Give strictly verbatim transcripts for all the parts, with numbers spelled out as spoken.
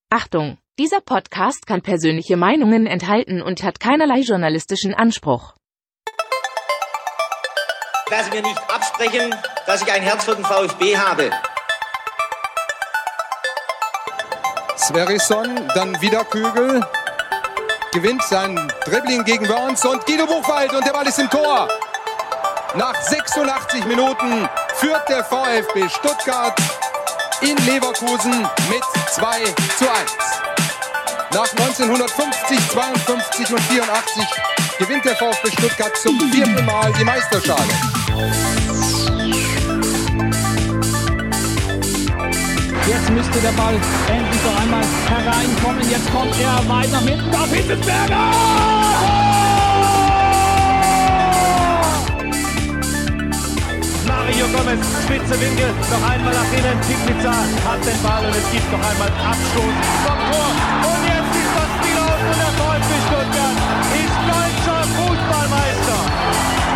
Achtung, dieser Podcast kann persönliche Meinungen enthalten und hat keinerlei journalistischen Anspruch. Ich lasse mir nicht absprechen, dass ich ein Herz für den VfB habe. Sverrisson, dann wieder Kügel, gewinnt sein Dribbling gegen Wörns und Guido Buchwald und der Ball ist im Tor. Nach sechsundachtzig Minuten führt der VfB Stuttgart in Leverkusen mit zwei zu eins. Nach neunzehnhundertfünfzig, zweiundfünfzig und vierundachtzig gewinnt der VfB Stuttgart zum vierten Mal die Meisterschale. Jetzt müsste der Ball endlich noch einmal hereinkommen. Jetzt kommt er weit nach hinten auf Hitzelsberger! Mario Gomez, spitze Winkel, noch einmal nach innen. Pizza hat den Ball und es gibt noch einmal Abstoß vom Tor. Und jetzt ist das Spiel aus und der VfB Stuttgart ist deutscher Fußballmeister.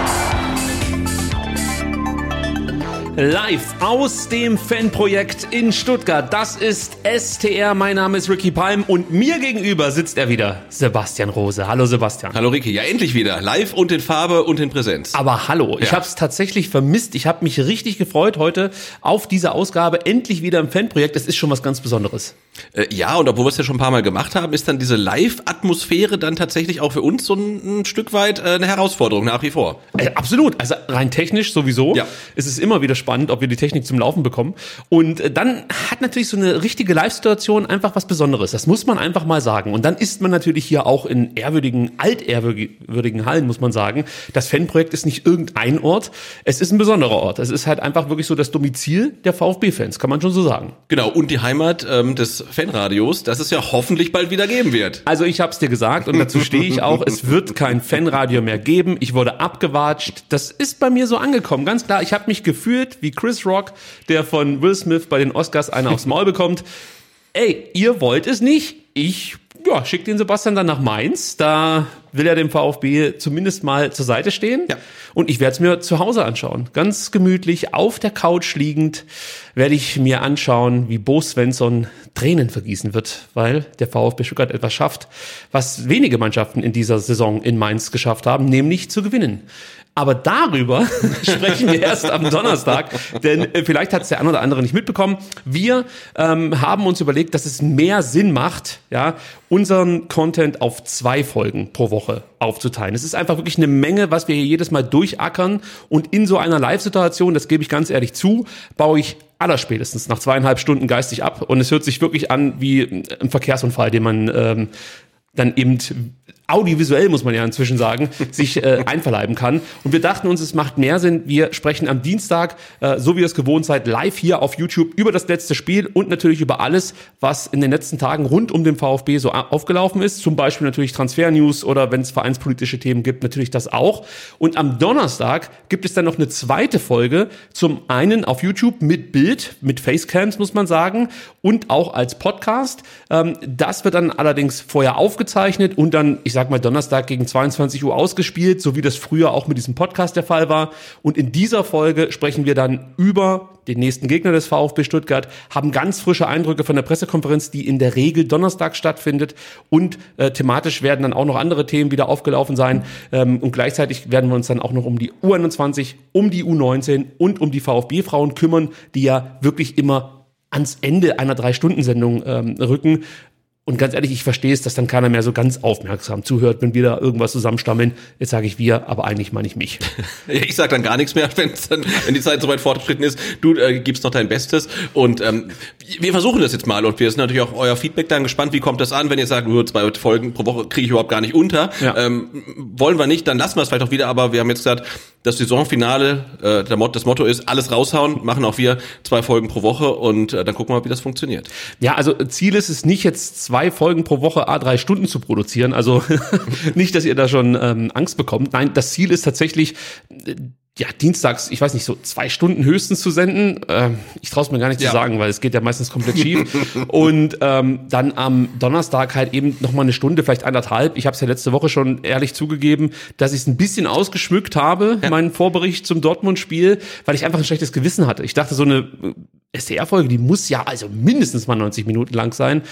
Live aus dem Fanprojekt in Stuttgart. Das ist S T R. Mein Name ist Ricky Palm und mir gegenüber sitzt er wieder, Sebastian Rose. Hallo Sebastian. Hallo Ricky, ja endlich wieder. Live und in Farbe und in Präsenz. Aber hallo, ja. Ich habe es tatsächlich vermisst. Ich habe mich richtig gefreut heute auf diese Ausgabe. Endlich wieder im Fanprojekt. Das ist schon was ganz Besonderes. Äh, ja, und obwohl wir es ja schon ein paar Mal gemacht haben, ist dann diese Live-Atmosphäre dann tatsächlich auch für uns so ein, ein Stück weit äh, eine Herausforderung nach wie vor. Äh, absolut. Also rein technisch sowieso. Ja. Es ist immer wieder spannend, ob wir die Technik zum Laufen bekommen. Und äh, dann hat natürlich so eine richtige Live-Situation einfach was Besonderes. Das muss man einfach mal sagen. Und dann ist man natürlich hier auch in ehrwürdigen, altehrwürdigen Hallen, muss man sagen. Das Fanprojekt ist nicht irgendein Ort. Es ist ein besonderer Ort. Es ist halt einfach wirklich so das Domizil der VfB-Fans, kann man schon so sagen. Genau. Und die Heimat ähm, des Fanradios, das es ja hoffentlich bald wieder geben wird. Also ich habe es dir gesagt und dazu stehe ich auch, es wird kein Fanradio mehr geben. Ich wurde abgewatscht. Das ist bei mir so angekommen, ganz klar. Ich habe mich gefühlt wie Chris Rock, der von Will Smith bei den Oscars einen aufs Maul bekommt. Ey, ihr wollt es nicht? Ich ja, schick den Sebastian dann nach Mainz. Da will er dem VfB zumindest mal zur Seite stehen. Ja. Und ich werde es mir zu Hause anschauen. Ganz gemütlich, auf der Couch liegend, werde ich mir anschauen, wie Bo Svensson Tränen vergießen wird, weil der VfB Stuttgart etwas schafft, was wenige Mannschaften in dieser Saison in Mainz geschafft haben, nämlich zu gewinnen. Aber darüber sprechen wir erst am Donnerstag, denn äh, vielleicht hat es der eine oder andere nicht mitbekommen. Wir ähm, haben uns überlegt, dass es mehr Sinn macht, ja, unseren Content auf zwei Folgen pro Woche aufzuteilen. Es ist einfach wirklich eine Menge, was wir hier jedes Mal durchackern und in so einer Live-Situation, das gebe ich ganz ehrlich zu, baue ich allerspätestens nach zweieinhalb Stunden geistig ab und es hört sich wirklich an wie ein Verkehrsunfall, den man ähm, dann eben audiovisuell, muss man ja inzwischen sagen, sich äh, einverleiben kann. Und wir dachten uns, es macht mehr Sinn, wir sprechen am Dienstag, äh, so wie ihr es gewohnt seid, live hier auf YouTube über das letzte Spiel und natürlich über alles, was in den letzten Tagen rund um den VfB so aufgelaufen ist. Zum Beispiel natürlich Transfer-News oder wenn es vereinspolitische Themen gibt, natürlich das auch. Und am Donnerstag gibt es dann noch eine zweite Folge, zum einen auf YouTube mit Bild, mit Facecams, muss man sagen, und auch als Podcast. Ähm, das wird dann allerdings vorher aufgezeichnet und dann, ich sag mal, Donnerstag gegen zweiundzwanzig Uhr ausgespielt, so wie das früher auch mit diesem Podcast der Fall war. Und in dieser Folge sprechen wir dann über den nächsten Gegner des VfB Stuttgart, haben ganz frische Eindrücke von der Pressekonferenz, die in der Regel Donnerstag stattfindet. Und äh, thematisch werden dann auch noch andere Themen wieder aufgelaufen sein. Ähm, und gleichzeitig werden wir uns dann auch noch um die U einundzwanzig, um die U neunzehn und um die VfB-Frauen kümmern, die ja wirklich immer ans Ende einer Drei-Stunden-Sendung ähm, rücken. Und ganz ehrlich, ich verstehe es, dass dann keiner mehr so ganz aufmerksam zuhört, wenn wir da irgendwas zusammenstammeln. Jetzt sage ich wir, aber eigentlich meine ich mich. Ich sage dann gar nichts mehr, wenn's dann, wenn die Zeit so weit fortgeschritten ist. Du äh, gibst noch dein Bestes. Und ähm, wir versuchen das jetzt mal. Und wir sind natürlich auch euer Feedback dann gespannt. Wie kommt das an, wenn ihr sagt, nur zwei Folgen pro Woche kriege ich überhaupt gar nicht unter. Ja. Ähm, wollen wir nicht, dann lassen wir es vielleicht auch wieder. Aber wir haben jetzt gesagt, das Saisonfinale, äh, der Motto, das Motto ist, alles raushauen, machen auch wir zwei Folgen pro Woche. Und äh, dann gucken wir mal, wie das funktioniert. Ja, also Ziel ist es nicht jetzt zwei Folgen pro Woche à drei Stunden zu produzieren. Also nicht, dass ihr da schon ähm, Angst bekommt. Nein, das Ziel ist tatsächlich, äh, ja, dienstags, ich weiß nicht, so zwei Stunden höchstens zu senden. Ähm, ich traue es mir gar nicht ja. zu sagen, weil es geht ja meistens komplett schief. Und ähm, dann am Donnerstag halt eben nochmal eine Stunde, vielleicht anderthalb. Ich habe es ja letzte Woche schon ehrlich zugegeben, dass ich es ein bisschen ausgeschmückt habe, ja. meinen Vorbericht zum Dortmund-Spiel, weil ich einfach ein schlechtes Gewissen hatte. Ich dachte, so eine S T R-Folge, die muss ja also mindestens mal neunzig Minuten lang sein.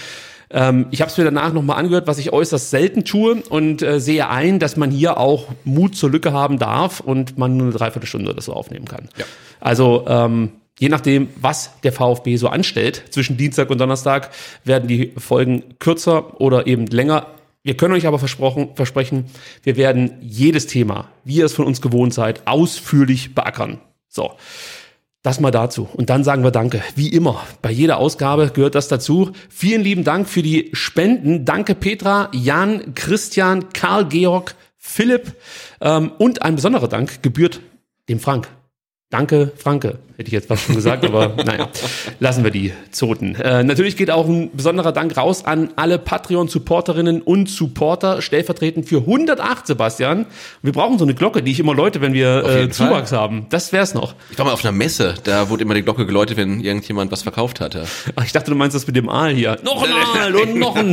Ähm, ich habe es mir danach nochmal angehört, was ich äußerst selten tue und äh, sehe ein, dass man hier auch Mut zur Lücke haben darf und man nur eine Dreiviertelstunde oder so aufnehmen kann. Ja. Also ähm, je nachdem, was der VfB so anstellt, zwischen Dienstag und Donnerstag werden die Folgen kürzer oder eben länger. Wir können euch aber versprochen, versprechen, wir werden jedes Thema, wie ihr es von uns gewohnt seid, ausführlich beackern. So, das mal dazu. Und dann sagen wir Danke. Wie immer, bei jeder Ausgabe gehört das dazu. Vielen lieben Dank für die Spenden. Danke Petra, Jan, Christian, Karl, Georg, Philipp ähm, und ein besonderer Dank gebührt dem Frank. Danke, Franke, hätte ich jetzt fast schon gesagt, aber naja, lassen wir die Zoten. Äh, natürlich geht auch ein besonderer Dank raus an alle Patreon-Supporterinnen und Supporter, stellvertretend für hundertacht, Sebastian. Wir brauchen so eine Glocke, die ich immer läute, wenn wir äh, Zuwachs haben. Das wär's noch. Ich war mal auf einer Messe, da wurde immer die Glocke geläutet, wenn irgendjemand was verkauft hatte. Ach, ich dachte, du meinst das mit dem Aal hier. Noch ein Aal und noch ein...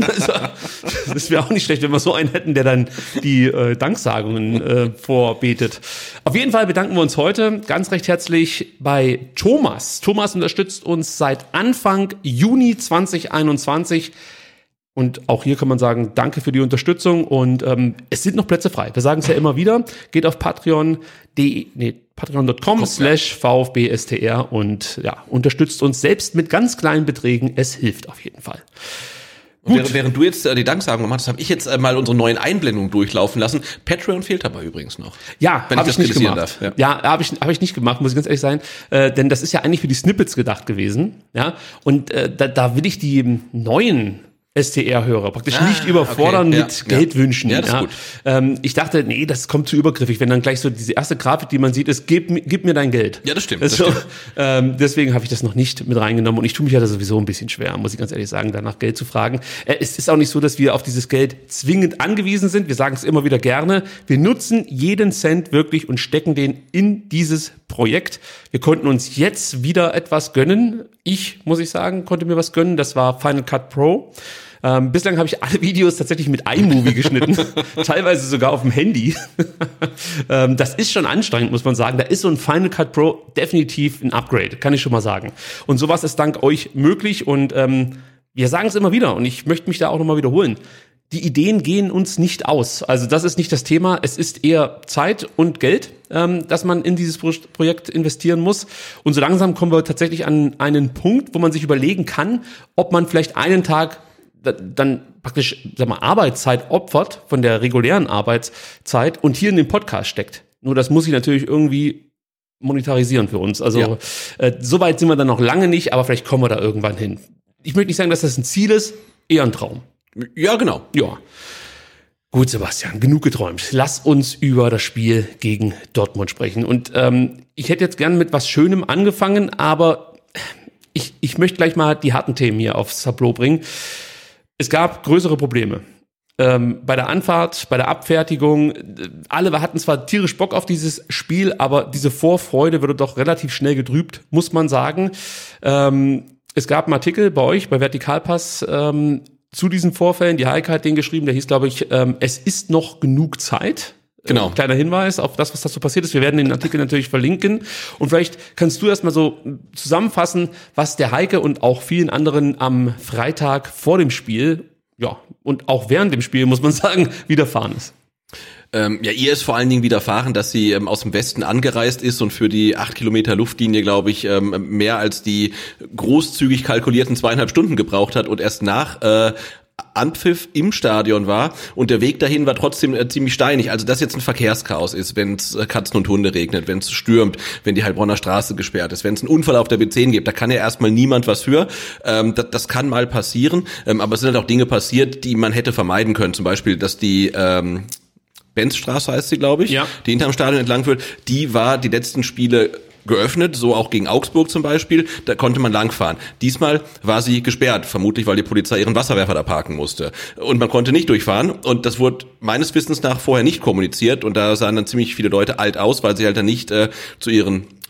Das wäre auch nicht schlecht, wenn wir so einen hätten, der dann die äh, Danksagungen äh, vorbetet. Auf jeden Fall bedanken wir uns heute ganz recht herzlich bei Thomas. Thomas unterstützt uns seit Anfang Juni zwanzig einundzwanzig und auch hier kann man sagen, danke für die Unterstützung und ähm, es sind noch Plätze frei. Wir sagen es ja immer wieder. Geht auf patreon punkt de, nee, patreon punkt com slash vfbstr und ja, unterstützt uns selbst mit ganz kleinen Beträgen. Es hilft auf jeden Fall. Während, während du jetzt äh, die Danksagung machst, habe ich jetzt äh, mal unsere neuen Einblendungen durchlaufen lassen. Patreon fehlt dabei übrigens noch. Ja, habe ich nicht gemacht. Darf. Ja, ja habe ich, hab ich nicht gemacht, muss ich ganz ehrlich sein. Äh, denn das ist ja eigentlich für die Snippets gedacht gewesen. Ja, und äh, da, da will ich die neuen S T R-Hörer praktisch ah, nicht überfordern okay, mit ja, Geldwünschen. Ja, das ja. Ist gut. Ähm, ich dachte, nee, das kommt zu übergriffig, wenn dann gleich so diese erste Grafik, die man sieht, ist, gib, gib mir dein Geld. Ja, das stimmt. Das das so, stimmt. Ähm, deswegen habe ich das noch nicht mit reingenommen und ich tue mich ja da sowieso ein bisschen schwer, muss ich ganz ehrlich sagen, danach Geld zu fragen. Äh, es ist auch nicht so, dass wir auf dieses Geld zwingend angewiesen sind. Wir sagen es immer wieder gerne. Wir nutzen jeden Cent wirklich und stecken den in dieses Projekt. Wir konnten uns jetzt wieder etwas gönnen. Ich, muss ich sagen, konnte mir was gönnen. Das war Final Cut Pro. Ähm, bislang habe ich alle Videos tatsächlich mit iMovie geschnitten, teilweise sogar auf dem Handy. ähm, das ist schon anstrengend, muss man sagen. Da ist so ein Final Cut Pro definitiv ein Upgrade, kann ich schon mal sagen. Und sowas ist dank euch möglich und ähm, wir sagen es immer wieder und ich möchte mich da auch nochmal wiederholen. Die Ideen gehen uns nicht aus. Also das ist nicht das Thema. Es ist eher Zeit und Geld, ähm, dass man in dieses Pro- Projekt investieren muss. Und so langsam kommen wir tatsächlich an einen Punkt, wo man sich überlegen kann, ob man vielleicht einen Tag dann praktisch, sag mal, Arbeitszeit opfert von der regulären Arbeitszeit und hier in den Podcast steckt. Nur das muss ich natürlich irgendwie monetarisieren für uns. Also ja. äh, so weit sind wir dann noch lange nicht, aber vielleicht kommen wir da irgendwann hin. Ich möchte nicht sagen, dass das ein Ziel ist, eher ein Traum. Ja, genau. Ja. Gut, Sebastian, genug geträumt. Lass uns über das Spiel gegen Dortmund sprechen. Und ähm, ich hätte jetzt gern mit was Schönem angefangen, aber ich, ich möchte gleich mal die harten Themen hier aufs Tableau bringen. Es gab größere Probleme. Ähm, bei der Anfahrt, bei der Abfertigung, alle hatten zwar tierisch Bock auf dieses Spiel, aber diese Vorfreude wurde doch relativ schnell getrübt, muss man sagen. Ähm, es gab einen Artikel bei euch, bei Vertikalpass, ähm, zu diesen Vorfällen. Die Heike hat den geschrieben, der hieß, glaube ich, ähm, es ist noch genug Zeit. Genau. Äh, kleiner Hinweis auf das, was da so passiert ist. Wir werden den Artikel natürlich verlinken. Und vielleicht kannst du erstmal so zusammenfassen, was der Heike und auch vielen anderen am Freitag vor dem Spiel, ja, und auch während dem Spiel, muss man sagen, widerfahren ist. Ähm, ja, ihr ist vor allen Dingen widerfahren, dass sie ähm, aus dem Westen angereist ist und für die acht Kilometer Luftlinie, glaube ich, ähm, mehr als die großzügig kalkulierten zweieinhalb Stunden gebraucht hat und erst nach äh, Anpfiff im Stadion war und der Weg dahin war trotzdem äh, ziemlich steinig. Also dass jetzt ein Verkehrschaos ist, wenn es äh, Katzen und Hunde regnet, wenn es stürmt, wenn die Heilbronner Straße gesperrt ist, wenn es einen Unfall auf der B zehn gibt, da kann ja erstmal niemand was für. Ähm, das, das kann mal passieren, ähm, aber es sind halt auch Dinge passiert, die man hätte vermeiden können. Zum Beispiel, dass die ähm, Benzstraße heißt sie, glaube ich, ja, die hinterm Stadion entlang führt, die war die letzten Spiele geöffnet, so auch gegen Augsburg zum Beispiel, da konnte man langfahren. Diesmal war sie gesperrt, vermutlich weil die Polizei ihren Wasserwerfer da parken musste. Und man konnte nicht durchfahren und das wurde meines Wissens nach vorher nicht kommuniziert und da sahen dann ziemlich viele Leute alt aus, weil sie halt dann nicht äh, zu ihren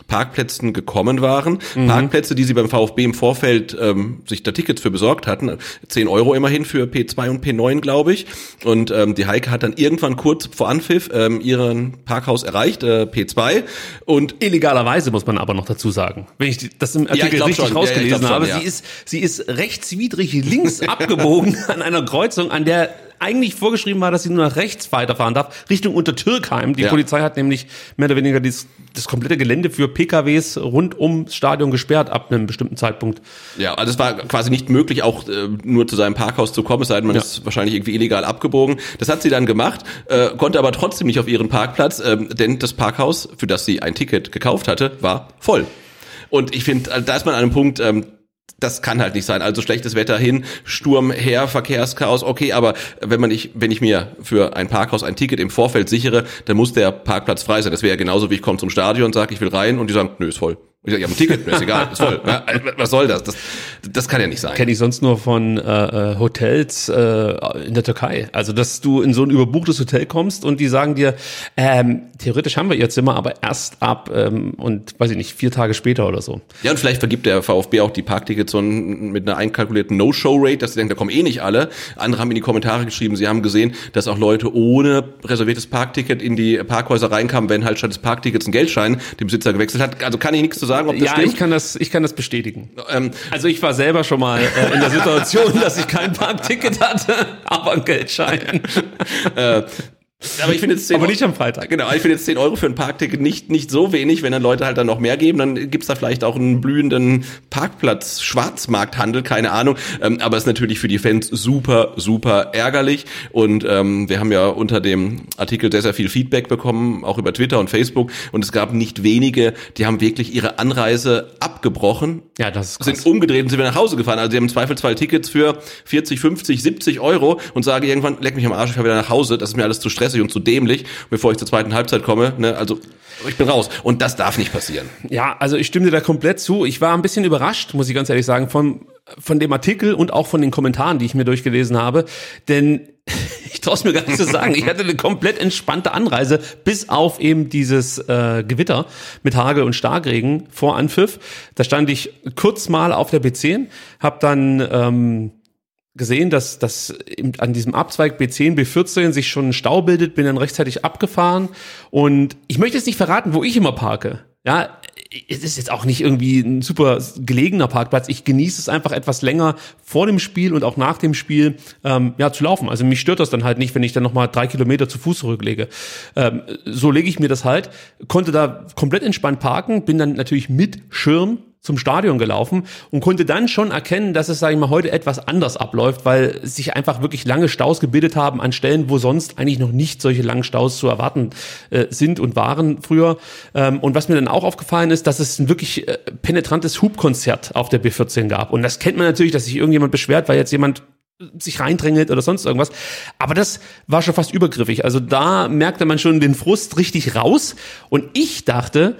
Parkplätzen gekommen waren. Mhm. Parkplätze, die sie beim VfB im Vorfeld ähm, sich da Tickets für besorgt hatten. zehn Euro immerhin für P zwei und P neun, glaube ich. Und ähm, die Heike hat dann irgendwann kurz vor Anpfiff ähm, ihren Parkhaus erreicht, äh, P zwei. Und illegalerweise muss man aber noch dazu sagen. Wenn ich das im Artikel ja, richtig schon. rausgelesen ja, ja, habe, schon, ja. sie ist sie ist rechtswidrig links abgebogen an einer Kreuzung, an der eigentlich vorgeschrieben war, dass sie nur nach rechts weiterfahren darf, Richtung Untertürkheim. Die ja. Polizei hat nämlich mehr oder weniger das, das komplette Gelände für P K Ws rund ums Stadion gesperrt ab einem bestimmten Zeitpunkt. Ja, also es war quasi nicht möglich, auch äh, nur zu seinem Parkhaus zu kommen, es sei denn, man ja. ist wahrscheinlich irgendwie illegal abgebogen. Das hat sie dann gemacht, äh, konnte aber trotzdem nicht auf ihren Parkplatz, äh, denn das Parkhaus, für das sie ein Ticket gekauft hatte, war voll. Und ich finde, da ist man an einem Punkt, ähm, das kann halt nicht sein. Also schlechtes Wetter hin, Sturm her, Verkehrschaos, okay, aber wenn man ich, wenn ich mir für ein Parkhaus ein Ticket im Vorfeld sichere, dann muss der Parkplatz frei sein. Das wäre ja genauso, wie ich komme zum Stadion und sage, ich will rein und die sagen, nö, ist voll. Ich sage, ich habe ein Ticket, mir ist egal, ist voll. Ja, was soll das? das? Das kann ja nicht sein. Kenne ich sonst nur von äh, Hotels äh, in der Türkei. Also, dass du in so ein überbuchtes Hotel kommst und die sagen dir, ähm, theoretisch haben wir ihr Zimmer, aber erst ab ähm, und weiß ich nicht, vier Tage später oder so. Ja, und vielleicht vergibt der VfB auch die Parktickets so mit einer einkalkulierten No-Show-Rate, dass sie denken, da kommen eh nicht alle. Andere haben in die Kommentare geschrieben, sie haben gesehen, dass auch Leute ohne reserviertes Parkticket in die Parkhäuser reinkamen, wenn halt statt des Parktickets ein Geldschein den Besitzer gewechselt hat. Also kann ich nichts zu sagen, ob das ja, stimmt. Ja, ich kann das, ich kann das bestätigen. Ähm, also ich war selber schon mal äh, in der Situation, dass ich kein Parkticket hatte, aber ein Geldschein. äh, Aber ich finde jetzt zehn aber nicht am Freitag. Genau, ich finde jetzt zehn Euro für ein Parkticket nicht nicht so wenig. Wenn dann Leute halt dann noch mehr geben, dann gibt's da vielleicht auch einen blühenden Parkplatz, Schwarzmarkthandel, keine Ahnung. Ähm, aber es ist natürlich für die Fans super, super ärgerlich. Und ähm, wir haben ja unter dem Artikel sehr, sehr viel Feedback bekommen, auch über Twitter und Facebook. Und es gab nicht wenige, die haben wirklich ihre Anreise abgebrochen. Ja, das ist krass. Sind umgedreht und sind wieder nach Hause gefahren. Also sie haben im Zweifelsfall Tickets für vierzig, fünfzig, siebzig Euro und sagen irgendwann, leck mich am Arsch, ich fahr wieder nach Hause. Das ist mir alles zu stressig und zu dämlich, bevor ich zur zweiten Halbzeit komme, ne, also ich bin raus. Und das darf nicht passieren. Ja, also ich stimme dir da komplett zu. Ich war ein bisschen überrascht, muss ich ganz ehrlich sagen, von, von dem Artikel und auch von den Kommentaren, die ich mir durchgelesen habe, denn ich traue es mir gar nicht zu sagen. Ich hatte eine komplett entspannte Anreise, bis auf eben dieses äh, Gewitter mit Hagel und Starkregen vor Anpfiff. Da stand ich kurz mal auf der B zehn, habe dann ähm, gesehen, dass, dass an diesem Abzweig B zehn, B vierzehn sich schon ein Stau bildet, bin dann rechtzeitig abgefahren und ich möchte jetzt nicht verraten, wo ich immer parke. Ja, es ist jetzt auch nicht irgendwie ein super gelegener Parkplatz. Ich genieße es einfach etwas länger vor dem Spiel und auch nach dem Spiel ähm, ja zu laufen. Also mich stört das dann halt nicht, wenn ich dann nochmal drei Kilometer zu Fuß zurücklege. Ähm, so lege ich mir das halt. Konnte da komplett entspannt parken, bin dann natürlich mit Schirm zum Stadion gelaufen und konnte dann schon erkennen, dass es, sage ich mal, heute etwas anders abläuft, weil sich einfach wirklich lange Staus gebildet haben an Stellen, wo sonst eigentlich noch nicht solche langen Staus zu erwarten äh, sind und waren früher. Ähm, und was mir dann auch aufgefallen ist, dass es ein wirklich äh, penetrantes Hubkonzert auf der B vierzehn gab. Und das kennt man natürlich, dass sich irgendjemand beschwert, weil jetzt jemand sich reindrängelt oder sonst irgendwas. Aber das war schon fast übergriffig. Also da merkte man schon den Frust richtig raus. Und ich dachte,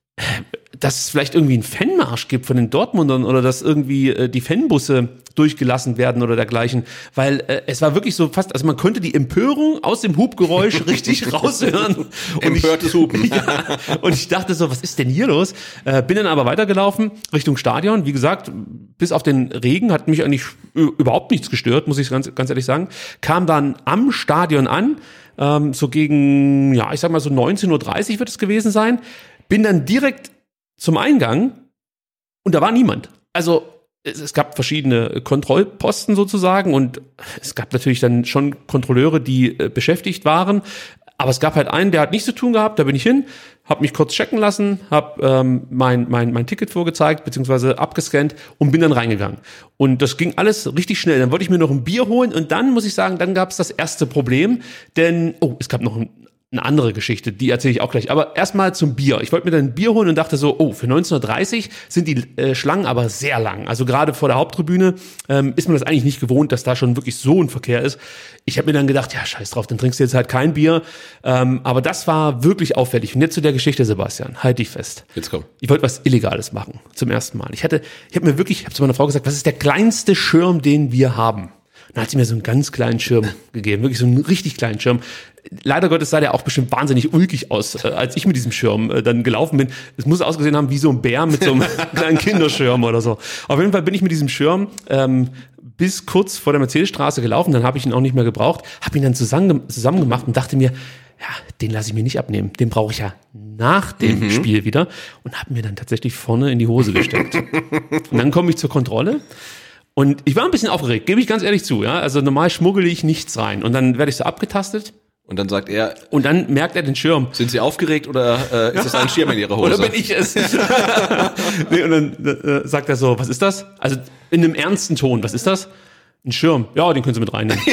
dass es vielleicht irgendwie einen Fanmarsch gibt von den Dortmundern oder dass irgendwie äh, die Fanbusse durchgelassen werden oder dergleichen, weil äh, es war wirklich so fast, also man konnte die Empörung aus dem Hubgeräusch richtig raushören. Empörtes Hupen. Ja, und ich dachte so, was ist denn hier los? Äh, bin dann aber weitergelaufen Richtung Stadion. Wie gesagt, bis auf den Regen hat mich eigentlich überhaupt nichts gestört, muss ich ganz, ganz ehrlich sagen. Kam dann am Stadion an, ähm, so gegen, ja, ich sag mal so neunzehn Uhr dreißig wird es gewesen sein. Bin dann direkt zum Eingang und da war niemand. Also es, es gab verschiedene Kontrollposten sozusagen und es gab natürlich dann schon Kontrolleure, die äh, beschäftigt waren. Aber es gab halt einen, der hat nichts zu tun gehabt, da bin ich hin, habe mich kurz checken lassen, habe ähm, mein, mein, mein Ticket vorgezeigt, beziehungsweise abgescannt und bin dann reingegangen. Und das ging alles richtig schnell. Dann wollte ich mir noch ein Bier holen und dann, muss ich sagen, dann gab es das erste Problem, denn, oh, es gab noch ein Eine andere Geschichte, die erzähle ich auch gleich. Aber erstmal zum Bier. Ich wollte mir dann ein Bier holen und dachte so, oh, für neunzehn Uhr dreißig sind die äh, Schlangen aber sehr lang. Also gerade vor der Haupttribüne ähm, ist man das eigentlich nicht gewohnt, dass da schon wirklich so ein Verkehr ist. Ich habe mir dann gedacht, ja, scheiß drauf, dann trinkst du jetzt halt kein Bier. Ähm, aber das war wirklich auffällig. Und jetzt zu der Geschichte, Sebastian, halt dich fest. Jetzt komm. Ich wollte was Illegales machen, zum ersten Mal. Ich hatte, ich habe mir wirklich, ich habe zu meiner Frau gesagt, was ist der kleinste Schirm, den wir haben? dann hat sie mir so einen ganz kleinen Schirm gegeben, wirklich so einen richtig kleinen Schirm. Leider Gottes sah der auch bestimmt wahnsinnig ulkig aus, äh, als ich mit diesem Schirm äh, dann gelaufen bin. Es muss ausgesehen haben wie so ein Bär mit so einem kleinen Kinderschirm oder so. Auf jeden Fall bin ich mit diesem Schirm ähm, bis kurz vor der Mercedesstraße gelaufen, dann habe ich ihn auch nicht mehr gebraucht, habe ihn dann zusammen, zusammen gemacht und dachte mir, ja, den lasse ich mir nicht abnehmen. Den brauche ich ja nach dem mhm. Spiel wieder und habe mir dann tatsächlich vorne in die Hose gesteckt. Und dann komme ich zur Kontrolle und ich war ein bisschen aufgeregt, gebe ich ganz ehrlich zu. Ja, also normal schmuggle ich nichts rein und dann werde ich so abgetastet. Und dann sagt er... Und dann merkt er den Schirm. Sind Sie aufgeregt oder äh, ist das ein Schirm in Ihrer Hose? Oder bin ich es? Nee, und dann äh, sagt er so, was ist das? Also in einem ernsten Ton, was ist das? Ein Schirm. Ja, den können Sie mit reinnehmen.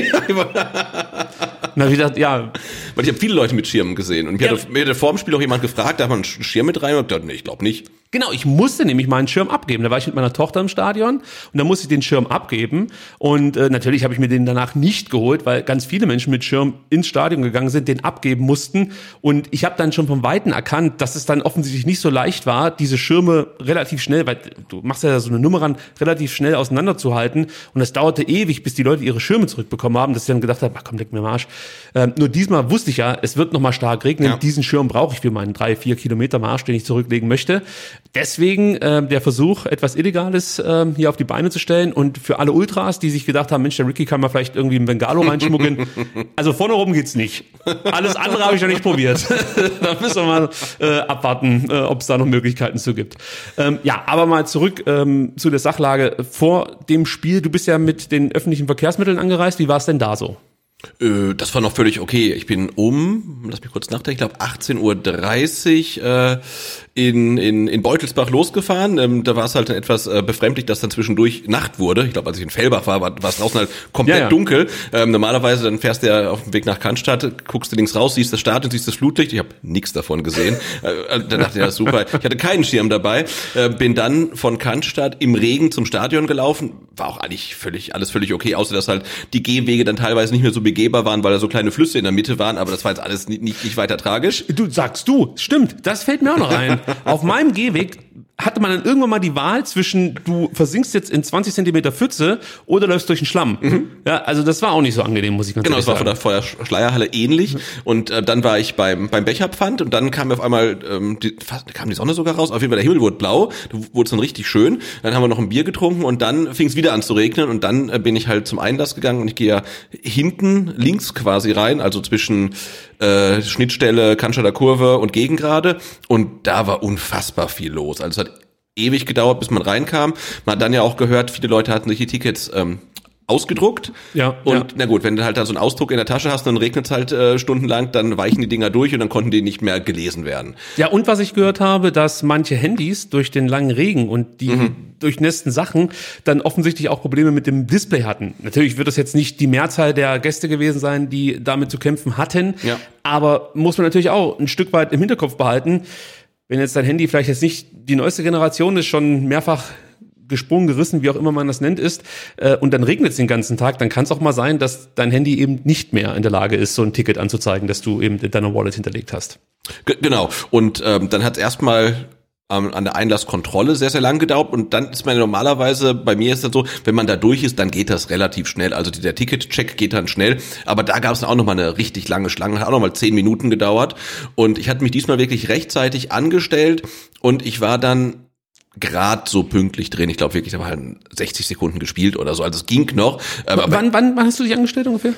Und dann habe ich gedacht, ja. Weil ich habe viele Leute mit Schirmen gesehen. Und mir, ja. hatte, mir hatte vor dem Spiel auch jemand gefragt, darf man einen Schirm mit rein? Und ich dachte, nee, ich glaube nicht. Genau, ich musste nämlich meinen Schirm abgeben. Da war ich mit meiner Tochter im Stadion und da musste ich den Schirm abgeben. Und äh, natürlich habe ich mir den danach nicht geholt, weil ganz viele Menschen mit Schirm ins Stadion gegangen sind, den abgeben mussten. Und ich habe dann schon vom Weiten erkannt, dass es dann offensichtlich nicht so leicht war, diese Schirme relativ schnell, weil du machst ja so eine Nummer ran, relativ schnell auseinanderzuhalten. Und es dauerte ewig, bis die Leute ihre Schirme zurückbekommen haben, dass ich dann gedacht habe, ach komm, leck mir mal Arsch. Ähm, nur diesmal wusste ich ja, es wird nochmal stark regnen. Ja. Diesen Schirm brauche ich für meinen drei, vier Kilometer Marsch, den ich zurücklegen möchte. Deswegen äh, der Versuch, etwas Illegales äh, hier auf die Beine zu stellen und für alle Ultras, die sich gedacht haben, Mensch, der Ricky kann mal vielleicht irgendwie ein Bengalo reinschmuggeln. Also vorne rum geht's nicht. Alles andere habe ich noch nicht probiert. Da müssen wir mal äh, abwarten, äh, ob es da noch Möglichkeiten zu gibt. Ähm, ja, aber mal zurück ähm, zu der Sachlage. Vor dem Spiel, du bist ja mit den öffentlichen Verkehrsmitteln angereist. Wie war es denn da so? Äh, das war noch völlig okay. Ich bin um, lass mich kurz nachdenken, ich glaube achtzehn Uhr dreißig äh, in, in, in Beutelsbach losgefahren. Ähm, da war es halt dann etwas äh, befremdlich, dass dann zwischendurch Nacht wurde. Ich glaube, als ich in Fellbach war, war, war es draußen halt komplett ja, ja. dunkel. Ähm, normalerweise dann fährst du ja auf dem Weg nach Cannstatt, guckst du links raus, siehst das Stadion, siehst das Flutlicht. Ich habe nichts davon gesehen. äh, da dachte ich, ja super. Ich hatte keinen Schirm dabei. Äh, bin dann von Cannstatt im Regen zum Stadion gelaufen. War auch eigentlich völlig alles völlig okay, außer dass halt die Gehwege dann teilweise nicht mehr so begehbar waren, weil da so kleine Flüsse in der Mitte waren, aber das war jetzt alles nicht, nicht, nicht weiter tragisch. Du sagst du, stimmt, das fällt mir auch noch ein. Auf meinem Gehweg hatte man dann irgendwann mal die Wahl zwischen, du versinkst jetzt in zwanzig Zentimeter Pfütze oder läufst durch den Schlamm. Mhm. Ja, also das war auch nicht so angenehm, muss ich ganz genau, ehrlich sagen. Genau, das war von der, von der Schleierhalle ähnlich. Mhm. Und äh, dann war ich beim beim Becherpfand und dann kam auf einmal, ähm, die, fast, kam die Sonne sogar raus. Auf jeden Fall, der Himmel wurde blau, da wurde es dann richtig schön. Dann haben wir noch ein Bier getrunken und dann fing es wieder an zu regnen und dann äh, bin ich halt zum Einlass gegangen und ich gehe ja hinten links quasi rein, also zwischen äh, Schnittstelle, Cannstatter Kurve und Gegengrade. Und da war unfassbar viel los. Also es hat ewig gedauert, bis man reinkam. Man hat dann ja auch gehört, viele Leute hatten sich die Tickets ähm, ausgedruckt. Ja. Und ja. na gut, wenn du halt da so einen Ausdruck in der Tasche hast, dann regnet es halt äh, stundenlang, dann weichen die Dinger durch und dann konnten die nicht mehr gelesen werden. Ja, und was ich gehört habe, dass manche Handys durch den langen Regen und die mhm. durchnässten Sachen dann offensichtlich auch Probleme mit dem Display hatten. Natürlich wird das jetzt nicht die Mehrzahl der Gäste gewesen sein, die damit zu kämpfen hatten. Ja. Aber muss man natürlich auch ein Stück weit im Hinterkopf behalten, wenn jetzt dein Handy vielleicht jetzt nicht die neueste Generation ist, schon mehrfach gesprungen, gerissen, wie auch immer man das nennt, ist, äh, und dann regnet es den ganzen Tag, dann kann es auch mal sein, dass dein Handy eben nicht mehr in der Lage ist, so ein Ticket anzuzeigen, das du eben in deiner Wallet hinterlegt hast. G- genau. Und ähm, dann hat es erstmal ähm, an der Einlasskontrolle sehr, sehr lang gedauert und dann ist man normalerweise, bei mir ist das so, wenn man da durch ist, dann geht das relativ schnell. Also der Ticketcheck geht dann schnell, aber da gab es auch nochmal eine richtig lange Schlange, hat auch nochmal zehn Minuten gedauert und ich hatte mich diesmal wirklich rechtzeitig angestellt und ich war dann gerade so pünktlich drin. Ich glaube wirklich, da waren sechzig Sekunden gespielt oder so. Also es ging noch. Aber wann, wann, wann hast du dich angestellt ungefähr?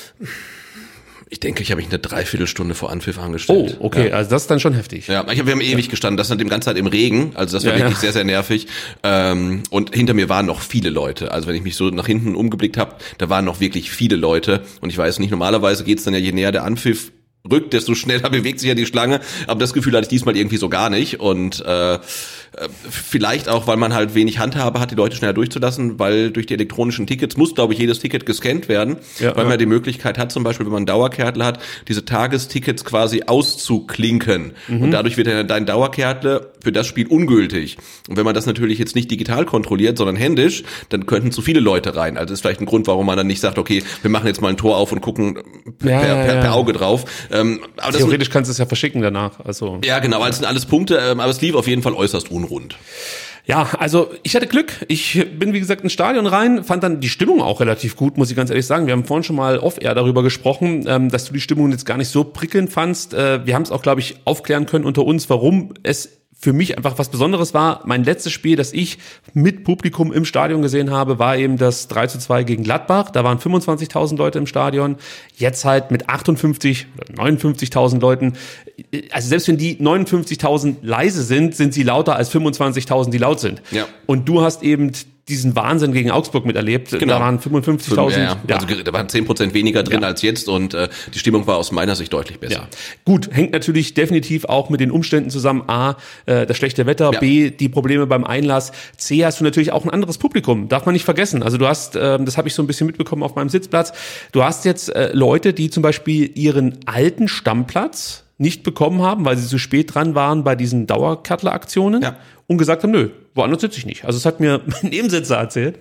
Ich denke, ich habe mich eine Dreiviertelstunde vor Anpfiff angestellt. Oh, okay, ja. Also das ist dann schon heftig. Ja, ich hab, wir haben ewig gestanden. Das stand die ganze Zeit im Regen. Also das war ja, wirklich ja. sehr, sehr nervig. Ähm, und hinter mir waren noch viele Leute. Also wenn ich mich so nach hinten umgeblickt habe, da waren noch wirklich viele Leute. Und ich weiß nicht, normalerweise geht's dann ja, je näher der Anpfiff rückt, desto schneller bewegt sich ja die Schlange. Aber das Gefühl hatte ich diesmal irgendwie so gar nicht. Und äh, vielleicht auch, weil man halt wenig Handhabe hat, die Leute schneller durchzulassen, weil durch die elektronischen Tickets muss, glaube ich, jedes Ticket gescannt werden, ja, weil man ja die Möglichkeit hat, zum Beispiel, wenn man einen Dauerkärtel hat, diese Tagestickets quasi auszuklinken. Mhm. Und dadurch wird dann dein Dauerkärtel für das Spiel ungültig. Und wenn man das natürlich jetzt nicht digital kontrolliert, sondern händisch, dann könnten zu viele Leute rein. Also das ist vielleicht ein Grund, warum man dann nicht sagt, okay, wir machen jetzt mal ein Tor auf und gucken per, ja, ja, ja. per, per Auge drauf. Ähm, aber Theoretisch das, kannst du es ja verschicken danach. Also ja, genau, weil es sind alles Punkte, ähm, aber es lief auf jeden Fall äußerst unrund. Ja, also ich hatte Glück. Ich bin, wie gesagt, ins Stadion rein, fand dann die Stimmung auch relativ gut, muss ich ganz ehrlich sagen. Wir haben vorhin schon mal off-air darüber gesprochen, ähm, dass du die Stimmung jetzt gar nicht so prickelnd fandst. Äh, wir haben es auch, glaube ich, aufklären können unter uns, warum es für mich einfach was Besonderes war. Mein letztes Spiel, das ich mit Publikum im Stadion gesehen habe, war eben das drei zu zwei gegen Gladbach. Da waren fünfundzwanzigtausend Leute im Stadion. Jetzt halt mit achtundfünfzig oder neunundfünfzigtausend Leuten. Also selbst wenn die neunundfünfzigtausend leise sind, sind sie lauter als fünfundzwanzigtausend, die laut sind. Ja. Und du hast eben diesen Wahnsinn gegen Augsburg miterlebt. Genau. Da waren fünfundfünfzigtausend. Ja, ja. Ja. Also da waren zehn Prozent weniger drin Ja. als jetzt und äh, die Stimmung war aus meiner Sicht deutlich besser. Ja, gut, hängt natürlich definitiv auch mit den Umständen zusammen. A, äh, das schlechte Wetter, Ja. B, die Probleme beim Einlass, C, hast du natürlich auch ein anderes Publikum, darf man nicht vergessen. Also du hast, äh, das habe ich so ein bisschen mitbekommen auf meinem Sitzplatz, du hast jetzt äh, Leute, die zum Beispiel ihren alten Stammplatz nicht bekommen haben, weil sie zu spät dran waren bei diesen Dauerkartler-Aktionen Ja. und gesagt haben, nö, woanders sitze ich nicht. Also es hat mir ein Nebensitzer erzählt,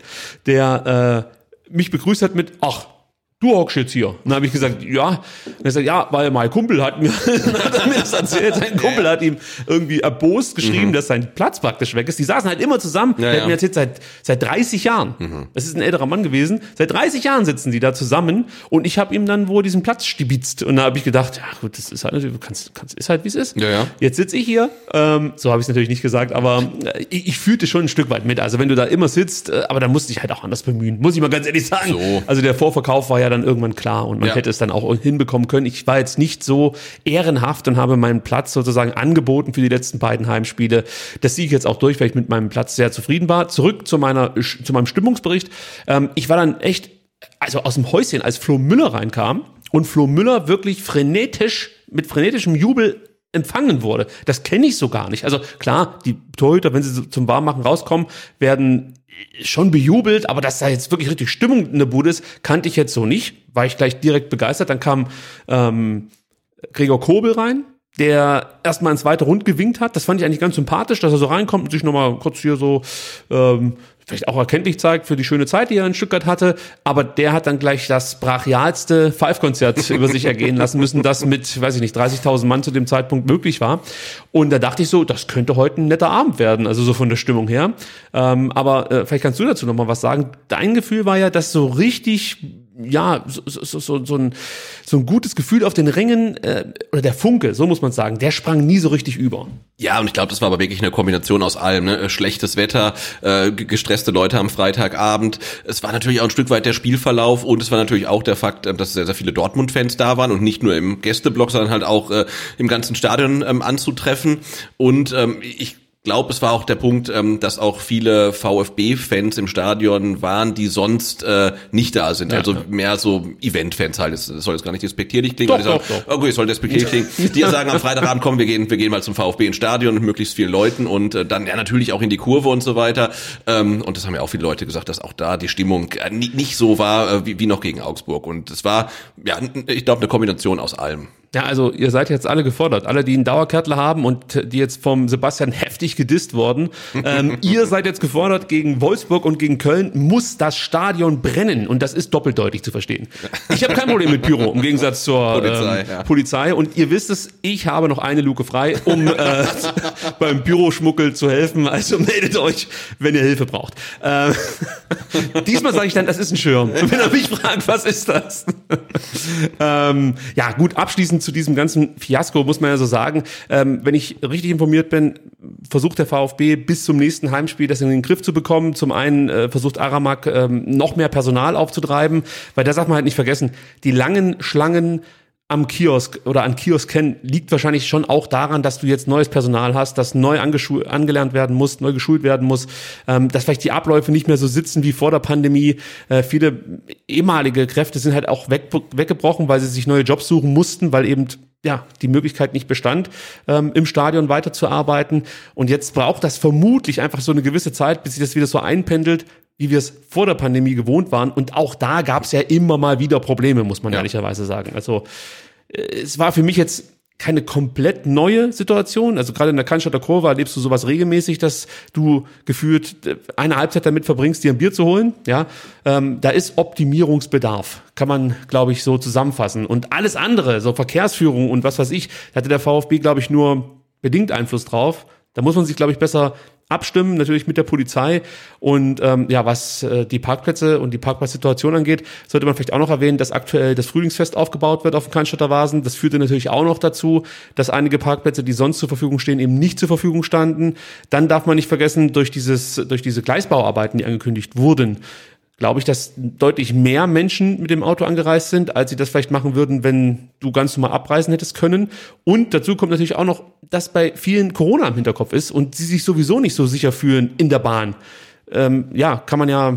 der äh, mich begrüßt hat mit, ach, du hockst jetzt hier. Und dann habe ich gesagt, ja. Und er sagt, ja, weil mein Kumpel hat mir, dann hat er mir das erzählt. Sein Kumpel hat ihm irgendwie erbost geschrieben, mhm. dass sein Platz praktisch weg ist. Die saßen halt immer zusammen. Ja, der hat ja. mir erzählt, seit, seit dreißig Jahren. Mhm. Das ist ein älterer Mann gewesen. Seit dreißig Jahren sitzen die da zusammen. Und ich habe ihm dann wohl diesen Platz stibitzt. Und da habe ich gedacht, ja gut, das ist halt, du kannst, kannst, ist halt, wie es ist. Ja, ja. Jetzt sitze ich hier. Ähm, so habe ich es natürlich nicht gesagt, aber äh, ich, ich fühlte schon ein Stück weit mit. Also wenn du da immer sitzt, äh, aber da musste ich halt auch anders bemühen. Muss ich mal ganz ehrlich sagen. So. Also der Vorverkauf war ja dann irgendwann klar. Und man Ja. hätte es dann auch hinbekommen können. Ich war jetzt nicht so ehrenhaft und habe meinen Platz sozusagen angeboten für die letzten beiden Heimspiele. Das ziehe ich jetzt auch durch, weil ich mit meinem Platz sehr zufrieden war. Zurück zu meiner, zu meinem Stimmungsbericht. Ähm, ich war dann echt, also aus dem Häuschen, als Flo Müller reinkam und Flo Müller wirklich frenetisch, mit frenetischem Jubel empfangen wurde. Das kenne ich so gar nicht. Also klar, die Torhüter, wenn sie so zum Warmmachen rauskommen, werden schon bejubelt, aber dass da jetzt wirklich richtig Stimmung in der Bude ist, kannte ich jetzt so nicht. War ich gleich direkt begeistert. Dann kam ähm, Gregor Kobel rein, der erstmal ins weite Rund gewinkt hat. Das fand ich eigentlich ganz sympathisch, dass er so reinkommt und sich nochmal kurz hier so ähm, vielleicht auch erkenntlich zeigt für die schöne Zeit, die er in Stuttgart hatte. Aber der hat dann gleich das brachialste Five-Konzert über sich ergehen lassen müssen, das mit, weiß ich nicht, dreißigtausend Mann zu dem Zeitpunkt möglich war. Und da dachte ich so, das könnte heute ein netter Abend werden, also so von der Stimmung her. Ähm, aber äh, vielleicht kannst du dazu nochmal was sagen. Dein Gefühl war ja, dass so richtig, ja, so, so, so, so, ein, so ein gutes Gefühl auf den Rängen, äh, oder der Funke, so muss man sagen, der sprang nie so richtig über. Ja, und ich glaube, das war aber wirklich eine Kombination aus allem. Ne? Schlechtes Wetter, äh, gestresste Leute am Freitagabend. Es war natürlich auch ein Stück weit der Spielverlauf und es war natürlich auch der Fakt, dass sehr, sehr viele Dortmund-Fans da waren und nicht nur im Gästeblock, sondern halt auch äh, im ganzen Stadion ähm, anzutreffen. Und ähm, ich Ich glaube, es war auch der Punkt, ähm, dass auch viele VfB-Fans im Stadion waren, die sonst äh, nicht da sind. Ja, also ja. mehr so Event-Fans halt. Das soll jetzt gar nicht despektierlich klingen. Doch, die sagen, doch, doch. Okay, es soll despektierlich klingen. Die sagen am Freitagabend, komm, wir gehen, wir gehen mal zum VfB ins Stadion mit möglichst vielen Leuten und äh, dann ja natürlich auch in die Kurve und so weiter. Ähm, und das haben ja auch viele Leute gesagt, dass auch da die Stimmung äh, nicht so war äh, wie, wie noch gegen Augsburg. Und es war, ja, ich glaube, eine Kombination aus allem. Ja, also ihr seid jetzt alle gefordert. Alle, die einen Dauerkärtler haben und die jetzt vom Sebastian heftig gedisst wurden. Ähm, ihr seid jetzt gefordert gegen Wolfsburg und gegen Köln. Muss das Stadion brennen. Und das ist doppeldeutig zu verstehen. Ich habe kein Problem mit Pyro, im Gegensatz zur Polizei, ähm, ja. Polizei. Und ihr wisst es, ich habe noch eine Luke frei, um äh, beim Pyroschmuggel zu helfen. Also meldet euch, wenn ihr Hilfe braucht. Äh, diesmal sage ich dann, das ist ein Schirm. Und wenn er mich fragt, was ist das? ähm, ja, gut, abschließend zu diesem ganzen Fiasko muss man ja so sagen, ähm, wenn ich richtig informiert bin, versucht der VfB bis zum nächsten Heimspiel das in den Griff zu bekommen. Zum einen äh, versucht Aramak ähm, noch mehr Personal aufzutreiben, weil da darf man halt nicht vergessen, die langen Schlangen am Kiosk oder an Kiosken liegt wahrscheinlich schon auch daran, dass du jetzt neues Personal hast, das neu angeschult, angelernt werden muss, neu geschult werden muss, ähm, dass vielleicht die Abläufe nicht mehr so sitzen wie vor der Pandemie. Äh, viele ehemalige Kräfte sind halt auch weg, weggebrochen, weil sie sich neue Jobs suchen mussten, weil eben ja die Möglichkeit nicht bestand, ähm, im Stadion weiterzuarbeiten. Und jetzt braucht das vermutlich einfach so eine gewisse Zeit, bis sich das wieder so einpendelt, wie wir es vor der Pandemie gewohnt waren. Und auch da gab es ja immer mal wieder Probleme, muss man ja. ehrlicherweise sagen. Also äh, es war für mich jetzt keine komplett neue Situation. Also gerade in der Cannstatter Kurve erlebst du sowas regelmäßig, dass du gefühlt eine Halbzeit damit verbringst, dir ein Bier zu holen. Ja, ähm, da ist Optimierungsbedarf, kann man, glaube ich, so zusammenfassen. Und alles andere, so Verkehrsführung und was weiß ich, da hatte der VfB, glaube ich, nur bedingt Einfluss drauf. Da muss man sich, glaube ich, besser abstimmen, natürlich mit der Polizei. Und ähm, ja, was äh, die Parkplätze und die Parkplatzsituation angeht, sollte man vielleicht auch noch erwähnen, dass aktuell das Frühlingsfest aufgebaut wird auf dem Cannstatter Vasen. Das führte natürlich auch noch dazu, dass einige Parkplätze, die sonst zur Verfügung stehen, eben nicht zur Verfügung standen. Dann darf man nicht vergessen, durch dieses, durch diese Gleisbauarbeiten, die angekündigt wurden, glaube ich, dass deutlich mehr Menschen mit dem Auto angereist sind, als sie das vielleicht machen würden, wenn du ganz normal abreisen hättest können. Und dazu kommt natürlich auch noch, dass bei vielen Corona im Hinterkopf ist und sie sich sowieso nicht so sicher fühlen in der Bahn. Ähm, ja, kann man ja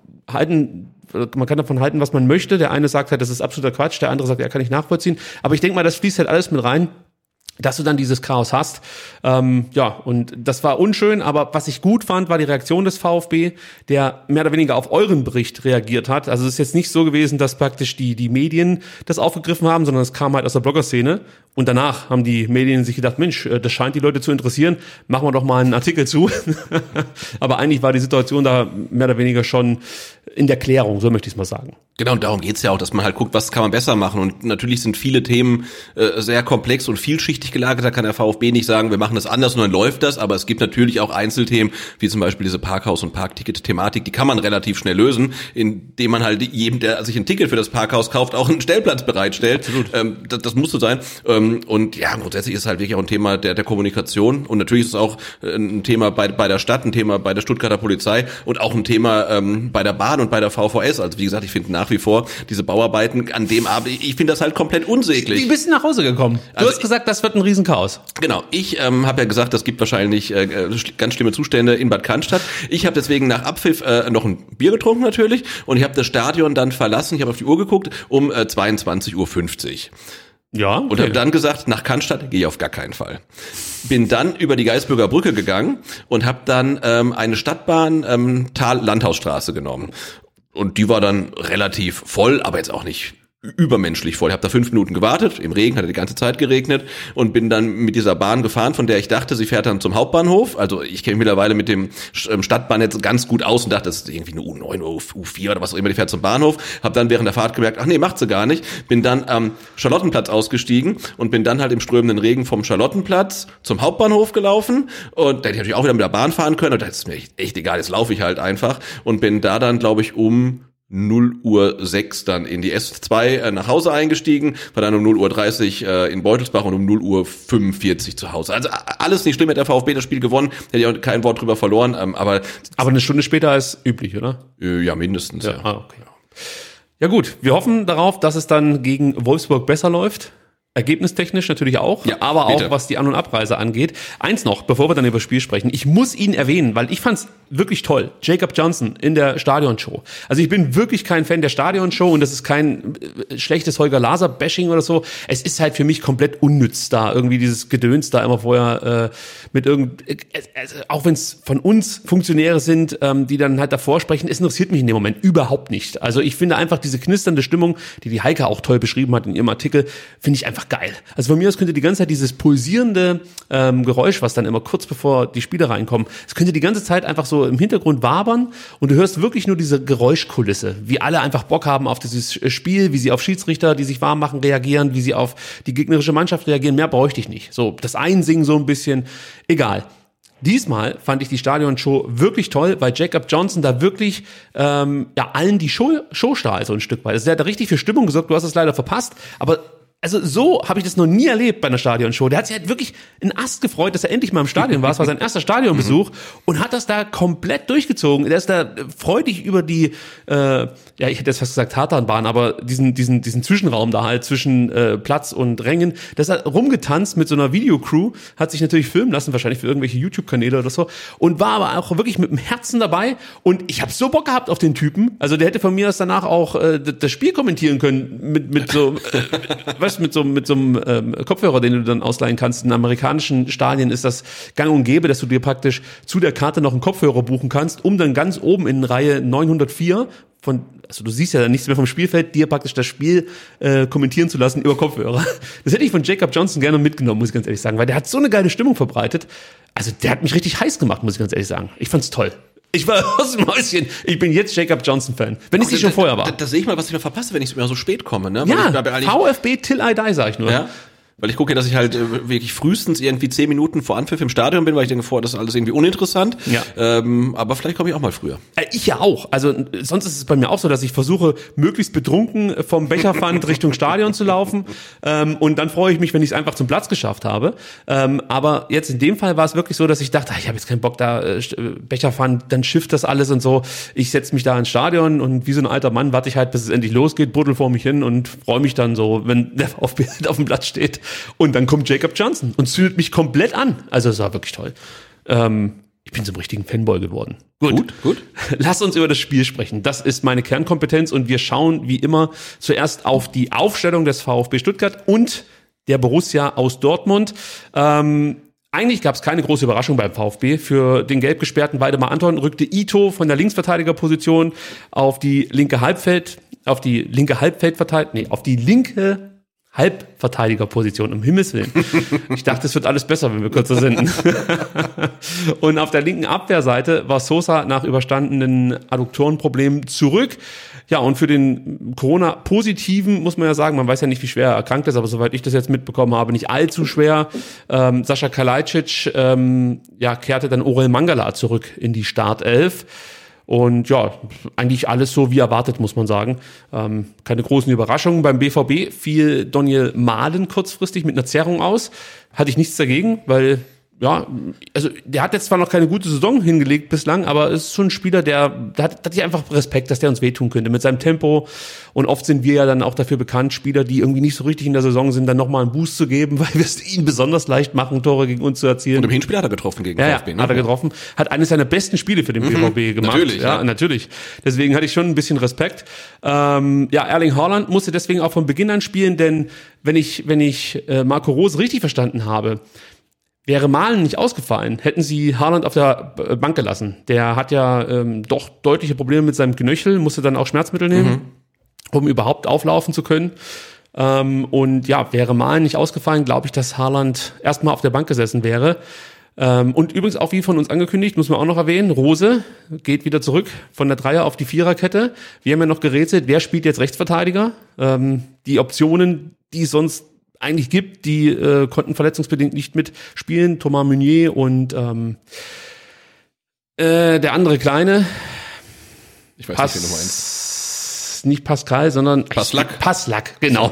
halten, man kann davon halten, was man möchte. Der eine sagt halt, das ist absoluter Quatsch, der andere sagt, er kann nicht nachvollziehen. Aber ich denke mal, das fließt halt alles mit rein, dass du dann dieses Chaos hast. Ähm, ja, und das war unschön, aber was ich gut fand, war die Reaktion des VfB, der mehr oder weniger auf euren Bericht reagiert hat. Also es ist jetzt nicht so gewesen, dass praktisch die die Medien das aufgegriffen haben, sondern es kam halt aus der Bloggerszene. Und danach haben die Medien sich gedacht, Mensch, das scheint die Leute zu interessieren, machen wir doch mal einen Artikel zu. Aber eigentlich war die Situation da mehr oder weniger schon in der Klärung, so möchte ich es mal sagen. Genau, und darum geht's ja auch, dass man halt guckt, was kann man besser machen. Und natürlich sind viele Themen äh, sehr komplex und vielschichtig gelagert. Da kann der VfB nicht sagen, wir machen das anders und dann läuft das. Aber es gibt natürlich auch Einzelthemen, wie zum Beispiel diese Parkhaus- und Parkticket-Thematik. Die kann man relativ schnell lösen, indem man halt jedem, der sich ein Ticket für das Parkhaus kauft, auch einen Stellplatz bereitstellt. Absolut. Ähm, das, das muss so sein. Ähm, und ja, grundsätzlich ist es halt wirklich auch ein Thema der, der Kommunikation. Und natürlich ist es auch ein Thema bei, bei der Stadt, ein Thema bei der Stuttgarter Polizei und auch ein Thema ähm, bei der Bahn und bei der V V S. Also wie gesagt, ich finde nach wie vor diese Bauarbeiten an dem Abend, ich finde das halt komplett unsäglich. Wie bist du nach Hause gekommen? Du also hast gesagt, das wird ein Riesenchaos. Genau, ich ähm, habe ja gesagt, das gibt wahrscheinlich äh, ganz schlimme Zustände in Bad Cannstatt. Ich habe deswegen nach Abpfiff äh, noch ein Bier getrunken natürlich und ich habe das Stadion dann verlassen, ich habe auf die Uhr geguckt, um äh, zweiundzwanzig Uhr fünfzig. Ja, okay. Und habe dann gesagt, nach Cannstatt gehe ich auf gar keinen Fall. Bin dann über die Geisbürger Brücke gegangen und habe dann ähm, eine Stadtbahn ähm, Tal-Landhausstraße genommen. Und die war dann relativ voll, aber jetzt auch nicht übermenschlich voll. Ich habe da fünf Minuten gewartet, im Regen, hatte die ganze Zeit geregnet und bin dann mit dieser Bahn gefahren, von der ich dachte, sie fährt dann zum Hauptbahnhof. Also ich kenne mich mittlerweile mit dem Stadtbahnnetz ganz gut aus und dachte, das ist irgendwie eine U neun oder U vier oder was auch immer, die fährt zum Bahnhof. Habe dann während der Fahrt gemerkt, ach nee, macht sie gar nicht. Bin dann am Charlottenplatz ausgestiegen und bin dann halt im strömenden Regen vom Charlottenplatz zum Hauptbahnhof gelaufen und da hätte ich natürlich auch wieder mit der Bahn fahren können und das ist mir echt, echt egal, jetzt laufe ich halt einfach und bin da dann, glaube ich, um null Uhr sechs dann in die S zwei äh, nach Hause eingestiegen, war dann um null Uhr dreißig äh, in Beutelsbach und um null Uhr fünfundvierzig zu Hause. Also alles nicht schlimm, hat der VfB das Spiel gewonnen, hätte ich auch kein Wort drüber verloren, ähm, aber aber eine Stunde später als üblich, oder? Äh, ja, mindestens, ja. ja. Ah, okay. Ja gut, wir hoffen darauf, dass es dann gegen Wolfsburg besser läuft. Ergebnistechnisch natürlich auch, ja, aber bitte. Auch was die An- und Abreise angeht. Eins noch, bevor wir dann über das Spiel sprechen. Ich muss ihn erwähnen, weil ich fand's wirklich toll. Jacob Johnson in der Stadionshow. Also ich bin wirklich kein Fan der Stadionshow und das ist kein äh, schlechtes Holger-Laser-Bashing oder so. Es ist halt für mich komplett unnütz da, irgendwie dieses Gedöns da immer vorher äh, mit irgend... Äh, also auch wenn es von uns Funktionäre sind, ähm, die dann halt davor sprechen, es interessiert mich in dem Moment überhaupt nicht. Also ich finde einfach diese knisternde Stimmung, die die Heike auch toll beschrieben hat in ihrem Artikel, finde ich einfach geil. Also von mir aus könnte die ganze Zeit dieses pulsierende ähm, Geräusch, was dann immer kurz bevor die Spieler reinkommen, es könnte die ganze Zeit einfach so im Hintergrund wabern und du hörst wirklich nur diese Geräuschkulisse, wie alle einfach Bock haben auf dieses Spiel, wie sie auf Schiedsrichter, die sich warm machen, reagieren, wie sie auf die gegnerische Mannschaft reagieren. Mehr bräuchte ich nicht. So, das Einsingen so ein bisschen, egal. Diesmal fand ich die Stadionshow wirklich toll, weil Jacob Johnson da wirklich ähm, ja allen die Show, Show stahl so ein Stück weit. Also der hat da richtig für Stimmung gesorgt, du hast es leider verpasst, aber also so habe ich das noch nie erlebt bei einer Stadionshow. Der hat sich halt wirklich einen Ast gefreut, dass er endlich mal im Stadion war. Es war sein erster Stadionbesuch und hat das da komplett durchgezogen. Der ist da freudig über die, äh, ja, ich hätte jetzt fast gesagt Tatanbahn, aber diesen diesen diesen Zwischenraum da halt zwischen äh, Platz und Rängen. Der ist da rumgetanzt mit so einer Videocrew, hat sich natürlich filmen lassen, wahrscheinlich für irgendwelche YouTube-Kanäle oder so und war aber auch wirklich mit dem Herzen dabei. Und ich habe so Bock gehabt auf den Typen. Also der hätte von mir aus danach auch äh, das Spiel kommentieren können mit mit so äh, mit so mit so einem ähm, Kopfhörer, den du dann ausleihen kannst. In amerikanischen Stadien ist das gang und gäbe, dass du dir praktisch zu der Karte noch einen Kopfhörer buchen kannst, um dann ganz oben in Reihe neunhundertvier von, also du siehst ja nichts mehr vom Spielfeld, dir praktisch das Spiel äh, kommentieren zu lassen über Kopfhörer. Das hätte ich von Jacob Johnson gerne mitgenommen, muss ich ganz ehrlich sagen, weil der hat so eine geile Stimmung verbreitet. Also der hat mich richtig heiß gemacht, muss ich ganz ehrlich sagen. Ich fand's toll. Ich war aus dem Häuschen. Ich bin jetzt Jacob Johnson-Fan. Wenn ich sie schon vorher war. Da, da, da sehe ich mal, was ich mal verpasse, wenn ich immer so spät komme. Ne? Ja, VfB till I die, sag ich nur. Ja. Weil ich gucke, dass ich halt äh, wirklich frühestens irgendwie zehn Minuten vor Anpfiff im Stadion bin, weil ich denke, vor, das ist alles irgendwie uninteressant. Ja. Ähm, aber vielleicht komme ich auch mal früher. Äh, ich ja auch. Also sonst ist es bei mir auch so, dass ich versuche, möglichst betrunken vom Becherpfand Richtung Stadion zu laufen. Ähm, und dann freue ich mich, wenn ich es einfach zum Platz geschafft habe. Ähm, aber jetzt in dem Fall war es wirklich so, dass ich dachte, ich habe jetzt keinen Bock da, äh, Becherpfand, dann schifft das alles und so. Ich setze mich da ins Stadion und wie so ein alter Mann warte ich halt, bis es endlich losgeht, buddel vor mich hin und freue mich dann so, wenn der VfB auf dem Platz steht. Und dann kommt Jacob Johnson und zündet mich komplett an. Also es war wirklich toll. Ähm, ich bin zum richtigen Fanboy geworden. Gut, gut, gut. Lass uns über das Spiel sprechen. Das ist meine Kernkompetenz und wir schauen wie immer zuerst auf die Aufstellung des VfB Stuttgart und der Borussia aus Dortmund. Ähm, Eigentlich gab es keine große Überraschung beim VfB. Für den gelb gesperrten Waldemar Anton rückte Ito von der Linksverteidigerposition auf die linke Halbfeld, auf die linke Halbfeldverteidiger, nee, auf die linke Halbverteidigerposition, um Himmels Willen. Ich dachte, es wird alles besser, wenn wir kürzer sind. Und auf der linken Abwehrseite war Sosa nach überstandenen Adduktorenproblemen zurück. Ja, und für den Corona-Positiven muss man ja sagen, man weiß ja nicht, wie schwer er erkrankt ist, aber soweit ich das jetzt mitbekommen habe, nicht allzu schwer. Ähm, Sascha Kalajdzic ähm, ja, kehrte dann Orel Mangala zurück in die Startelf. Und ja, eigentlich alles so wie erwartet, muss man sagen. Ähm, keine großen Überraschungen. Beim B V B fiel Daniel Mahlen kurzfristig mit einer Zerrung aus. Hatte ich nichts dagegen, weil, ja, also der hat jetzt zwar noch keine gute Saison hingelegt bislang, aber es ist schon ein Spieler, der, der hat, hat ich einfach Respekt, dass der uns wehtun könnte mit seinem Tempo. Und oft sind wir ja dann auch dafür bekannt, Spieler, die irgendwie nicht so richtig in der Saison sind, dann nochmal einen Boost zu geben, weil wir es ihnen besonders leicht machen, Tore gegen uns zu erzielen. Und im Hinspiel hat er getroffen gegen ja, VfB. Ja, ne? hat er getroffen. Hat eines seiner besten Spiele für den mhm, B V B gemacht. Natürlich. Ja, ja, natürlich. Deswegen hatte ich schon ein bisschen Respekt. Ähm, ja, Erling Haaland musste deswegen auch von Beginn an spielen, denn wenn ich, wenn ich äh, Marco Rose richtig verstanden habe, wäre Mahlen nicht ausgefallen, hätten sie Haaland auf der Bank gelassen. Der hat ja ähm, doch deutliche Probleme mit seinem Knöchel, musste dann auch Schmerzmittel nehmen, mhm. um überhaupt auflaufen zu können. Ähm, und ja, wäre Mahlen nicht ausgefallen, glaube ich, dass Haaland erstmal auf der Bank gesessen wäre. Ähm, und übrigens auch wie von uns angekündigt, muss man auch noch erwähnen, Rose geht wieder zurück von der Dreier- auf die Viererkette. Wir haben ja noch gerätselt, wer spielt jetzt Rechtsverteidiger? Ähm, die Optionen, die es sonst eigentlich gibt, die äh, konnten verletzungsbedingt nicht mitspielen. Thomas Meunier und ähm, äh, der andere Kleine. Ich weiß Pass, nicht, wie du meinst. Nicht Pascal, sondern Passlack. Passlack, genau.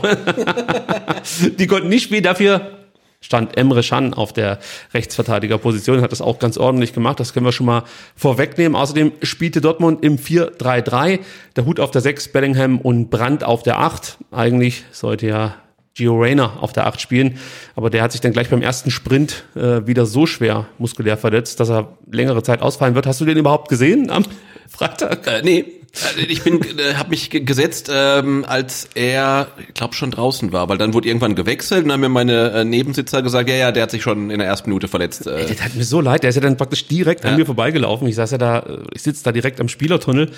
Die konnten nicht spielen, dafür stand Emre Can auf der Rechtsverteidigerposition, hat das auch ganz ordentlich gemacht, das können wir schon mal vorwegnehmen. Außerdem spielte Dortmund im vier drei drei, der Hut auf der sechs, Bellingham und Brandt auf der acht. Eigentlich sollte ja Gio Reyna auf der acht spielen, aber der hat sich dann gleich beim ersten Sprint äh, wieder so schwer muskulär verletzt, dass er längere Zeit ausfallen wird. Hast du den überhaupt gesehen am Freitag? Äh, nee, ich bin, äh, habe mich gesetzt, ähm, als er, ich glaube, schon draußen war, weil dann wurde irgendwann gewechselt und dann haben mir meine äh, Nebensitzer gesagt, ja, ja, der hat sich schon in der ersten Minute verletzt. Äh. Ey, das hat mir so leid, der ist ja dann praktisch direkt ja. an mir vorbeigelaufen. Ich saß ja da, ich sitze da direkt am Spielertunnel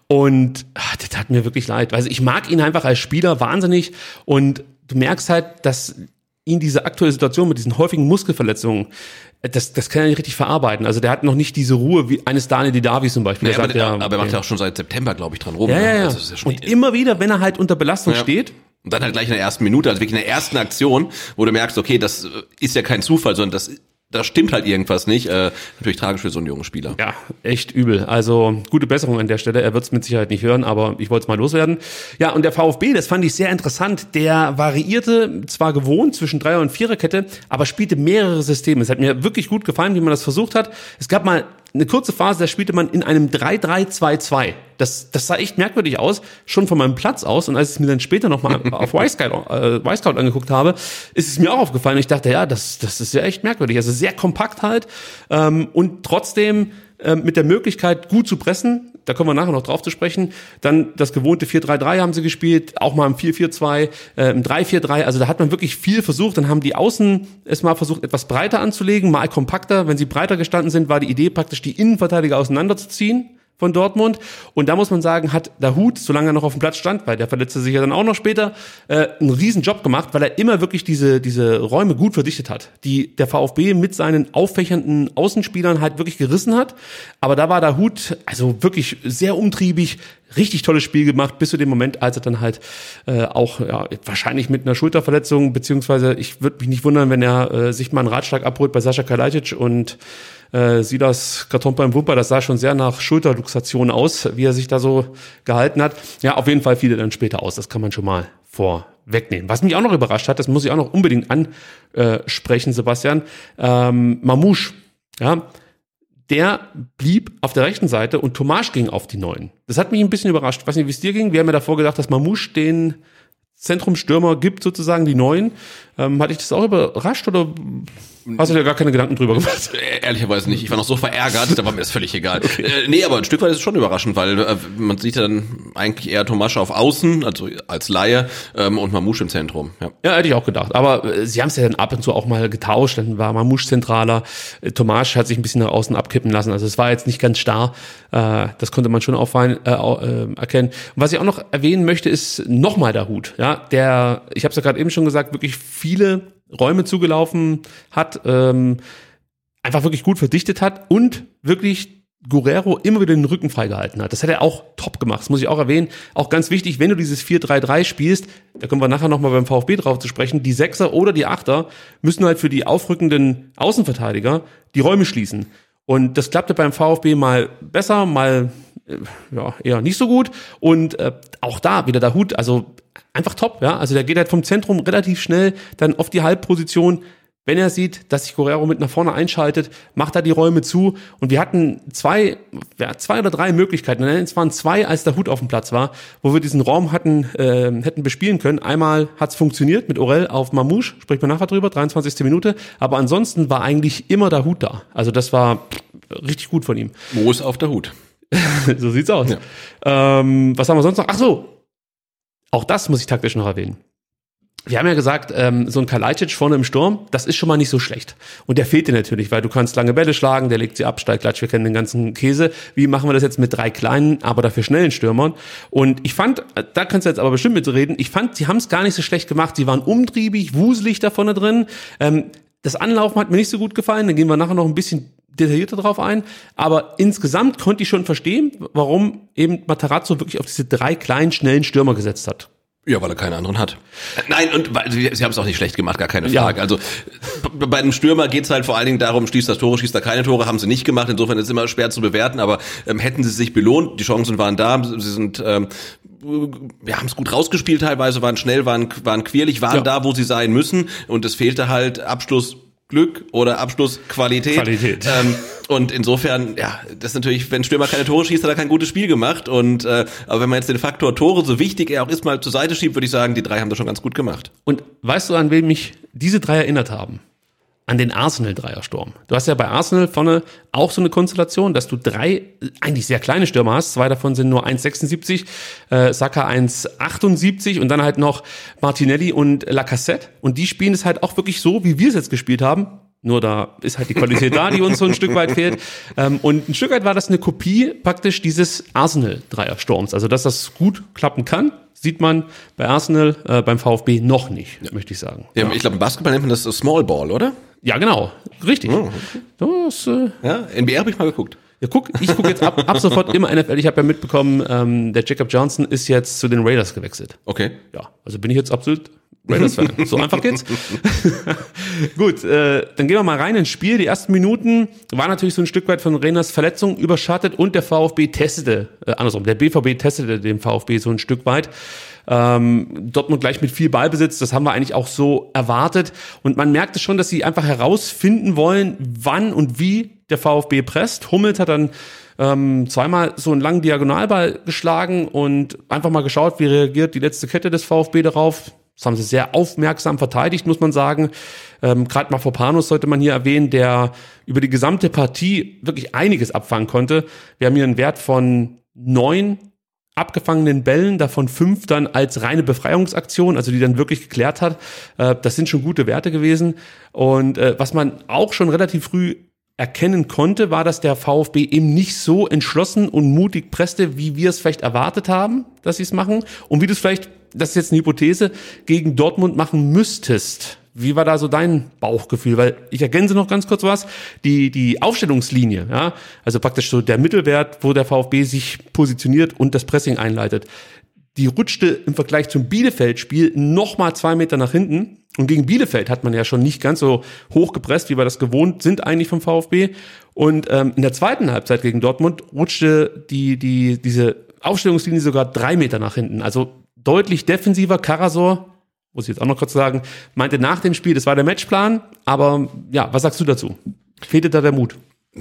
und ach, das tat mir wirklich leid. Also ich mag ihn einfach als Spieler wahnsinnig und du merkst halt, dass ihn diese aktuelle Situation mit diesen häufigen Muskelverletzungen, das, das kann er nicht richtig verarbeiten. Also der hat noch nicht diese Ruhe wie eines Daniel Didavi zum Beispiel. Nee, der aber, sagt, ja, aber er macht okay. ja auch schon seit September, glaube ich, dran rum. Ja, ja, ja. Also das ist ja schon und immer wieder, wenn er halt unter Belastung ja. steht. Und dann halt gleich in der ersten Minute, also wirklich in der ersten Aktion, wo du merkst, okay, das ist ja kein Zufall, sondern das da stimmt halt irgendwas nicht. Äh, natürlich tragisch für so einen jungen Spieler. Ja, echt übel. Also gute Besserung an der Stelle. Er wird es mit Sicherheit nicht hören, aber ich wollte es mal loswerden. Ja, und der VfB, das fand ich sehr interessant. Der variierte zwar gewohnt zwischen Dreier- und Viererkette, aber spielte mehrere Systeme. Es hat mir wirklich gut gefallen, wie man das versucht hat. Es gab mal eine kurze Phase, da spielte man in einem drei drei zwei zwei. Das, das sah echt merkwürdig aus, schon von meinem Platz aus. Und als ich es mir dann später nochmal auf Y-Scout, äh, Y-Scout angeguckt habe, ist es mir auch aufgefallen. Ich dachte, ja, das, das ist ja echt merkwürdig. Also sehr kompakt halt ähm, und trotzdem äh, mit der Möglichkeit, gut zu pressen. Da kommen wir nachher noch drauf zu sprechen. Dann das gewohnte vier drei drei haben sie gespielt, auch mal im vier vier zwei, äh, im drei vier drei. Also da hat man wirklich viel versucht. Dann haben die Außen es mal versucht, etwas breiter anzulegen, mal kompakter. Wenn sie breiter gestanden sind, war die Idee praktisch, die Innenverteidiger auseinanderzuziehen von Dortmund. Und da muss man sagen, hat Dahoud, solange er noch auf dem Platz stand, weil der verletzte sich ja dann auch noch später, äh, einen riesen Job gemacht, weil er immer wirklich diese diese Räume gut verdichtet hat, die der VfB mit seinen auffächernden Außenspielern halt wirklich gerissen hat. Aber da war Dahoud also wirklich sehr umtriebig, richtig tolles Spiel gemacht, bis zu dem Moment, als er dann halt äh, auch ja, wahrscheinlich mit einer Schulterverletzung, beziehungsweise ich würde mich nicht wundern, wenn er äh, sich mal einen Ratschlag abholt bei Sascha Kalajdzic und äh, Silas Katompa im Wumper. Das sah schon sehr nach Schulterluxation aus, wie er sich da so gehalten hat. Ja, auf jeden Fall fiel er dann später aus, das kann man schon mal vorwegnehmen. Was mich auch noch überrascht hat, das muss ich auch noch unbedingt ansprechen, Sebastian, ähm, Mamouche, ja, der blieb auf der rechten Seite und Tomáš ging auf die Neun. Das hat mich ein bisschen überrascht. Ich weiß nicht, wie es dir ging. Wir haben ja davor gedacht, dass Mamouche den Zentrumstürmer gibt, sozusagen die Neun. Ähm, hatte ich das auch überrascht oder hast du dir gar keine Gedanken drüber gemacht? Ehrlicherweise nicht. Ich war noch so verärgert, da war mir das völlig egal. Okay. Äh, nee, aber ein Stück weit ist es schon überraschend, weil äh, man sieht ja dann eigentlich eher Tomáš auf Außen, also als Laie, ähm, und Mamouche im Zentrum. Ja. ja, hätte ich auch gedacht. Aber äh, sie haben es ja dann ab und zu auch mal getauscht. Dann war Mamouche zentraler. Äh, Tomáš hat sich ein bisschen nach außen abkippen lassen. Also es war jetzt nicht ganz starr. Äh, das konnte man schon auffallen, äh, äh, erkennen. Und was ich auch noch erwähnen möchte, ist nochmal der Hut. Ja, der, ich habe es ja gerade eben schon gesagt, wirklich viele Räume zugelaufen hat, ähm, einfach wirklich gut verdichtet hat und wirklich Guerrero immer wieder den Rücken freigehalten hat. Das hat er auch top gemacht, das muss ich auch erwähnen. Auch ganz wichtig, wenn du dieses vier drei drei spielst, da kommen wir nachher nochmal beim VfB drauf zu sprechen, die Sechser oder die Achter müssen halt für die aufrückenden Außenverteidiger die Räume schließen. Und das klappte beim VfB mal besser, mal äh, ja eher nicht so gut. Und äh, auch da wieder der Hut, also einfach top, ja. Also der geht halt vom Zentrum relativ schnell dann auf die Halbposition. Wenn er sieht, dass sich Guerrero mit nach vorne einschaltet, macht er die Räume zu. Und wir hatten zwei, ja, zwei oder drei Möglichkeiten. Es waren zwei, als der Hut auf dem Platz war, wo wir diesen Raum hatten, äh, hätten bespielen können. Einmal hat es funktioniert mit Orel auf Mamouche, spricht man nachher drüber, dreiundzwanzigste Minute. Aber ansonsten war eigentlich immer der Hut da. Also das war richtig gut von ihm. Mo ist auf der Hut. So sieht's aus. Ja. Ähm, was haben wir sonst noch? Ach so, auch das muss ich taktisch noch erwähnen. Wir haben ja gesagt, ähm, so ein Kalajdzic vorne im Sturm, das ist schon mal nicht so schlecht. Und der fehlt dir natürlich, weil du kannst lange Bälle schlagen, der legt sie ab, steigt, klatsch, wir kennen den ganzen Käse. Wie machen wir das jetzt mit drei kleinen, aber dafür schnellen Stürmern? Und ich fand, da kannst du jetzt aber bestimmt mitreden, ich fand, sie haben es gar nicht so schlecht gemacht. Sie waren umtriebig, wuselig da vorne drin. Ähm, das Anlaufen hat mir nicht so gut gefallen, da gehen wir nachher noch ein bisschen detaillierter drauf ein, aber insgesamt konnte ich schon verstehen, warum eben Matarazzo wirklich auf diese drei kleinen, schnellen Stürmer gesetzt hat. Ja, weil er keine anderen hat. Nein, und weil, sie, sie haben es auch nicht schlecht gemacht, gar keine Frage. Ja. Also b- bei einem Stürmer geht's halt vor allen Dingen darum, schließt das Tore, schießt er keine Tore, haben sie nicht gemacht. Insofern ist es immer schwer zu bewerten, aber ähm, hätten sie sich belohnt, die Chancen waren da, sie sind ähm, wir haben es gut rausgespielt teilweise, waren schnell, waren, waren quirlig, waren ja da, wo sie sein müssen und es fehlte halt Abschluss Glück oder Abschlussqualität. Qualität. Ähm, und insofern, ja, das ist natürlich, wenn Stürmer keine Tore schießt, hat er kein gutes Spiel gemacht. Und äh, aber wenn man jetzt den Faktor Tore, so wichtig er auch ist, mal zur Seite schiebt, würde ich sagen, die drei haben das schon ganz gut gemacht. Und weißt du, an wen mich diese drei erinnert haben? An den Arsenal-Dreiersturm. Du hast ja bei Arsenal vorne auch so eine Konstellation, dass du drei eigentlich sehr kleine Stürmer hast. Zwei davon sind nur eins Komma sechsundsiebzig, äh, Saka eins Komma achtundsiebzig und dann halt noch Martinelli und Lacazette. Und die spielen es halt auch wirklich so, wie wir es jetzt gespielt haben. Nur da ist halt die Qualität da, die uns so ein Stück weit fehlt. Ähm, und ein Stück weit war das eine Kopie praktisch dieses Arsenal-Dreiersturms. Also dass das gut klappen kann, sieht man bei Arsenal, äh, beim VfB noch nicht, ja, möchte ich sagen. Ja, ja. Ich glaube, im Basketball nennt man das Small Ball, oder? Ja, genau. Richtig. Oh, okay. Das, äh ja, N B A habe ich mal geguckt. Ja, guck, ich gucke jetzt ab, ab sofort immer N F L. Ich habe ja mitbekommen, ähm, der Jacob Johnson ist jetzt zu den Raiders gewechselt. Okay. Ja, also bin ich jetzt absolut Raiders-Fan. So einfach geht's. Gut, äh, dann gehen wir mal rein ins Spiel. Die ersten Minuten war natürlich so ein Stück weit von Rehners Verletzung überschattet und der VfB testete, äh, andersrum, der B V B testete den VfB so ein Stück weit. Ähm, Dortmund gleich mit viel Ballbesitz, das haben wir eigentlich auch so erwartet. Und man merkte schon, dass sie einfach herausfinden wollen, wann und wie der VfB presst. Hummels hat dann ähm, zweimal so einen langen Diagonalball geschlagen und einfach mal geschaut, wie reagiert die letzte Kette des VfB darauf. Das haben sie sehr aufmerksam verteidigt, muss man sagen. Ähm, Gerade Mafropanos sollte man hier erwähnen, der über die gesamte Partie wirklich einiges abfangen konnte. Wir haben hier einen Wert von neun abgefangenen Bällen, davon fünf dann als reine Befreiungsaktion, also die dann wirklich geklärt hat. Äh, das sind schon gute Werte gewesen. Und äh, was man auch schon relativ früh erkennen konnte, war, dass der VfB eben nicht so entschlossen und mutig presste, wie wir es vielleicht erwartet haben, dass sie es machen. Und wie du es vielleicht, das ist jetzt eine Hypothese, gegen Dortmund machen müsstest, Wie war da so dein Bauchgefühl? Weil ich ergänze noch ganz kurz was. Die, die Aufstellungslinie, ja, also praktisch so der Mittelwert, wo der VfB sich positioniert und das Pressing einleitet, die rutschte im Vergleich zum Bielefeld-Spiel nochmal zwei Meter nach hinten. Und gegen Bielefeld hat man ja schon nicht ganz so hoch gepresst, wie wir das gewohnt sind eigentlich vom VfB. Und ähm, in der zweiten Halbzeit gegen Dortmund rutschte die, die, diese Aufstellungslinie sogar drei Meter nach hinten. Also deutlich defensiver. Karasor, muss ich jetzt auch noch kurz sagen, meinte nach dem Spiel, das war der Matchplan. Aber ja, was sagst du dazu? Fehlte da der Mut?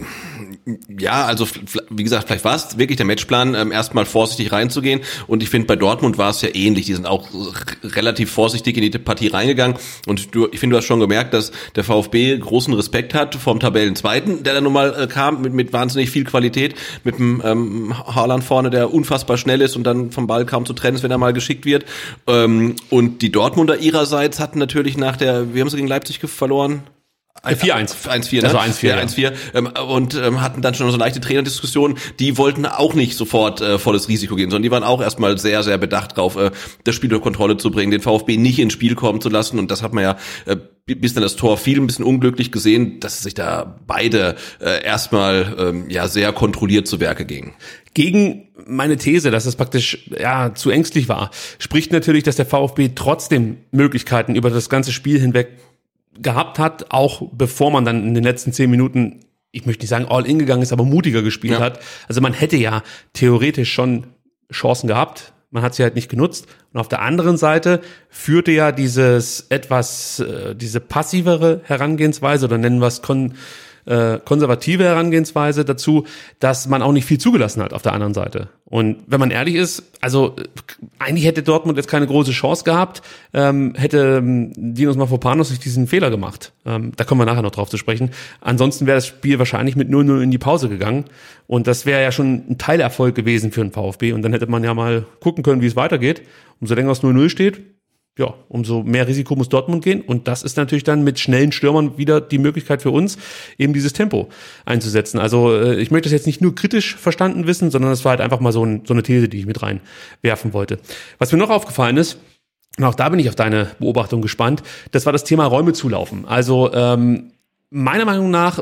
Ja, also wie gesagt, vielleicht war es wirklich der Matchplan, ähm, erstmal vorsichtig reinzugehen, und ich finde, bei Dortmund war es ja ähnlich, die sind auch relativ vorsichtig in die Partie reingegangen, und du, ich finde, du hast schon gemerkt, dass der VfB großen Respekt hat vom Tabellenzweiten, der dann nun mal äh, kam mit, mit wahnsinnig viel Qualität, mit dem ähm, Haaland vorne, der unfassbar schnell ist und dann vom Ball kaum zu trennen ist, wenn er mal geschickt wird, ähm, und die Dortmunder ihrerseits hatten natürlich nach der, wir haben sie gegen Leipzig verloren, vier eins. eins vier, ne? Also eins vier. Ja, eins vier. Ähm, und ähm, hatten dann schon so eine leichte Trainerdiskussion. Die wollten auch nicht sofort äh, volles Risiko gehen, sondern die waren auch erstmal sehr, sehr bedacht drauf, äh, das Spiel unter Kontrolle zu bringen, den VfB nicht ins Spiel kommen zu lassen. Und das hat man ja äh, bis dann das Tor fiel, ein bisschen unglücklich gesehen, dass sich da beide äh, erstmal ähm, ja sehr kontrolliert zu Werke gingen. Gegen meine These, dass es praktisch ja zu ängstlich war, spricht natürlich, dass der VfB trotzdem Möglichkeiten über das ganze Spiel hinweg gehabt hat, auch bevor man dann in den letzten zehn Minuten, ich möchte nicht sagen all in gegangen ist, aber mutiger gespielt ja. hat. Also man hätte ja theoretisch schon Chancen gehabt, man hat sie halt nicht genutzt. Und auf der anderen Seite führte ja dieses etwas, äh, diese passivere Herangehensweise, oder nennen wir es kon- äh, konservative Herangehensweise dazu, dass man auch nicht viel zugelassen hat auf der anderen Seite. Und wenn man ehrlich ist, also eigentlich hätte Dortmund jetzt keine große Chance gehabt, ähm, hätte ähm, Dinos Mavropanos sich diesen Fehler gemacht. Ähm, da kommen wir nachher noch drauf zu sprechen. Ansonsten wäre das Spiel wahrscheinlich mit null null in die Pause gegangen. Und das wäre ja schon ein Teilerfolg gewesen für den VfB. Und dann hätte man ja mal gucken können, wie es weitergeht. Umso länger es null null steht, ja, umso mehr Risiko muss Dortmund gehen. Und das ist natürlich dann mit schnellen Stürmern wieder die Möglichkeit für uns, eben dieses Tempo einzusetzen. Also äh, ich möchte das jetzt nicht nur kritisch verstanden wissen, sondern das war halt einfach mal so, ein, so eine These, die ich mit reinwerfen wollte. Was mir noch aufgefallen ist, und auch da bin ich auf deine Beobachtung gespannt, das war das Thema Räume zulaufen. Also ähm, meiner Meinung nach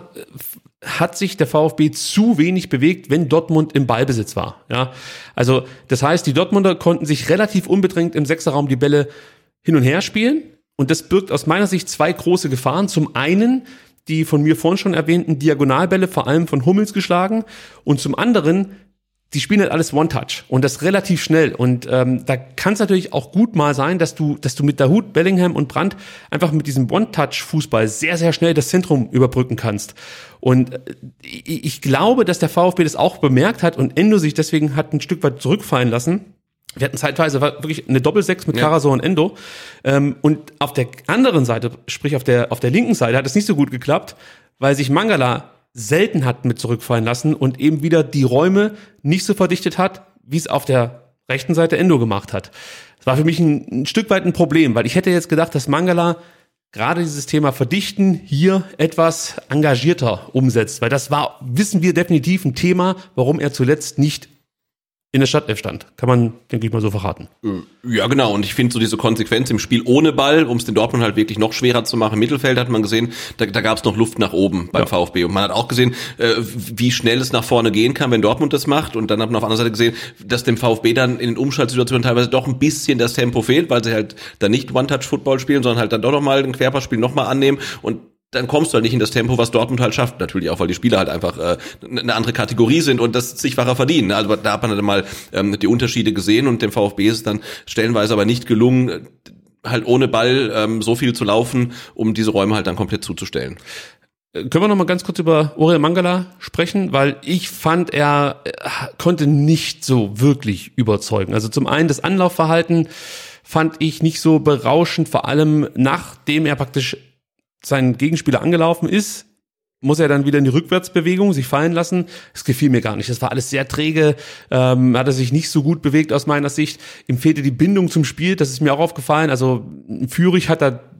hat sich der VfB zu wenig bewegt, wenn Dortmund im Ballbesitz war. Ja, also das heißt, die Dortmunder konnten sich relativ unbedrängt im Sechserraum die Bälle hin und her spielen, und das birgt aus meiner Sicht zwei große Gefahren. Zum einen die von mir vorhin schon erwähnten Diagonalbälle, vor allem von Hummels geschlagen, und zum anderen, die spielen halt alles One-Touch und das relativ schnell, und ähm, da kann es natürlich auch gut mal sein, dass du dass du mit Dahoud, Bellingham und Brandt einfach mit diesem One-Touch-Fußball sehr, sehr schnell das Zentrum überbrücken kannst. Und äh, ich glaube, dass der VfB das auch bemerkt hat und Endo sich deswegen hat ein Stück weit zurückfallen lassen. Wir hatten zeitweise wirklich eine Doppelsechs mit ja. Karasor und Endo. Ähm, und auf der anderen Seite, sprich auf der auf der linken Seite, hat es nicht so gut geklappt, weil sich Mangala selten hat mit zurückfallen lassen und eben wieder die Räume nicht so verdichtet hat, wie es auf der rechten Seite Endo gemacht hat. Das war für mich ein, ein Stück weit ein Problem, weil ich hätte jetzt gedacht, dass Mangala gerade dieses Thema Verdichten hier etwas engagierter umsetzt, weil das war, wissen wir definitiv, ein Thema, warum er zuletzt nicht in der Startelf stand. Kann man, denke ich mal, so verraten. Ja, genau. Und ich finde so diese Konsequenz im Spiel ohne Ball, um es den Dortmund halt wirklich noch schwerer zu machen. Im Mittelfeld hat man gesehen, da, da gab es noch Luft nach oben beim ja. VfB. Und man hat auch gesehen, äh, wie schnell es nach vorne gehen kann, wenn Dortmund das macht. Und dann hat man auf der anderen Seite gesehen, dass dem VfB dann in den Umschaltsituationen teilweise doch ein bisschen das Tempo fehlt, weil sie halt dann nicht One-Touch-Football spielen, sondern halt dann doch nochmal ein Querpassspiel nochmal annehmen. Und dann kommst du halt nicht in das Tempo, was Dortmund halt schafft. Natürlich auch, weil die Spieler halt einfach äh, eine andere Kategorie sind und das zigfacher verdienen. Also da hat man dann mal ähm, die Unterschiede gesehen, und dem VfB ist es dann stellenweise aber nicht gelungen, halt ohne Ball ähm, so viel zu laufen, um diese Räume halt dann komplett zuzustellen. Können wir noch mal ganz kurz über Aurel Mangala sprechen, weil ich fand, er konnte nicht so wirklich überzeugen. Also zum einen das Anlaufverhalten fand ich nicht so berauschend, vor allem nachdem er praktisch sein Gegenspieler angelaufen ist, muss er dann wieder in die Rückwärtsbewegung sich fallen lassen. Das gefiel mir gar nicht. Das war alles sehr träge, ähm, hat er sich nicht so gut bewegt aus meiner Sicht. Ihm fehlte die Bindung zum Spiel, das ist mir auch aufgefallen. Also Führig hat er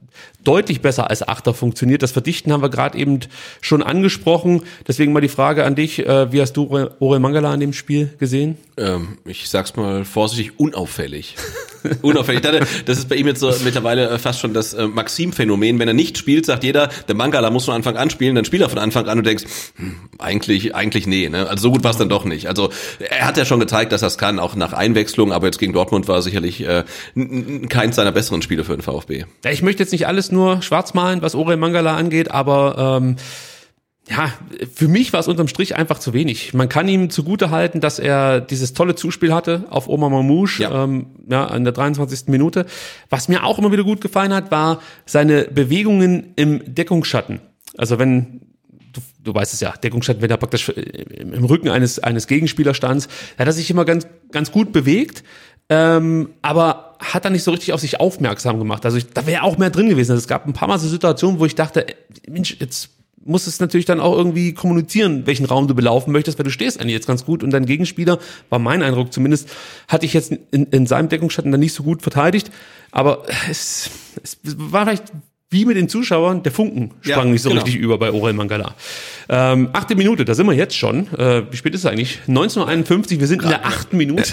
deutlich besser als Achter funktioniert. Das Verdichten haben wir gerade eben schon angesprochen. Deswegen mal die Frage an dich, äh, wie hast du Orel Mangala in dem Spiel gesehen? Ähm, ich sag's mal vorsichtig, unauffällig. Unauffällig. Ich dachte, das ist bei ihm jetzt so mittlerweile fast schon das äh, Maxim-Phänomen. Wenn er nicht spielt, sagt jeder, der Mangala muss von Anfang an spielen, dann spielt er von Anfang an und denkst, hm, eigentlich, eigentlich nee, ne? Also so gut war es dann doch nicht. Also er hat ja schon gezeigt, dass er es kann, auch nach Einwechslung, aber jetzt gegen Dortmund war sicherlich äh, keins seiner besseren Spiele für den VfB. Ja, ich möchte jetzt nicht alles nur schwarz malen, was Orel Mangala angeht, aber ähm, ja, für mich war es unterm Strich einfach zu wenig. Man kann ihm zugute halten, dass er dieses tolle Zuspiel hatte auf Omar Mamouche, ja. Ähm, ja, in der dreiundzwanzigsten Minute. Was mir auch immer wieder gut gefallen hat, war seine Bewegungen im Deckungsschatten. Also wenn, du, du weißt es ja, Deckungsschatten, wenn er praktisch im Rücken eines eines Gegenspielers stand, da hat er sich immer ganz ganz gut bewegt. Ähm, aber hat er nicht so richtig auf sich aufmerksam gemacht. Also ich, da wäre auch mehr drin gewesen. Also es gab ein paar Mal so Situationen, wo ich dachte, Mensch, jetzt musst es natürlich dann auch irgendwie kommunizieren, welchen Raum du belaufen möchtest, weil du stehst eigentlich jetzt ganz gut und dein Gegenspieler, war mein Eindruck zumindest, hatte ich jetzt in, in seinem Deckungsschatten dann nicht so gut verteidigt, aber es, es war vielleicht wie mit den Zuschauern, der Funken sprang ja, nicht so genau. richtig über bei Orel Mangala. Ähm, achte Minute, da sind wir jetzt schon. Äh, wie spät ist es eigentlich? neunzehn Uhr einundfünfzig, wir sind Grad in der achten Minute.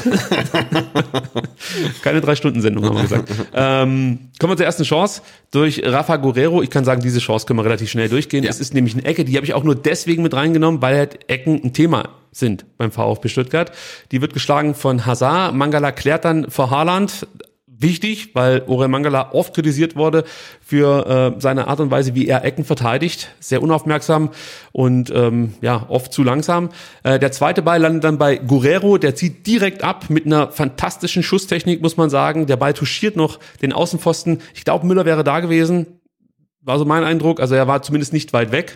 Keine Drei-Stunden-Sendung, haben wir gesagt. Ähm, kommen wir zur ersten Chance durch Rafa Guerrero. Ich kann sagen, diese Chance können wir relativ schnell durchgehen. Ja. Es ist nämlich eine Ecke, die habe ich auch nur deswegen mit reingenommen, weil halt Ecken ein Thema sind beim VfB Stuttgart. Die wird geschlagen von Hazard. Mangala klärt dann vor Haaland. Wichtig, weil Orel Mangala oft kritisiert wurde für äh, seine Art und Weise, wie er Ecken verteidigt. Sehr unaufmerksam und ähm, ja oft zu langsam. Äh, der zweite Ball landet dann bei Guerrero, der zieht direkt ab mit einer fantastischen Schusstechnik, muss man sagen. Der Ball touchiert noch den Außenpfosten. Ich glaube, Müller wäre da gewesen. War so mein Eindruck. Also er war zumindest nicht weit weg.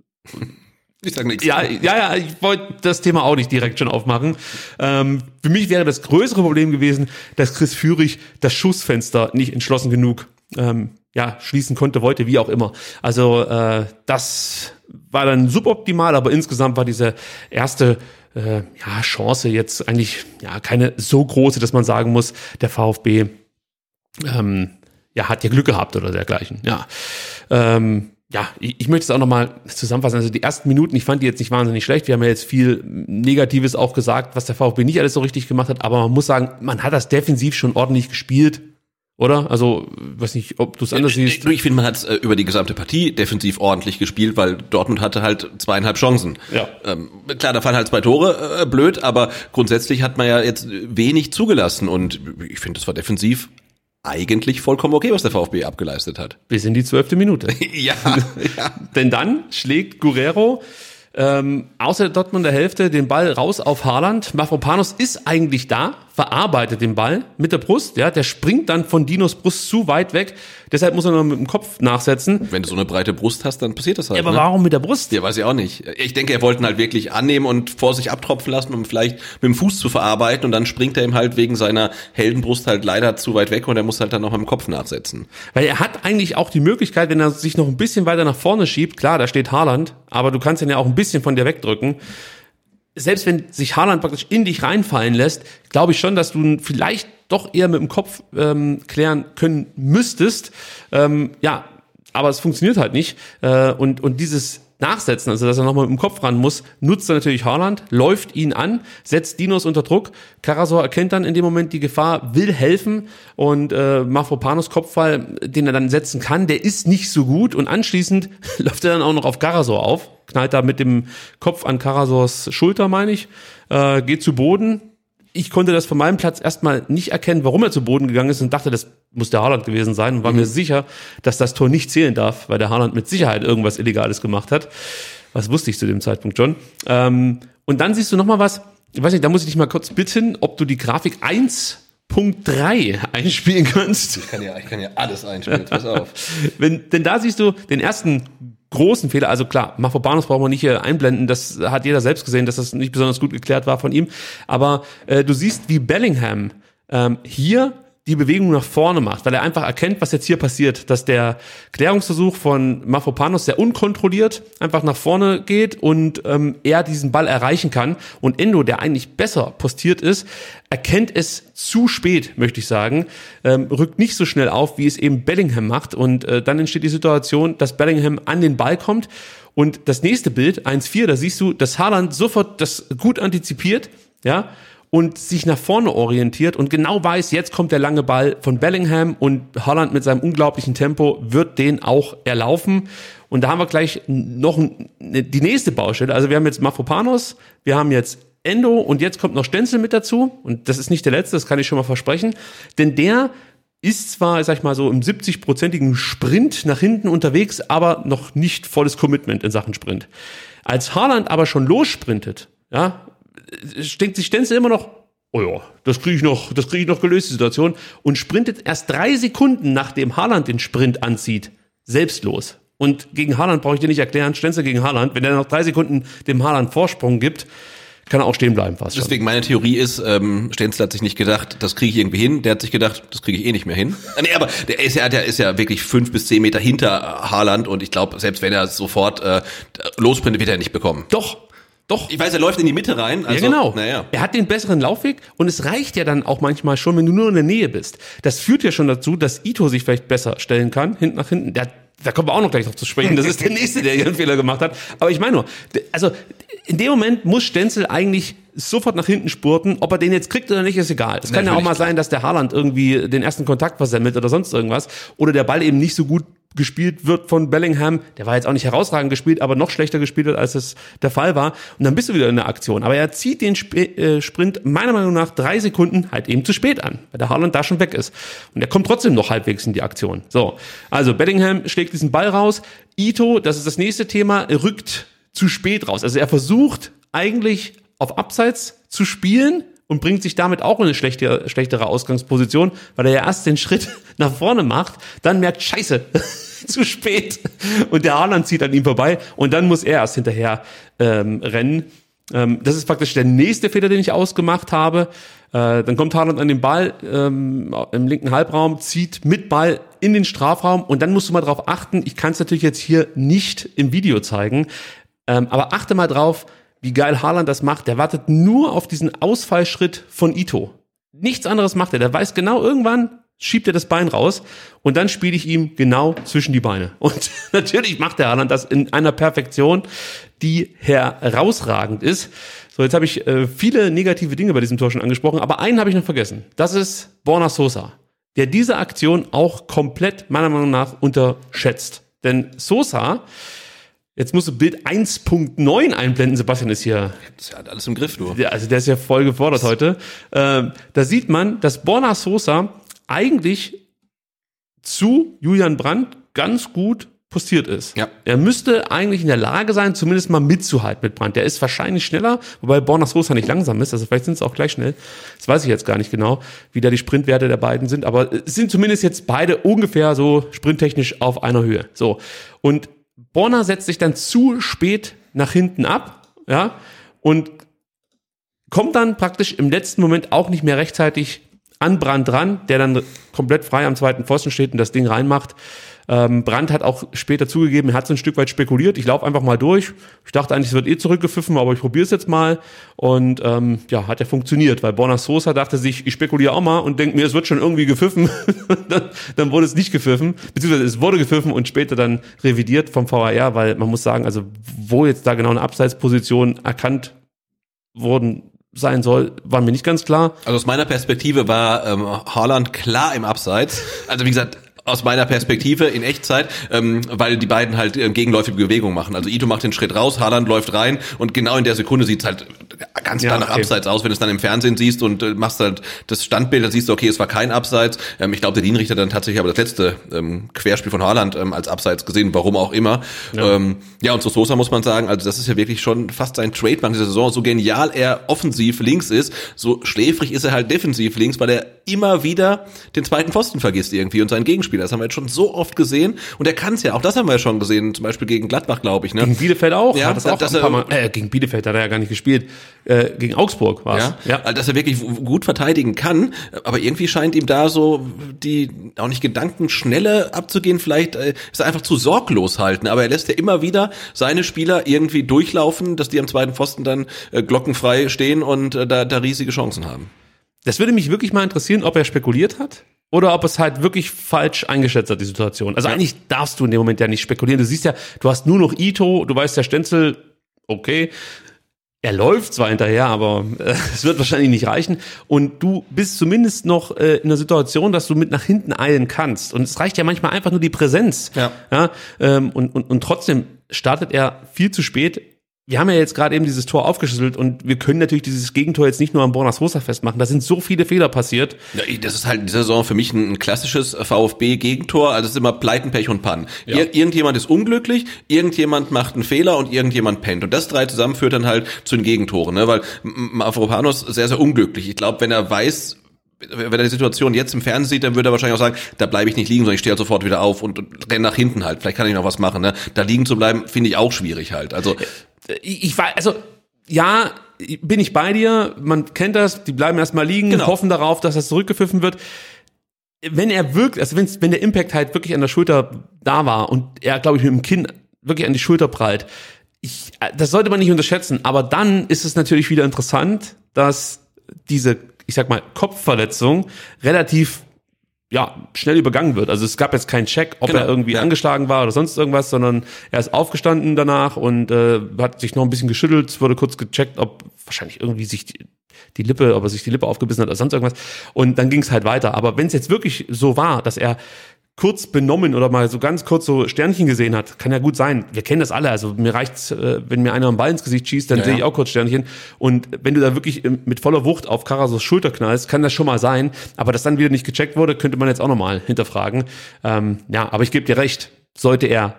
Ich sag nichts. Ja, ja, ja, ich wollte das Thema auch nicht direkt schon aufmachen. Ähm, für mich wäre das größere Problem gewesen, dass Chris Führig das Schussfenster nicht entschlossen genug ähm, ja, schließen konnte, wollte, wie auch immer. Also äh, das war dann suboptimal, aber insgesamt war diese erste äh, ja, Chance jetzt eigentlich ja keine so große, dass man sagen muss, der VfB ähm, ja, hat ja Glück gehabt oder dergleichen. Ja, ähm, Ja, ich, ich möchte es auch nochmal zusammenfassen. Also die ersten Minuten, ich fand die jetzt nicht wahnsinnig schlecht. Wir haben ja jetzt viel Negatives auch gesagt, was der VfB nicht alles so richtig gemacht hat. Aber man muss sagen, man hat das defensiv schon ordentlich gespielt, oder? Also, weiß nicht, ob du es anders siehst. Ich finde, man hat äh, über die gesamte Partie defensiv ordentlich gespielt, weil Dortmund hatte halt zweieinhalb Chancen. Ja. Ähm, klar, da fallen halt zwei Tore, äh, blöd, aber grundsätzlich hat man ja jetzt wenig zugelassen. Und ich finde, das war defensiv eigentlich vollkommen okay, was der VfB abgeleistet hat. Bis in die zwölfte Minute. ja, ja. Denn dann schlägt Guerrero ähm, außer der Dortmunder Hälfte den Ball raus auf Haaland. Mavropanos ist eigentlich da, verarbeitet den Ball mit der Brust. Ja, der springt dann von Dinos Brust zu weit weg. Deshalb muss er noch mit dem Kopf nachsetzen. Wenn du so eine breite Brust hast, dann passiert das halt. Ja, aber ne? warum mit der Brust? Ja, weiß ich auch nicht. Ich denke, er wollte ihn halt wirklich annehmen und vor sich abtropfen lassen, um vielleicht mit dem Fuß zu verarbeiten. Und dann springt er ihm halt wegen seiner Heldenbrust halt leider zu weit weg und er muss halt dann noch mit dem Kopf nachsetzen. Weil er hat eigentlich auch die Möglichkeit, wenn er sich noch ein bisschen weiter nach vorne schiebt, klar, da steht Haaland, aber du kannst ihn ja auch ein bisschen von dir wegdrücken. Selbst wenn sich Haaland praktisch in dich reinfallen lässt, glaube ich schon, dass du ihn vielleicht doch eher mit dem Kopf ähm, klären können müsstest. Ähm, ja, aber es funktioniert halt nicht. Äh, und, und dieses Nachsetzen, also dass er nochmal mit dem Kopf ran muss, nutzt er natürlich Haaland, läuft ihn an, setzt Dinos unter Druck. Karasor erkennt dann in dem Moment die Gefahr, will helfen und äh, Mavropanos Kopfball, den er dann setzen kann, der ist nicht so gut und anschließend läuft er dann auch noch auf Karasor auf, knallt da mit dem Kopf an Karasors Schulter, meine ich, äh, geht zu Boden. Ich konnte das von meinem Platz erstmal nicht erkennen, warum er zu Boden gegangen ist und dachte, das muss der Haaland gewesen sein und war mhm. mir sicher, dass das Tor nicht zählen darf, weil der Haaland mit Sicherheit irgendwas Illegales gemacht hat. Was wusste ich zu dem Zeitpunkt schon. Ähm, und dann siehst du nochmal was, ich weiß nicht, da muss ich dich mal kurz bitten, ob du die Grafik eins Punkt drei einspielen kannst. Ich kann ja, ich kann ja alles einspielen, pass auf. Wenn, denn da siehst du den ersten großen Fehler, also klar, Mavropanos brauchen wir nicht hier einblenden, das hat jeder selbst gesehen, dass das nicht besonders gut geklärt war von ihm, aber äh, du siehst, wie Bellingham ähm, hier die Bewegung nach vorne macht, weil er einfach erkennt, was jetzt hier passiert, dass der Klärungsversuch von Mavropanos sehr unkontrolliert einfach nach vorne geht und ähm, er diesen Ball erreichen kann und Endo, der eigentlich besser postiert ist, erkennt es zu spät, möchte ich sagen, ähm, rückt nicht so schnell auf, wie es eben Bellingham macht und äh, dann entsteht die Situation, dass Bellingham an den Ball kommt und das nächste Bild, eins vier, da siehst du, dass Haaland sofort das gut antizipiert, ja, und sich nach vorne orientiert und genau weiß, jetzt kommt der lange Ball von Bellingham und Haaland mit seinem unglaublichen Tempo wird den auch erlaufen. Und da haben wir gleich noch die nächste Baustelle. Also wir haben jetzt Mavropanos, wir haben jetzt Endo und jetzt kommt noch Stenzel mit dazu. Und das ist nicht der letzte, das kann ich schon mal versprechen. Denn der ist zwar, sag ich mal so, im siebzig-prozentigen Sprint nach hinten unterwegs, aber noch nicht volles Commitment in Sachen Sprint. Als Haaland aber schon lossprintet, ja, denkt sich Stenzel immer noch, oh ja, das kriege ich noch, das kriege ich noch gelöst, die Situation, und sprintet erst drei Sekunden, nachdem Haaland den Sprint anzieht, selbst los. Und gegen Haaland brauche ich dir nicht erklären, Stenzel gegen Haaland, wenn er noch drei Sekunden dem Haaland Vorsprung gibt, kann er auch stehen bleiben fast schon. Deswegen meine Theorie ist, ähm, Stenzel hat sich nicht gedacht, das kriege ich irgendwie hin. Der hat sich gedacht, das kriege ich eh nicht mehr hin. Nee, aber der ist ja, der ist ja wirklich fünf bis zehn Meter hinter Haaland und ich glaube, selbst wenn er sofort äh, lossprintet, wird er nicht bekommen. Doch. Doch. Ich weiß, er läuft in die Mitte rein. Also, ja, genau. Naja. Er hat den besseren Laufweg und es reicht ja dann auch manchmal schon, wenn du nur in der Nähe bist. Das führt ja schon dazu, dass Ito sich vielleicht besser stellen kann, hinten nach hinten. Der, da kommen wir auch noch gleich drauf zu sprechen. Das ist der Nächste, der hier einen Fehler gemacht hat. Aber ich meine nur, also in dem Moment muss Stenzel eigentlich sofort nach hinten spurten. Ob er den jetzt kriegt oder nicht, ist egal. Es kann ja auch mal sein, dass der Haaland irgendwie den ersten Kontakt versemmelt oder sonst irgendwas. Oder der Ball eben nicht so gut gespielt wird von Bellingham, der war jetzt auch nicht herausragend gespielt, aber noch schlechter gespielt wird, als es der Fall war. Und dann bist du wieder in der Aktion. Aber er zieht den Sp- äh, Sprint meiner Meinung nach drei Sekunden halt eben zu spät an, weil der Haaland da schon weg ist. Und er kommt trotzdem noch halbwegs in die Aktion. So, also Bellingham schlägt diesen Ball raus. Ito, das ist das nächste Thema, rückt zu spät raus. Also er versucht eigentlich auf Abseits zu spielen und bringt sich damit auch in eine schlechte, schlechtere Ausgangsposition, weil er ja erst den Schritt nach vorne macht, dann merkt, scheiße, zu spät. Und der Haaland zieht an ihm vorbei und dann muss er erst hinterher ähm, rennen. Ähm, das ist praktisch der nächste Fehler, den ich ausgemacht habe. Äh, dann kommt Haaland an den Ball ähm, im linken Halbraum, zieht mit Ball in den Strafraum und dann musst du mal drauf achten, ich kann es natürlich jetzt hier nicht im Video zeigen, ähm, aber achte mal drauf, wie geil Haaland das macht. Der wartet nur auf diesen Ausfallschritt von Ito. Nichts anderes macht er. Der weiß genau, irgendwann schiebt er das Bein raus und dann spiele ich ihm genau zwischen die Beine. Und natürlich macht der Haaland das in einer Perfektion, die herausragend ist. So, jetzt habe ich äh, viele negative Dinge bei diesem Tor schon angesprochen, aber einen habe ich noch vergessen. Das ist Borna Sosa, der diese Aktion auch komplett meiner Meinung nach unterschätzt. Denn Sosa, jetzt musst du Bild eins Punkt neun einblenden, Sebastian ist hier. Das ist ja alles im Griff, du. Ja, also der ist ja voll gefordert heute. Ähm, da sieht man, dass Borna Sosa eigentlich zu Julian Brandt ganz gut postiert ist. Ja. Er müsste eigentlich in der Lage sein, zumindest mal mitzuhalten mit Brandt. Der ist wahrscheinlich schneller, wobei Borna Sosa nicht langsam ist, also vielleicht sind es auch gleich schnell. Das weiß ich jetzt gar nicht genau, wie da die Sprintwerte der beiden sind, aber es sind zumindest jetzt beide ungefähr so sprinttechnisch auf einer Höhe. So. Und Borna setzt sich dann zu spät nach hinten ab, ja, und kommt dann praktisch im letzten Moment auch nicht mehr rechtzeitig an Brandt ran, der dann komplett frei am zweiten Pfosten steht und das Ding reinmacht. Ähm, Brandt hat auch später zugegeben, er hat so ein Stück weit spekuliert. Ich laufe einfach mal durch. Ich dachte eigentlich, es wird eh zurückgepfiffen, aber ich probiere es jetzt mal. Und ähm, ja, hat ja funktioniert, weil Borna Sosa dachte sich, ich spekuliere auch mal und denke mir, es wird schon irgendwie gepfiffen. dann, dann wurde es nicht gepfiffen, beziehungsweise es wurde gepfiffen und später dann revidiert vom V A R, weil man muss sagen, also wo jetzt da genau eine Abseitsposition erkannt worden sein soll, war mir nicht ganz klar. Also aus meiner Perspektive war ähm, Haaland klar im Abseits. Also wie gesagt, aus meiner Perspektive in Echtzeit, ähm, weil die beiden halt äh, gegenläufige Bewegungen machen. Also Ito macht den Schritt raus, Haaland läuft rein und genau in der Sekunde sieht's halt ganz klar ja, nach okay. Abseits aus. Wenn du es dann im Fernsehen siehst und äh, machst halt das Standbild, dann siehst du, okay, es war kein Abseits. Ähm, ich glaube, der Linienrichter dann tatsächlich aber das letzte ähm, Querspiel von Haaland ähm, als Abseits gesehen, warum auch immer. Ja. Ähm, ja, und zu Sosa muss man sagen, also das ist ja wirklich schon fast sein Trademark dieser Saison. So genial er offensiv links ist, so schläfrig ist er halt defensiv links, weil er immer wieder den zweiten Pfosten vergisst irgendwie und seinen Gegenspieler Flügelspieler. Das haben wir jetzt schon so oft gesehen. Und er kann es ja, auch das haben wir ja schon gesehen, zum Beispiel gegen Gladbach, glaube ich. Ne? Gegen Bielefeld auch. Ja, hat das auch dass ein paar er, Mal, äh, gegen Bielefeld hat er ja gar nicht gespielt. Äh, gegen Augsburg war es. Ja, ja, dass er wirklich gut verteidigen kann. Aber irgendwie scheint ihm da so die, auch nicht Gedanken schneller abzugehen. Vielleicht äh, ist er einfach zu sorglos halten. Aber er lässt ja immer wieder seine Spieler irgendwie durchlaufen, dass die am zweiten Pfosten dann äh, glockenfrei stehen und äh, da, da riesige Chancen haben. Das würde mich wirklich mal interessieren, ob er spekuliert hat oder ob es halt wirklich falsch eingeschätzt hat, die Situation. Also ja. Eigentlich darfst du in dem Moment ja nicht spekulieren. Du siehst ja, du hast nur noch Ito, du weißt, der Stenzel, okay, er läuft zwar hinterher, aber äh, es wird wahrscheinlich nicht reichen. Und du bist zumindest noch äh, in einer Situation, dass du mit nach hinten eilen kannst. Und es reicht ja manchmal einfach nur die Präsenz. Ja. Ja, ähm, und, und, und trotzdem startet er viel zu spät. Wir haben ja jetzt gerade eben dieses Tor aufgeschlüsselt und wir können natürlich dieses Gegentor jetzt nicht nur am Borna Sosa festmachen. Da sind so viele Fehler passiert. Ja, das ist halt in dieser Saison für mich ein, ein klassisches VfB-Gegentor. Also es ist immer Pleiten, Pech und Pannen. Ja. Ir- irgendjemand ist unglücklich, irgendjemand macht einen Fehler und irgendjemand pennt. Und das drei zusammen führt dann halt zu den Gegentoren. Ne? Weil Mavropanos sehr, sehr unglücklich. Ich glaube, wenn er weiß, wenn er die Situation jetzt im Fernsehen sieht, dann würde er wahrscheinlich auch sagen, da bleibe ich nicht liegen, sondern ich stehe halt sofort wieder auf und, und renne nach hinten halt. Vielleicht kann ich noch was machen. Ne? Da liegen zu bleiben, finde ich auch schwierig halt. Also Ich, ich weiß, also ja, bin ich bei dir. Man kennt das. Die bleiben erstmal liegen, genau. Hoffen darauf, dass das zurückgepfiffen wird. Wenn er wirklich, also wenn wenn der Impact halt wirklich an der Schulter da war und er, glaube ich, mit dem Kinn wirklich an die Schulter prallt, ich, das sollte man nicht unterschätzen. Aber dann ist es natürlich wieder interessant, dass diese, ich sag mal, Kopfverletzung relativ ja, schnell übergangen wird. Also es gab jetzt keinen Check, ob genau, er irgendwie ja. angeschlagen war oder sonst irgendwas, sondern er ist aufgestanden danach und äh, hat sich noch ein bisschen geschüttelt. Es wurde kurz gecheckt, ob wahrscheinlich irgendwie sich die, die Lippe, ob er sich die Lippe aufgebissen hat oder sonst irgendwas. Und dann ging es halt weiter. Aber wenn es jetzt wirklich so war, dass er kurz benommen oder mal so ganz kurz so Sternchen gesehen hat, kann ja gut sein. Wir kennen das alle. Also mir reicht's, wenn mir einer einen Ball ins Gesicht schießt, dann ja, sehe ich auch kurz Sternchen. Und wenn du da wirklich mit voller Wucht auf Karasos Schulter knallst, kann das schon mal sein. Aber dass dann wieder nicht gecheckt wurde, könnte man jetzt auch nochmal hinterfragen. Ähm, ja, aber ich gebe dir recht. Sollte er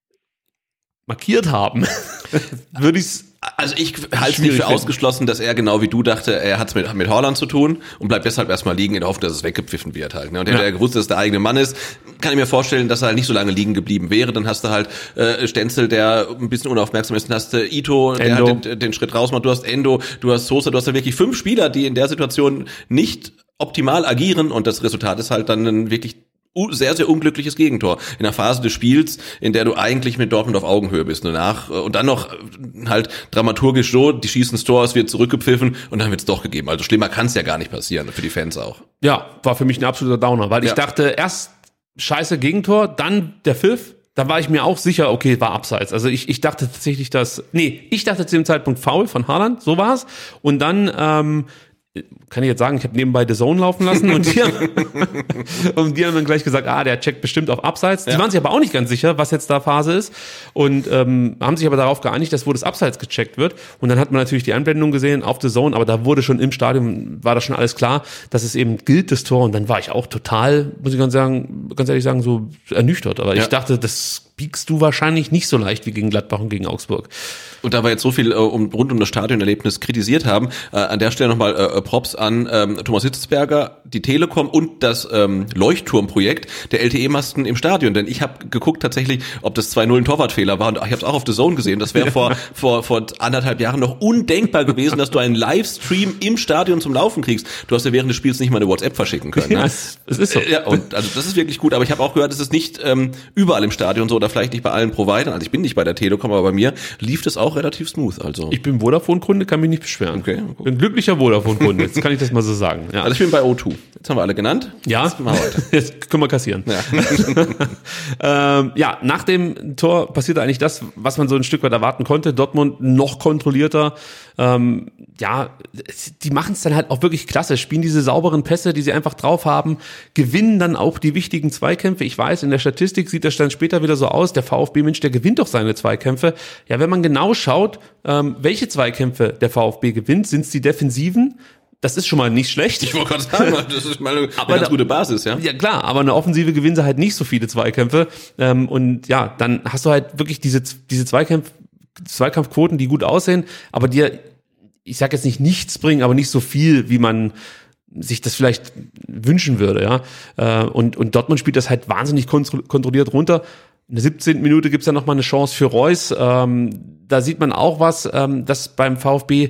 markiert haben, würde ich's Also ich halte es nicht für ausgeschlossen, dass er genau wie du dachte, er hat es mit, mit Haaland zu tun und bleibt deshalb erstmal liegen in der Hoffnung, dass es weggepfiffen wird halt. Ne? Und hätte ja. er gewusst, dass es der eigene Mann ist, kann ich mir vorstellen, dass er halt nicht so lange liegen geblieben wäre. Dann hast du halt äh, Stenzel, der ein bisschen unaufmerksam ist. Dann hast du Ito, Endo. der halt den, den Schritt raus macht. Du hast Endo, du hast Sosa, du hast halt wirklich fünf Spieler, die in der Situation nicht optimal agieren und das Resultat ist halt dann ein wirklich sehr, sehr unglückliches Gegentor. In einer Phase des Spiels, in der du eigentlich mit Dortmund auf Augenhöhe bist. Danach, und dann noch halt dramaturgisch so, die schießen das Tor, es wird zurückgepfiffen und dann wird es doch gegeben. Also schlimmer kann es ja gar nicht passieren, für die Fans auch. Ja, war für mich ein absoluter Downer, weil ja. ich dachte, erst scheiße Gegentor, dann der Pfiff. Da war ich mir auch sicher, okay, war abseits. Also ich, ich dachte tatsächlich, dass, nee, ich dachte zu dem Zeitpunkt Foul von Haaland, so war's. Und dann, ähm, kann ich jetzt sagen, ich habe nebenbei The Zone laufen lassen und die, haben, und die haben dann gleich gesagt, ah, der checkt bestimmt auf Abseits. Die ja. waren sich aber auch nicht ganz sicher, was jetzt da Phase ist und ähm, haben sich aber darauf geeinigt, dass wo das Abseits gecheckt wird. Und dann hat man natürlich die Anblendung gesehen auf The Zone, aber da wurde schon im Stadion, war da schon alles klar, dass es eben gilt, das Tor. Und dann war ich auch total, muss ich ganz sagen, ganz ehrlich sagen, so ernüchtert. Aber ja. ich dachte, das biegst du wahrscheinlich nicht so leicht wie gegen Gladbach und gegen Augsburg. Und da wir jetzt so viel äh, um, rund um das Stadionerlebnis kritisiert haben, äh, an der Stelle nochmal äh, Props an ähm, Thomas Hitzelsberger, die Telekom und das ähm, Leuchtturmprojekt der L T E-Masten im Stadion. Denn ich habe geguckt tatsächlich, ob das zwei null ein Torwartfehler war und ich habe es auch auf The Zone gesehen. Das wäre vor, vor vor anderthalb Jahren noch undenkbar gewesen, dass du einen Livestream im Stadion zum Laufen kriegst. Du hast ja während des Spiels nicht mal eine WhatsApp verschicken können. Ne? Ja, es, es ist so. Ja, und also das ist wirklich gut. Aber ich habe auch gehört, es ist nicht ähm, überall im Stadion so oder vielleicht nicht bei allen Providern. Also ich bin nicht bei der Telekom, aber bei mir lief das auch relativ smooth. Also ich bin Vodafone-Kunde, kann mich nicht beschweren. Okay, okay. Bin glücklicher Vodafone-Kunde. Jetzt kann ich das mal so sagen. Ja. Also ich bin bei O zwei. Jetzt haben wir alle genannt. Ja, jetzt, wir jetzt können wir kassieren. Ja. ähm, ja, nach dem Tor passierte eigentlich das, was man so ein Stück weit erwarten konnte. Dortmund noch kontrollierter. Ähm, ja, die machen es dann halt auch wirklich klasse, spielen diese sauberen Pässe, die sie einfach drauf haben, gewinnen dann auch die wichtigen Zweikämpfe. Ich weiß, in der Statistik sieht das dann später wieder so aus, der VfB Mensch, der gewinnt doch seine Zweikämpfe. Ja, wenn man genau schaut, ähm, welche Zweikämpfe der VfB gewinnt, sind es die Defensiven. Das ist schon mal nicht schlecht. Ich wollte gerade sagen, das ist mal eine, eine ganz gute Basis, ja. Ja klar, aber eine Offensive gewinnen sie halt nicht so viele Zweikämpfe. Ähm, und ja, dann hast du halt wirklich diese diese Zweikämpfe, Zweikampfquoten, die gut aussehen, aber dir, ich sag jetzt nicht nichts bringen, aber nicht so viel, wie man sich das vielleicht wünschen würde, ja. Äh, und, und Dortmund spielt das halt wahnsinnig kontrolliert runter. In der siebzehnten Minute gibt's dann nochmal eine Chance für Reus. Ähm, da sieht man auch was, ähm, das beim VfB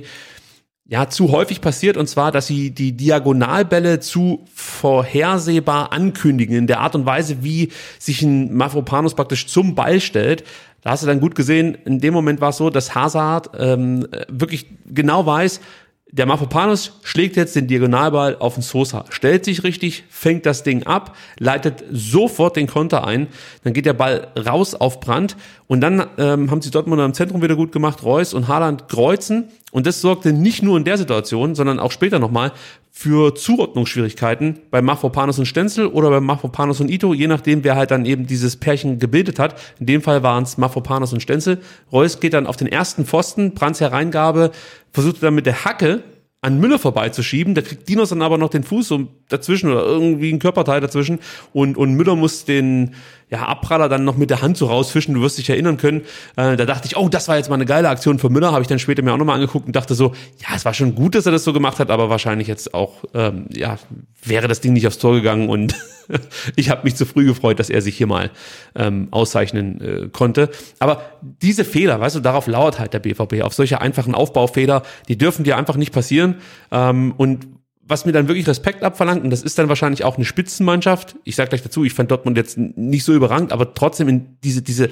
ja zu häufig passiert, und zwar, dass sie die Diagonalbälle zu vorhersehbar ankündigen, in der Art und Weise, wie sich ein Mavropanos praktisch zum Ball stellt. Da hast du dann gut gesehen, in dem Moment war es so, dass Hazard ähm, wirklich genau weiß, der Mavropanos schlägt jetzt den Diagonalball auf den Sosa, stellt sich richtig, fängt das Ding ab, leitet sofort den Konter ein, dann geht der Ball raus auf Brandt, und dann ähm, haben sie Dortmund im Zentrum wieder gut gemacht, Reus und Haaland kreuzen, und das sorgte nicht nur in der Situation, sondern auch später nochmal für Zuordnungsschwierigkeiten bei Mavropanos und Stenzel oder bei Mavropanos und Ito, je nachdem, wer halt dann eben dieses Pärchen gebildet hat. In dem Fall waren es Mavropanos und Stenzel. Reus geht dann auf den ersten Pfosten, Brandts Hereingabe, versucht dann mit der Hacke an Müller vorbeizuschieben, da kriegt Dinos dann aber noch den Fuß so dazwischen oder irgendwie ein Körperteil dazwischen, und, und Müller muss den ja, Abpraller dann noch mit der Hand so rausfischen, du wirst dich erinnern können. Äh, da dachte ich, oh, das war jetzt mal eine geile Aktion für Müller, habe ich dann später mir auch nochmal angeguckt und dachte so, ja, es war schon gut, dass er das so gemacht hat, aber wahrscheinlich jetzt auch, ähm, ja, wäre das Ding nicht aufs Tor gegangen, und ich habe mich zu früh gefreut, dass er sich hier mal ähm, auszeichnen äh, konnte. Aber diese Fehler, weißt du, darauf lauert halt der B V B, auf solche einfachen Aufbaufehler, die dürfen dir einfach nicht passieren. Ähm, und was mir dann wirklich Respekt abverlangt, und das ist dann wahrscheinlich auch eine Spitzenmannschaft, ich sag gleich dazu, ich fand Dortmund jetzt nicht so überragend, aber trotzdem in diese, diese,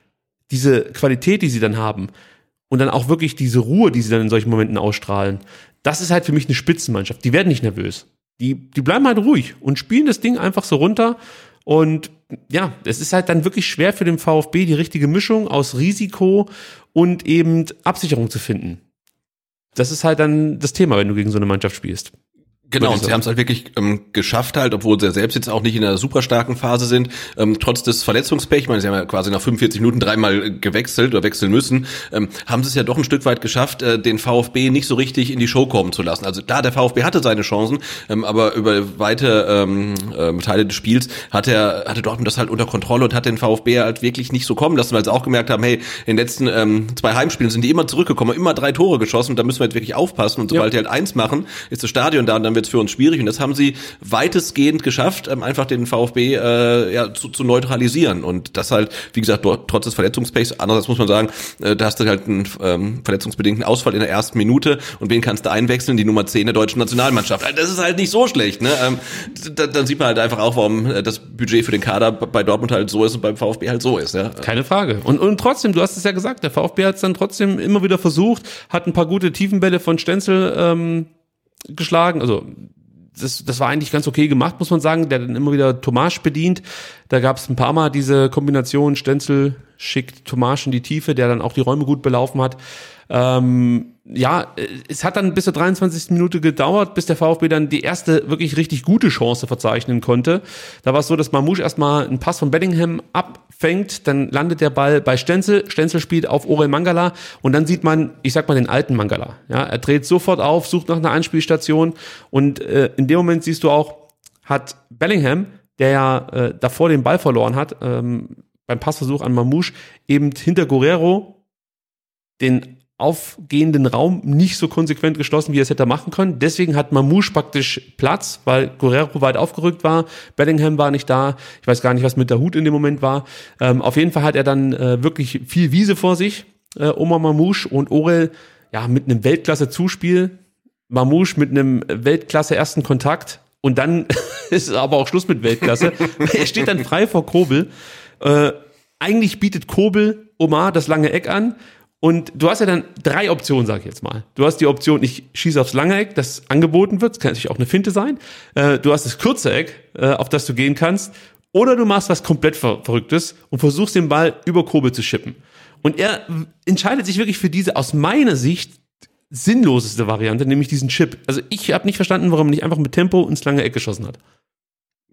diese Qualität, die sie dann haben, und dann auch wirklich diese Ruhe, die sie dann in solchen Momenten ausstrahlen, das ist halt für mich eine Spitzenmannschaft. Die werden nicht nervös. Die, die bleiben halt ruhig und spielen das Ding einfach so runter. Und ja, es ist halt dann wirklich schwer für den VfB, die richtige Mischung aus Risiko und eben Absicherung zu finden. Das ist halt dann das Thema, wenn du gegen so eine Mannschaft spielst. Genau, und sie haben es halt wirklich ähm, geschafft halt, obwohl sie selbst jetzt auch nicht in einer super starken Phase sind, ähm, trotz des Verletzungspech, ich meine, sie haben ja quasi nach fünfundvierzig Minuten dreimal gewechselt oder wechseln müssen, ähm, haben sie es ja doch ein Stück weit geschafft, äh, den VfB nicht so richtig in die Show kommen zu lassen. Also klar, der VfB hatte seine Chancen, ähm, aber über weite ähm, äh, Teile des Spiels hat er, hatte Dortmund das halt unter Kontrolle und hat den VfB halt wirklich nicht so kommen lassen, weil sie auch gemerkt haben, hey, in den letzten ähm, zwei Heimspielen sind die immer zurückgekommen, immer drei Tore geschossen, und da müssen wir jetzt wirklich aufpassen, und sobald ja. die halt eins machen, ist das Stadion da, und dann wird für uns schwierig, und das haben sie weitestgehend geschafft, einfach den VfB äh, ja, zu, zu neutralisieren, und das halt, wie gesagt, dort, trotz des Verletzungspechs. Andererseits muss man sagen, äh, da hast du halt einen ähm, verletzungsbedingten Ausfall in der ersten Minute, und wen kannst du einwechseln? Die Nummer zehn der deutschen Nationalmannschaft. Das ist halt nicht so schlecht, ne? Ähm, da, dann sieht man halt einfach auch, warum das Budget für den Kader bei Dortmund halt so ist und beim VfB halt so ist, ja. Keine Frage. Und, und trotzdem, du hast es ja gesagt, der VfB hat es dann trotzdem immer wieder versucht, hat ein paar gute Tiefenbälle von Stenzel ähm, geschlagen, also Das, das war eigentlich ganz okay gemacht, muss man sagen. Der hat dann immer wieder Tomasch bedient. Da gab es ein paar Mal diese Kombination, Stenzel schickt Tomasch in die Tiefe, der dann auch die Räume gut belaufen hat. Ähm, ja, es hat dann bis zur dreiundzwanzigsten Minute gedauert, bis der VfB dann die erste wirklich richtig gute Chance verzeichnen konnte. Da war es so, dass Mamouche erstmal einen Pass von Bellingham abfängt, dann landet der Ball bei Stenzel, Stenzel spielt auf Orel Mangala, und dann sieht man, ich sag mal, den alten Mangala. Ja, er dreht sofort auf, sucht nach einer Anspielstation, und äh, in dem Moment siehst du auch, hat Bellingham, der ja äh, davor den Ball verloren hat, ähm, beim Passversuch an Mamouche, eben hinter Guerrero den aufgehenden Raum nicht so konsequent geschlossen, wie er es hätte machen können. Deswegen hat Mamouche praktisch Platz, weil Guerrero weit aufgerückt war, Bellingham war nicht da, ich weiß gar nicht, was mit der Hut in dem Moment war. Ähm, auf jeden Fall hat er dann äh, wirklich viel Wiese vor sich, äh, Omar Mamouche, und Orel ja mit einem Weltklasse-Zuspiel, Mamouche mit einem Weltklasse-ersten Kontakt, und dann ist aber auch Schluss mit Weltklasse. Er steht dann frei vor Kobel. Äh, eigentlich bietet Kobel Omar das lange Eck an, und du hast ja dann drei Optionen, sag ich jetzt mal. Du hast die Option, ich schieße aufs lange Eck, das angeboten wird, das kann natürlich auch eine Finte sein. Äh, du hast das kurze Eck, äh, auf das du gehen kannst, oder du machst was komplett Ver- Verrücktes und versuchst den Ball über Kobel zu schippen. Und er entscheidet sich wirklich für diese, aus meiner Sicht, sinnloseste Variante, nämlich diesen Chip. Also ich habe nicht verstanden, warum er nicht einfach mit Tempo ins lange Eck geschossen hat.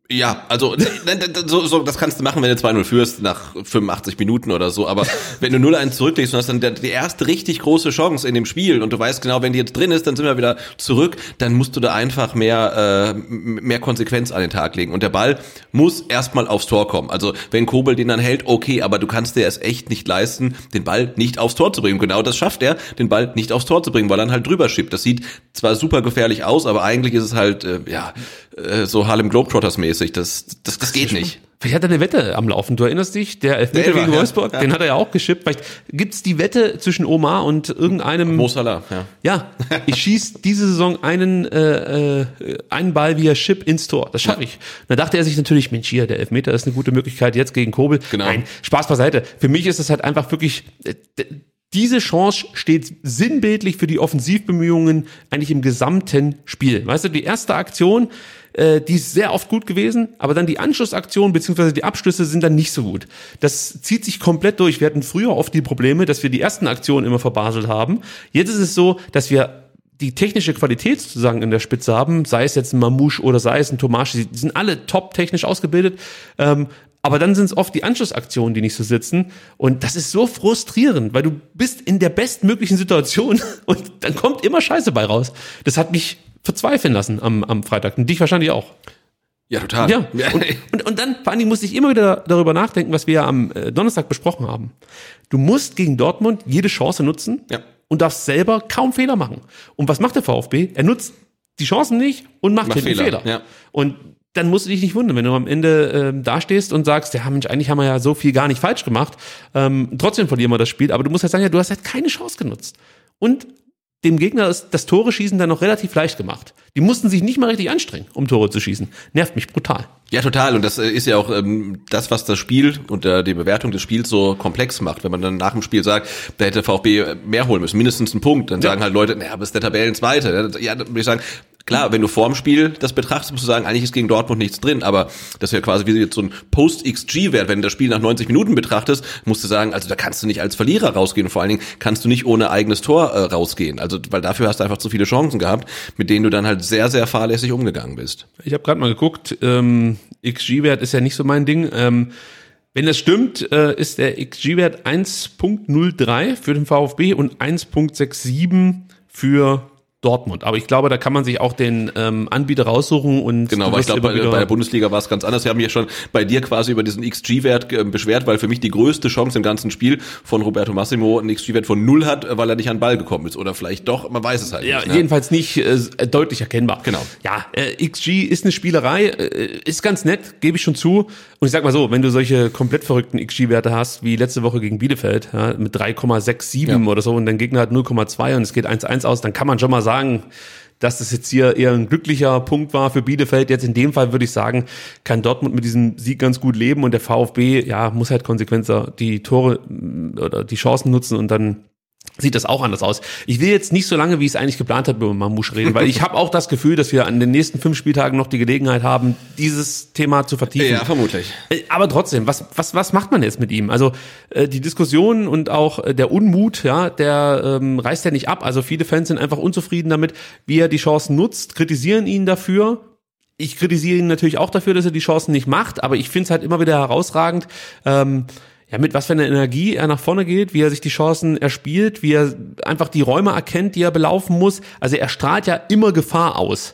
Ja, also so, so, das kannst du machen, wenn du zwei null führst nach fünfundachtzig Minuten oder so, aber wenn du null eins zurücklegst und hast dann die erste richtig große Chance in dem Spiel und du weißt genau, wenn die jetzt drin ist, dann sind wir wieder zurück, dann musst du da einfach mehr äh, mehr Konsequenz an den Tag legen und der Ball muss erstmal aufs Tor kommen. Also wenn Kobel den dann hält, okay, aber du kannst dir es echt nicht leisten, den Ball nicht aufs Tor zu bringen. Genau das schafft er, den Ball nicht aufs Tor zu bringen, weil er dann halt drüber schiebt. Das sieht zwar super gefährlich aus, aber eigentlich ist es halt äh, ja äh, so Harlem Globetrotters mäßig. Das, das, das geht nicht. Vielleicht hat er eine Wette am Laufen. Du erinnerst dich, der Elfmeter gegen Wolfsburg, ja, ja. Den hat er ja auch geschippt. Vielleicht gibt's die Wette zwischen Omar und irgendeinem... Mo Salah, ja. Ja, ich schieß diese Saison einen äh, äh, einen Ball via Chip ins Tor. Das schaffe ich. Und da dachte er sich natürlich, Mensch, hier, der Elfmeter ist eine gute Möglichkeit jetzt gegen Kobel. Genau. Nein, Spaß beiseite. Für mich ist es halt einfach wirklich... Äh, Diese Chance steht sinnbildlich für die Offensivbemühungen eigentlich im gesamten Spiel. Weißt du, die erste Aktion, äh, die ist sehr oft gut gewesen, aber dann die Anschlussaktion bzw. die Abschlüsse sind dann nicht so gut. Das zieht sich komplett durch. Wir hatten früher oft die Probleme, dass wir die ersten Aktionen immer verbaselt haben. Jetzt ist es so, dass wir die technische Qualität sozusagen in der Spitze haben, sei es jetzt ein Mamouche oder sei es ein Tomasch, die sind alle top technisch ausgebildet, ähm, aber dann sind es oft die Anschlussaktionen, die nicht so sitzen. Und das ist so frustrierend, weil du bist in der bestmöglichen Situation und dann kommt immer Scheiße bei raus. Das hat mich verzweifeln lassen am, am Freitag. Und dich wahrscheinlich auch. Ja, total. Ja. Und, und, und dann, vor allen Dingen musste ich immer wieder darüber nachdenken, was wir ja am Donnerstag besprochen haben. Du musst gegen Dortmund jede Chance nutzen, ja, und darfst selber kaum Fehler machen. Und was macht der VfB? Er nutzt die Chancen nicht und macht, macht Fehler. Fehler. Ja. Und dann musst du dich nicht wundern, wenn du am Ende ähm, dastehst und sagst, ja Mensch, eigentlich haben wir ja so viel gar nicht falsch gemacht, ähm, trotzdem verlieren wir das Spiel, aber du musst halt sagen, ja, du hast halt keine Chance genutzt. Und dem Gegner ist das Tore schießen dann noch relativ leicht gemacht. Die mussten sich nicht mal richtig anstrengen, um Tore zu schießen. Nervt mich brutal. Ja, total. Und das ist ja auch ähm, das, was das Spiel und äh, die Bewertung des Spiels so komplex macht. Wenn man dann nach dem Spiel sagt, da hätte VfB mehr holen müssen, mindestens einen Punkt, dann ja, sagen halt Leute, naja, aber ist der Tabellenzweite. Ja, dann würde ich sagen, klar, wenn du vorm Spiel das betrachtest, musst du sagen, eigentlich ist gegen Dortmund nichts drin, aber das wäre quasi wie jetzt so ein Post-X G-Wert. Wenn du das Spiel nach neunzig Minuten betrachtest, musst du sagen, also da kannst du nicht als Verlierer rausgehen und vor allen Dingen kannst du nicht ohne eigenes Tor äh, rausgehen. Also, weil dafür hast du einfach zu viele Chancen gehabt, mit denen du dann halt sehr, sehr fahrlässig umgegangen bist. Ich habe gerade mal geguckt, ähm, X G-Wert ist ja nicht so mein Ding. Ähm, wenn das stimmt, äh, ist der X G-Wert eins Komma null drei für den VfB und eins Komma siebenundsechzig für Dortmund. Aber ich glaube, da kann man sich auch den ähm, Anbieter raussuchen und genau, weil ich glaube, bei, bei der Bundesliga war es ganz anders. Wir haben mich ja schon bei dir quasi über diesen X G-Wert äh, beschwert, weil für mich die größte Chance im ganzen Spiel von Roberto Massimo einen X G-Wert von null hat, weil er nicht an den Ball gekommen ist. Oder vielleicht doch, man weiß es halt ja, nicht. Ja, jedenfalls nicht äh, deutlich erkennbar. Genau. Ja, äh, X G ist eine Spielerei, äh, ist ganz nett, gebe ich schon zu. Und ich sag mal so, wenn du solche komplett verrückten X G-Werte hast, wie letzte Woche gegen Bielefeld, ja, mit drei Komma siebenundsechzig ja, oder so und dein Gegner hat null Komma zwei und es geht eins eins aus, dann kann man schon mal sagen, dass das jetzt hier eher ein glücklicher Punkt war für Bielefeld. Jetzt in dem Fall würde ich sagen, kann Dortmund mit diesem Sieg ganz gut leben und der VfB, ja, muss halt konsequenter die Tore oder die Chancen nutzen und dann sieht das auch anders aus. Ich will jetzt nicht so lange, wie ich es eigentlich geplant habe, über Mamouche reden, weil ich habe auch das Gefühl, dass wir an den nächsten fünf Spieltagen noch die Gelegenheit haben, dieses Thema zu vertiefen. Ja, vermutlich. Aber trotzdem, was was was macht man jetzt mit ihm? Also äh, die Diskussion und auch äh, der Unmut, ja, der ähm, reißt ja nicht ab. Also viele Fans sind einfach unzufrieden damit, wie er die Chancen nutzt, kritisieren ihn dafür. Ich kritisiere ihn natürlich auch dafür, dass er die Chancen nicht macht, aber ich finde es halt immer wieder herausragend, ähm, ja, mit was für einer Energie er nach vorne geht, wie er sich die Chancen erspielt, wie er einfach die Räume erkennt, die er belaufen muss. Also er strahlt ja immer Gefahr aus.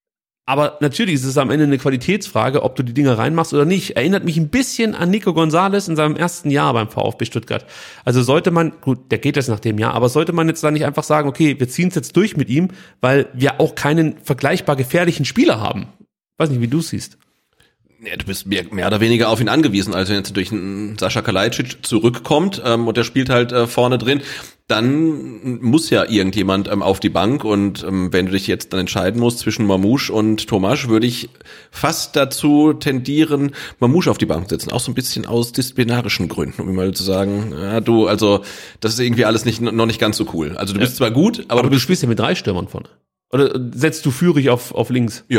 Aber natürlich ist es am Ende eine Qualitätsfrage, ob du die Dinger reinmachst oder nicht. Erinnert mich ein bisschen an Nico González in seinem ersten Jahr beim VfB Stuttgart. Also sollte man, gut, der geht jetzt nach dem Jahr, aber sollte man jetzt da nicht einfach sagen, okay, wir ziehen es jetzt durch mit ihm, weil wir auch keinen vergleichbar gefährlichen Spieler haben. Weiß nicht, wie du es siehst. Ja, du bist mehr, mehr oder weniger auf ihn angewiesen. Also wenn jetzt durch einen Sascha Kalajdzic zurückkommt ähm, und der spielt halt äh, vorne drin, dann muss ja irgendjemand ähm, auf die Bank und ähm, wenn du dich jetzt dann entscheiden musst zwischen Mamouche und Tomasch, würde ich fast dazu tendieren, Mamouche auf die Bank zu setzen. Auch so ein bisschen aus disziplinarischen Gründen, um mal zu sagen, ja, du, also das ist irgendwie alles nicht noch nicht ganz so cool. Also du bist ja zwar gut, aber, aber du, du spielst ja mit drei Stürmern vorne. Oder setzt du Führig auf auf links? Ja.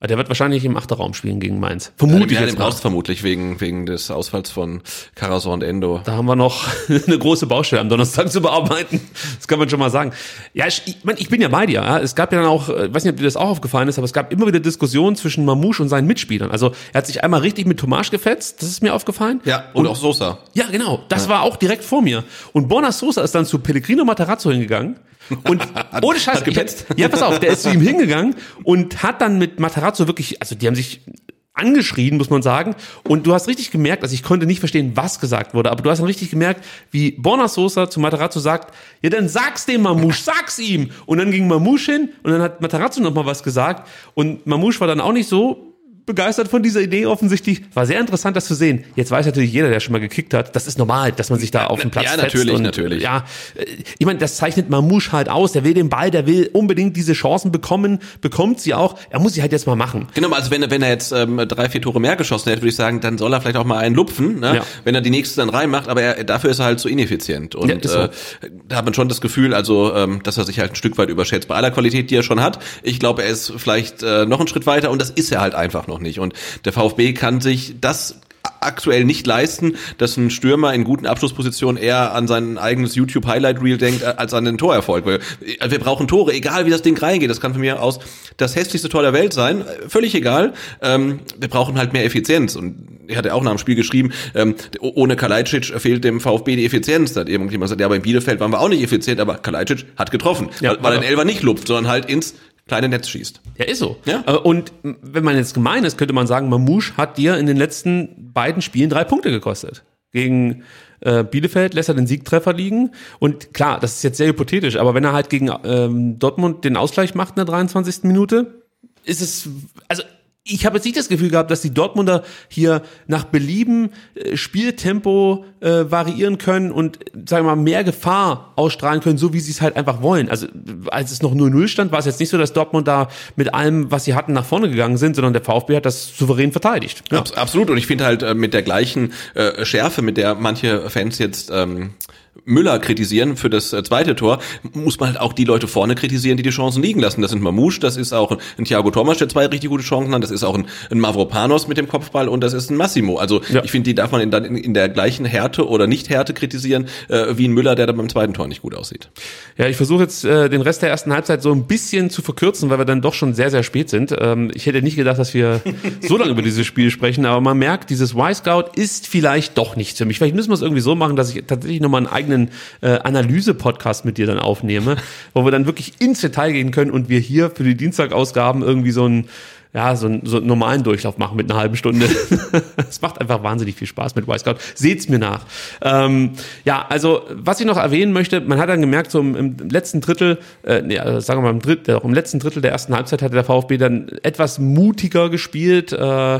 Der wird wahrscheinlich im Achterraum spielen gegen Mainz. Vermutlich. Ja, den brauchst du vermutlich wegen, wegen des Ausfalls von Karasor und Endo. Da haben wir noch eine große Baustelle am Donnerstag zu bearbeiten. Das kann man schon mal sagen. Ja, ich, ich, mein, ich bin ja bei dir. Ja. Es gab ja dann auch, ich weiß nicht, ob dir das auch aufgefallen ist, aber es gab immer wieder Diskussionen zwischen Mamouche und seinen Mitspielern. Also er hat sich einmal richtig mit Tomáš gefetzt, das ist mir aufgefallen. Ja, und, und auch Sosa. Ja, genau. Das ja. war auch direkt vor mir. Und Borna Sosa ist dann zu Pellegrino Matarazzo hingegangen. Und ohne Scheiß, hat gepetzt. Ja, pass auf, der ist zu ihm hingegangen und hat dann mit Matarazzo wirklich, also die haben sich angeschrien, muss man sagen. Und du hast richtig gemerkt, also ich konnte nicht verstehen, was gesagt wurde, aber du hast dann richtig gemerkt, wie Borna Sosa zu Matarazzo sagt, ja, dann sag's dem Mamouche, sag's ihm. Und dann ging Mamouche hin und dann hat Matarazzo nochmal was gesagt und Mamouche war dann auch nicht so begeistert von dieser Idee offensichtlich. War sehr interessant, das zu sehen. Jetzt weiß natürlich jeder, der schon mal gekickt hat, das ist normal, dass man sich da auf dem Platz ja, fetzt. natürlich, und, natürlich. Ja, ich meine, das zeichnet Mamouche halt aus. Der will den Ball, der will unbedingt diese Chancen bekommen, bekommt sie auch. Er muss sie halt jetzt mal machen. Genau, also wenn er, wenn er jetzt ähm, drei, vier Tore mehr geschossen hätte, würde ich sagen, dann soll er vielleicht auch mal einen lupfen, ne? Ja. Wenn er die nächste dann reinmacht, aber er, dafür ist er halt so ineffizient. Und ja, so. äh, da hat man schon das Gefühl, also ähm, dass er sich halt ein Stück weit überschätzt. Bei aller Qualität, die er schon hat. Ich glaube, er ist vielleicht äh, noch einen Schritt weiter und das ist er halt einfach noch nicht. Und der VfB kann sich das aktuell nicht leisten, dass ein Stürmer in guten Abschlusspositionen eher an sein eigenes YouTube-Highlight-Reel denkt, als an den Torerfolg. Weil wir brauchen Tore, egal wie das Ding reingeht. Das kann von mir aus das hässlichste Tor der Welt sein. Völlig egal. Ähm, wir brauchen halt mehr Effizienz. Und er hat ja auch nach dem Spiel geschrieben, ähm, ohne Kalajdzic fehlt dem VfB die Effizienz. Da hat irgendjemand gesagt, ja, aber in Bielefeld waren wir auch nicht effizient, aber Kalajdzic hat getroffen. Ja, weil er den Elfer nicht lupft, sondern halt ins kleine Netz schießt. Ja, ist so. Ja? Und wenn man jetzt gemein ist, könnte man sagen, Mamouche hat dir in den letzten beiden Spielen drei Punkte gekostet. Gegen äh, Bielefeld lässt er den Siegtreffer liegen. Und klar, das ist jetzt sehr hypothetisch, aber wenn er halt gegen ähm, Dortmund den Ausgleich macht in der dreiundzwanzigsten Minute, ist es, also ich habe jetzt nicht das Gefühl gehabt, dass die Dortmunder hier nach Belieben äh, Spieltempo äh, variieren können und, sagen wir mal, mehr Gefahr ausstrahlen können, so wie sie es halt einfach wollen. Also als es noch null null stand, war es jetzt nicht so, dass Dortmund da mit allem, was sie hatten, nach vorne gegangen sind, sondern der VfB hat das souverän verteidigt. Ja. Abs- absolut. Und ich finde halt äh, mit der gleichen äh, Schärfe, mit der manche Fans jetzt ähm, Müller kritisieren für das äh, zweite Tor, muss man halt auch die Leute vorne kritisieren, die die Chancen liegen lassen. Das sind Mamouche, das ist auch ein, ein Thiago Tomáš, der zwei richtig gute Chancen hat, das ist auch ein, ein Mavropanos mit dem Kopfball und das ist ein Massimo. Also ja. Ich finde, die darf man in, in, in der gleichen Härte oder Nicht-Härte kritisieren, äh, wie ein Müller, der da beim zweiten Tor nicht gut aussieht. Ja, ich versuche jetzt äh, den Rest der ersten Halbzeit so ein bisschen zu verkürzen, weil wir dann doch schon sehr, sehr spät sind. Ähm, ich hätte nicht gedacht, dass wir so lange über dieses Spiel sprechen, aber man merkt, dieses Y-Scout ist vielleicht doch nichts für mich. Vielleicht müssen wir es irgendwie so machen, dass ich tatsächlich nochmal einen eigenen äh, Analyse-Podcast mit dir dann aufnehme, wo wir dann wirklich ins Detail gehen können und wir hier für die Dienstagausgaben irgendwie so einen, ja, so einen, so einen normalen Durchlauf machen mit einer halben Stunde. Es macht einfach wahnsinnig viel Spaß mit Y-Scout. Seht's mir nach. Ähm, ja, also, was ich noch erwähnen möchte, man hat dann gemerkt, so im, im letzten Drittel, äh, nee, also sagen wir mal im, Dritt, auch im letzten Drittel der ersten Halbzeit hatte der VfB dann etwas mutiger gespielt, äh,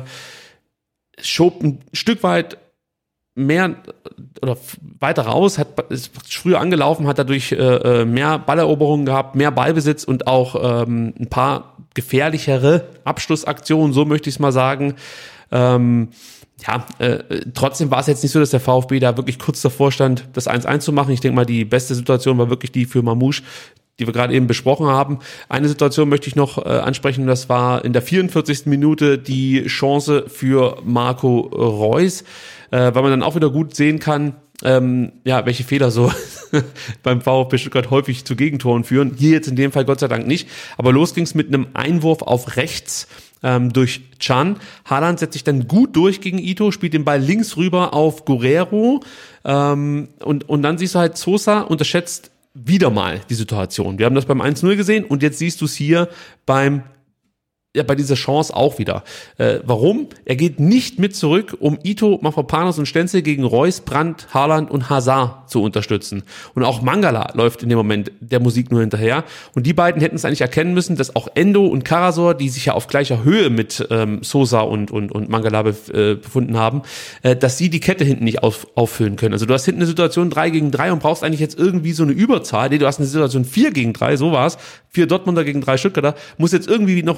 schob ein Stück weit mehr oder weiter raus, hat ist früher angelaufen, hat dadurch äh, mehr Balleroberungen gehabt, mehr Ballbesitz und auch ähm, ein paar gefährlichere Abschlussaktionen, so möchte ich es mal sagen. Ähm, ja, äh, trotzdem war es jetzt nicht so, dass der VfB da wirklich kurz davor stand, das eins eins zu machen. Ich denke mal, die beste Situation war wirklich die für Mamouche, die wir gerade eben besprochen haben. Eine Situation möchte ich noch äh, ansprechen, das war in der vierundvierzigsten Minute die Chance für Marco Reus, äh, weil man dann auch wieder gut sehen kann, ähm, ja, welche Fehler so beim VfB Stuttgart häufig zu Gegentoren führen. Hier jetzt in dem Fall Gott sei Dank nicht. Aber los ging es mit einem Einwurf auf rechts ähm, durch Can. Haaland setzt sich dann gut durch gegen Ito, spielt den Ball links rüber auf Guerrero ähm, und, und dann siehst du halt, Sosa unterschätzt wieder mal die Situation. Wir haben das beim eins null gesehen und jetzt siehst du es hier beim ja, bei dieser Chance auch wieder. Äh, warum? Er geht nicht mit zurück, um Ito, Mavropanos und Stenzel gegen Reus, Brandt, Haaland und Hazard zu unterstützen. Und auch Mangala läuft in dem Moment der Musik nur hinterher. Und die beiden hätten es eigentlich erkennen müssen, dass auch Endo und Karasor, die sich ja auf gleicher Höhe mit ähm, Sosa und, und, und Mangala bef- äh, befunden haben, äh, dass sie die Kette hinten nicht auf, auffüllen können. Also du hast hinten eine Situation drei gegen drei und brauchst eigentlich jetzt irgendwie so eine Überzahl. Nee, du hast eine Situation vier gegen drei, so war's. Vier Dortmunder gegen drei Stuttgarter. Muss jetzt irgendwie noch einen vierten Mann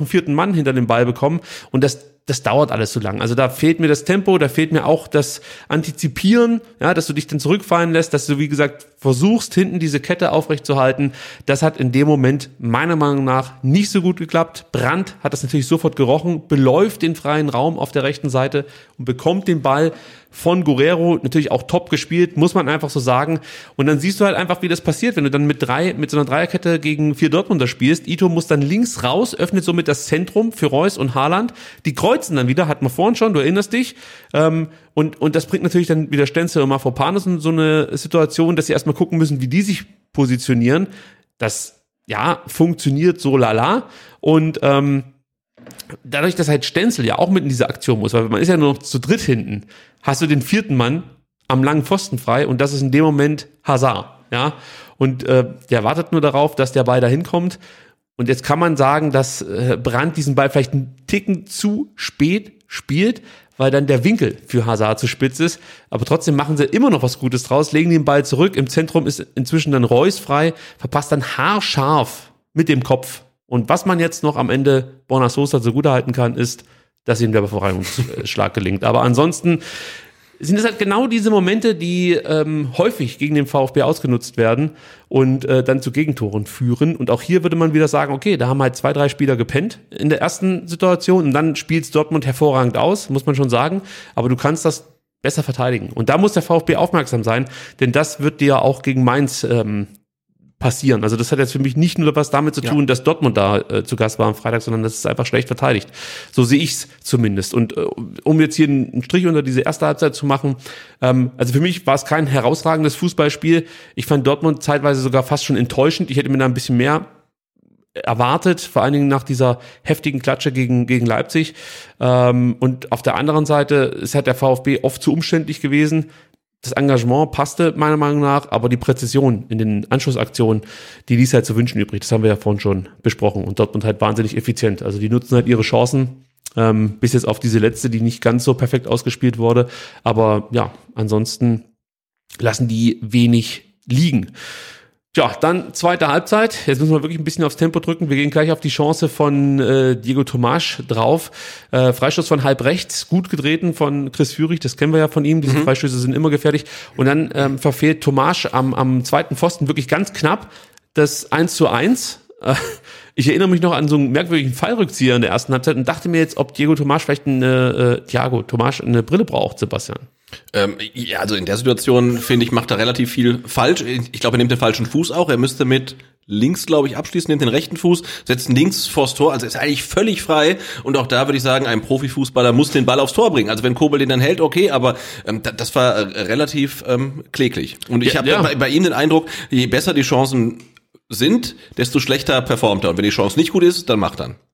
Mann hinter den Ball bekommen und das das dauert alles so lang. Also da fehlt mir das Tempo, da fehlt mir auch das Antizipieren, ja, dass du dich dann zurückfallen lässt, dass du, wie gesagt, versuchst, hinten diese Kette aufrechtzuerhalten. Das hat in dem Moment meiner Meinung nach nicht so gut geklappt. Brandt hat das natürlich sofort gerochen, beläuft den freien Raum auf der rechten Seite und bekommt den Ball von Guerrero, natürlich auch top gespielt, muss man einfach so sagen. Und dann siehst du halt einfach, wie das passiert, wenn du dann mit drei, mit so einer Dreierkette gegen vier Dortmunder spielst. Ito muss dann links raus, öffnet somit das Zentrum für Reus und Haaland. Die kreuzen dann wieder, hatten wir vorhin schon, du erinnerst dich. Ähm, und, und das bringt natürlich dann wieder Stenzel und Mavropanos in so eine Situation, dass sie erstmal gucken müssen, wie die sich positionieren. Das, ja, funktioniert so lala. Und, ähm, dadurch, dass halt Stenzel ja auch mit in diese Aktion muss, weil man ist ja nur noch zu dritt hinten, hast du den vierten Mann am langen Pfosten frei und das ist in dem Moment Hazard, ja, und äh, der wartet nur darauf, dass der Ball da hinkommt und jetzt kann man sagen, dass äh, Brandt diesen Ball vielleicht einen Ticken zu spät spielt, weil dann der Winkel für Hazard zu spitz ist, aber trotzdem machen sie immer noch was Gutes draus, legen den Ball zurück, im Zentrum ist inzwischen dann Reus frei, verpasst dann haarscharf mit dem Kopf. Und was man jetzt noch am Ende Borna Sosa zugutehalten kann, ist, dass ihm der Befreiungsschlag gelingt. Aber ansonsten sind es halt genau diese Momente, die ähm, häufig gegen den VfB ausgenutzt werden und äh, dann zu Gegentoren führen. Und auch hier würde man wieder sagen, okay, da haben halt zwei, drei Spieler gepennt in der ersten Situation und dann spielt Dortmund hervorragend aus, muss man schon sagen. Aber du kannst das besser verteidigen. Und da muss der VfB aufmerksam sein, denn das wird dir auch gegen Mainz ähm, passieren. Also das hat jetzt für mich nicht nur was damit zu tun, ja. dass Dortmund da äh, zu Gast war am Freitag, sondern das ist einfach schlecht verteidigt. So sehe ich es zumindest. Und äh, um jetzt hier einen Strich unter diese erste Halbzeit zu machen, ähm, also für mich war es kein herausragendes Fußballspiel. Ich fand Dortmund zeitweise sogar fast schon enttäuschend. Ich hätte mir da ein bisschen mehr erwartet, vor allen Dingen nach dieser heftigen Klatsche gegen gegen Leipzig. Ähm, und auf der anderen Seite ist halt der VfB oft zu umständlich gewesen. Das Engagement passte meiner Meinung nach, aber die Präzision in den Anschlussaktionen, die ließ halt zu wünschen übrig. Das haben wir ja vorhin schon besprochen. Und Dortmund halt wahnsinnig effizient. Also die nutzen halt ihre Chancen, ähm, bis jetzt auf diese letzte, die nicht ganz so perfekt ausgespielt wurde. Aber ja, ansonsten lassen die wenig liegen. Ja, dann zweite Halbzeit. Jetzt müssen wir wirklich ein bisschen aufs Tempo drücken. Wir gehen gleich auf die Chance von äh, Diego Tomasch drauf. Äh, Freistoß von halb rechts, gut getreten von Chris Führig, das kennen wir ja von ihm. Diese mhm. Freistöße sind immer gefährlich. Und dann ähm, verfehlt Tomasch am, am zweiten Pfosten wirklich ganz knapp das eins zu eins. Äh, ich erinnere mich noch an so einen merkwürdigen Fallrückzieher in der ersten Halbzeit und dachte mir jetzt, ob Diego Tomasch vielleicht eine, äh, Thiago Tomasch eine Brille braucht, Sebastian. Ähm, ja, also in der Situation, finde ich, macht er relativ viel falsch. Ich glaube, er nimmt den falschen Fuß auch. Er müsste mit links, glaube ich, abschließen, nimmt den rechten Fuß, setzt ihn links vors Tor. Also ist eigentlich völlig frei. Und auch da würde ich sagen, ein Profifußballer muss den Ball aufs Tor bringen. Also wenn Kobel den dann hält, okay, aber ähm, das war äh, relativ ähm, kläglich. Und ich ja, habe ja. bei, bei ihm den Eindruck, je besser die Chancen sind, desto schlechter performt er. Und wenn die Chance nicht gut ist, dann macht er.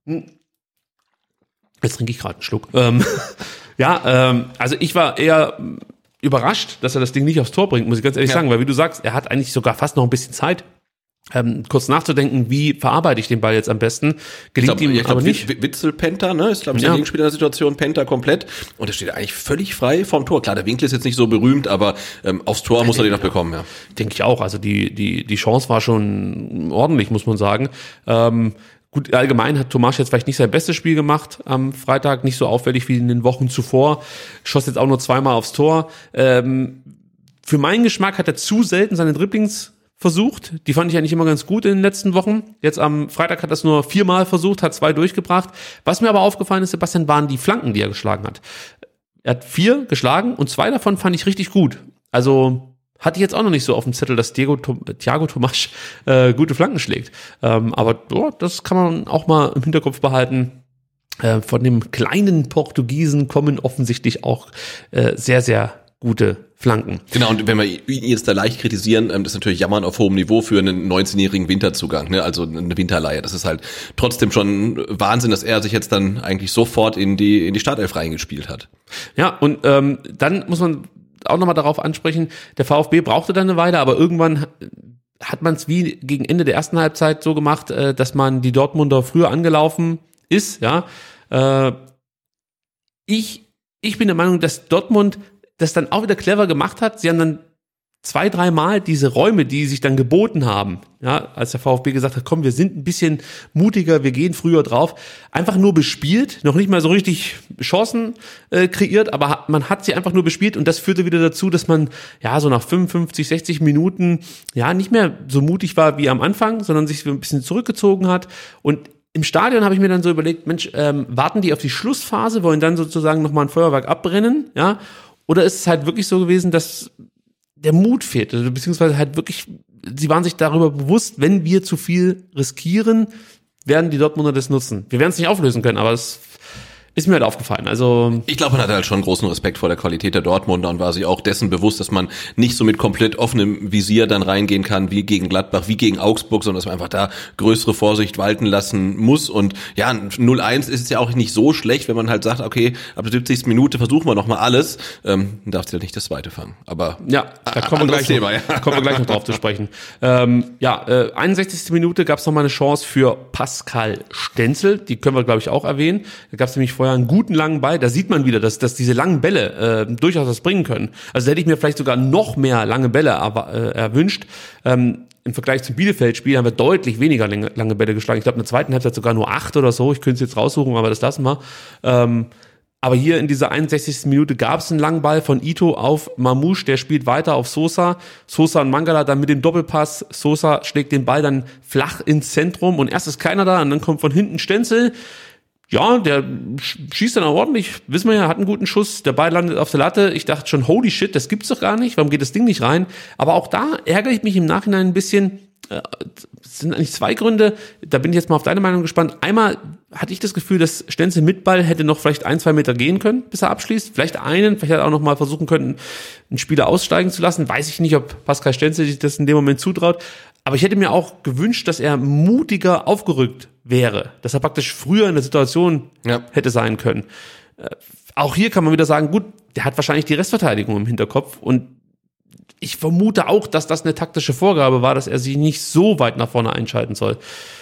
Jetzt trinke ich gerade einen Schluck. Ähm, ja, ähm, also ich war eher überrascht, dass er das Ding nicht aufs Tor bringt, muss ich ganz ehrlich ja. sagen, weil wie du sagst, er hat eigentlich sogar fast noch ein bisschen Zeit, ähm, kurz nachzudenken, wie verarbeite ich den Ball jetzt am besten. Gelingt glaub, ihm ich aber glaub, nicht. Witzel, Penta, ne, ist glaube ich ja. der Gegenspieler der Situation, Penta komplett. Und er steht eigentlich völlig frei vom Tor. Klar, der Winkel ist jetzt nicht so berühmt, aber ähm, aufs Tor ja, muss er den noch bekommen, ja. Denke ich auch. Also die die die Chance war schon ordentlich, muss man sagen. Ähm, Gut, allgemein hat Tomasch jetzt vielleicht nicht sein bestes Spiel gemacht am Freitag, nicht so auffällig wie in den Wochen zuvor, schoss jetzt auch nur zweimal aufs Tor. Ähm, für meinen Geschmack hat er zu selten seine Dribblings versucht, die fand ich eigentlich immer ganz gut in den letzten Wochen. Jetzt am Freitag hat er es nur viermal versucht, hat zwei durchgebracht. Was mir aber aufgefallen ist, Sebastian, waren die Flanken, die er geschlagen hat. Er hat vier geschlagen und zwei davon fand ich richtig gut. Also hatte ich jetzt auch noch nicht so auf dem Zettel, dass Diego, Thiago Tomasch äh, gute Flanken schlägt. Ähm, aber oh, das kann man auch mal im Hinterkopf behalten. Äh, von dem kleinen Portugiesen kommen offensichtlich auch äh, sehr, sehr gute Flanken. Genau, und wenn wir ihn jetzt da leicht kritisieren, das ist natürlich Jammern auf hohem Niveau für einen neunzehnjährigen Winterzugang, ne? Also eine Winterleihe. Das ist halt trotzdem schon Wahnsinn, dass er sich jetzt dann eigentlich sofort in die in die Startelf reingespielt hat. Ja, und ähm, dann muss man auch nochmal darauf ansprechen, der VfB brauchte dann eine Weile, aber irgendwann hat man es wie gegen Ende der ersten Halbzeit so gemacht, dass man die Dortmunder früher angelaufen ist. Ja, ich ich bin der Meinung, dass Dortmund das dann auch wieder clever gemacht hat. Sie haben dann zwei, dreimal diese Räume, die sich dann geboten haben, ja, als der VfB gesagt hat, komm, wir sind ein bisschen mutiger, wir gehen früher drauf, einfach nur bespielt, noch nicht mal so richtig Chancen äh, kreiert, aber hat, man hat sie einfach nur bespielt und das führte wieder dazu, dass man ja so nach fünfundfünfzig, sechzig Minuten ja nicht mehr so mutig war wie am Anfang, sondern sich ein bisschen zurückgezogen hat. Und im Stadion habe ich mir dann so überlegt, Mensch, ähm, warten die auf die Schlussphase, wollen dann sozusagen nochmal ein Feuerwerk abbrennen, ja, oder ist es halt wirklich so gewesen, dass der Mut fehlte, beziehungsweise halt wirklich, sie waren sich darüber bewusst, wenn wir zu viel riskieren, werden die Dortmunder das nutzen. Wir werden es nicht auflösen können, aber es ist mir halt aufgefallen. Also ich glaube, man hatte halt schon großen Respekt vor der Qualität der Dortmunder und war sich auch dessen bewusst, dass man nicht so mit komplett offenem Visier dann reingehen kann, wie gegen Gladbach, wie gegen Augsburg, sondern dass man einfach da größere Vorsicht walten lassen muss. Und ja, null eins ist es ja auch nicht so schlecht, wenn man halt sagt, okay, ab der siebzigsten Minute versuchen wir nochmal alles. Ähm, dann darfst du ja nicht das zweite fangen. Aber ja, da kommen wir gleich, Thema, noch, ja. kommen wir gleich noch drauf zu sprechen. Ähm, ja, äh, einundsechzigste Minute gab es nochmal eine Chance für Pascal Stenzel. Die können wir, glaube ich, auch erwähnen. Da gab es nämlich vorher einen guten langen Ball. Da sieht man wieder, dass, dass diese langen Bälle äh, durchaus was bringen können. Also da hätte ich mir vielleicht sogar noch mehr lange Bälle aber, äh, erwünscht. Ähm, Im Vergleich zum Bielefeld-Spiel haben wir deutlich weniger lange, lange Bälle geschlagen. Ich glaube, in der zweiten Halbzeit sogar nur acht oder so. Ich könnte es jetzt raussuchen, aber das lassen wir. Ähm, aber hier in dieser einundsechzigsten Minute gab es einen langen Ball von Ito auf Mamouche. Der spielt weiter auf Sosa. Sosa und Mangala dann mit dem Doppelpass. Sosa schlägt den Ball dann flach ins Zentrum und erst ist keiner da und dann kommt von hinten Stenzel. Ja, der schießt dann auch ordentlich, wissen wir ja, hat einen guten Schuss, der Ball landet auf der Latte. Ich dachte schon, holy shit, das gibt's doch gar nicht, warum geht das Ding nicht rein? Aber auch da ärgere ich mich im Nachhinein ein bisschen. Es sind eigentlich zwei Gründe, da bin ich jetzt mal auf deine Meinung gespannt. Einmal hatte ich das Gefühl, dass Stenzel mit Ball hätte noch vielleicht ein, zwei Meter gehen können, bis er abschließt. Vielleicht einen, vielleicht hätte er auch noch mal versuchen können, einen Spieler aussteigen zu lassen. Weiß ich nicht, ob Pascal Stenzel sich das in dem Moment zutraut. Aber ich hätte mir auch gewünscht, dass er mutiger aufgerückt wäre, dass er praktisch früher in der Situation ja. hätte sein können. Äh, auch hier kann man wieder sagen, gut, der hat wahrscheinlich die Restverteidigung im Hinterkopf und ich vermute auch, dass das eine taktische Vorgabe war, dass er sich nicht so weit nach vorne einschalten soll.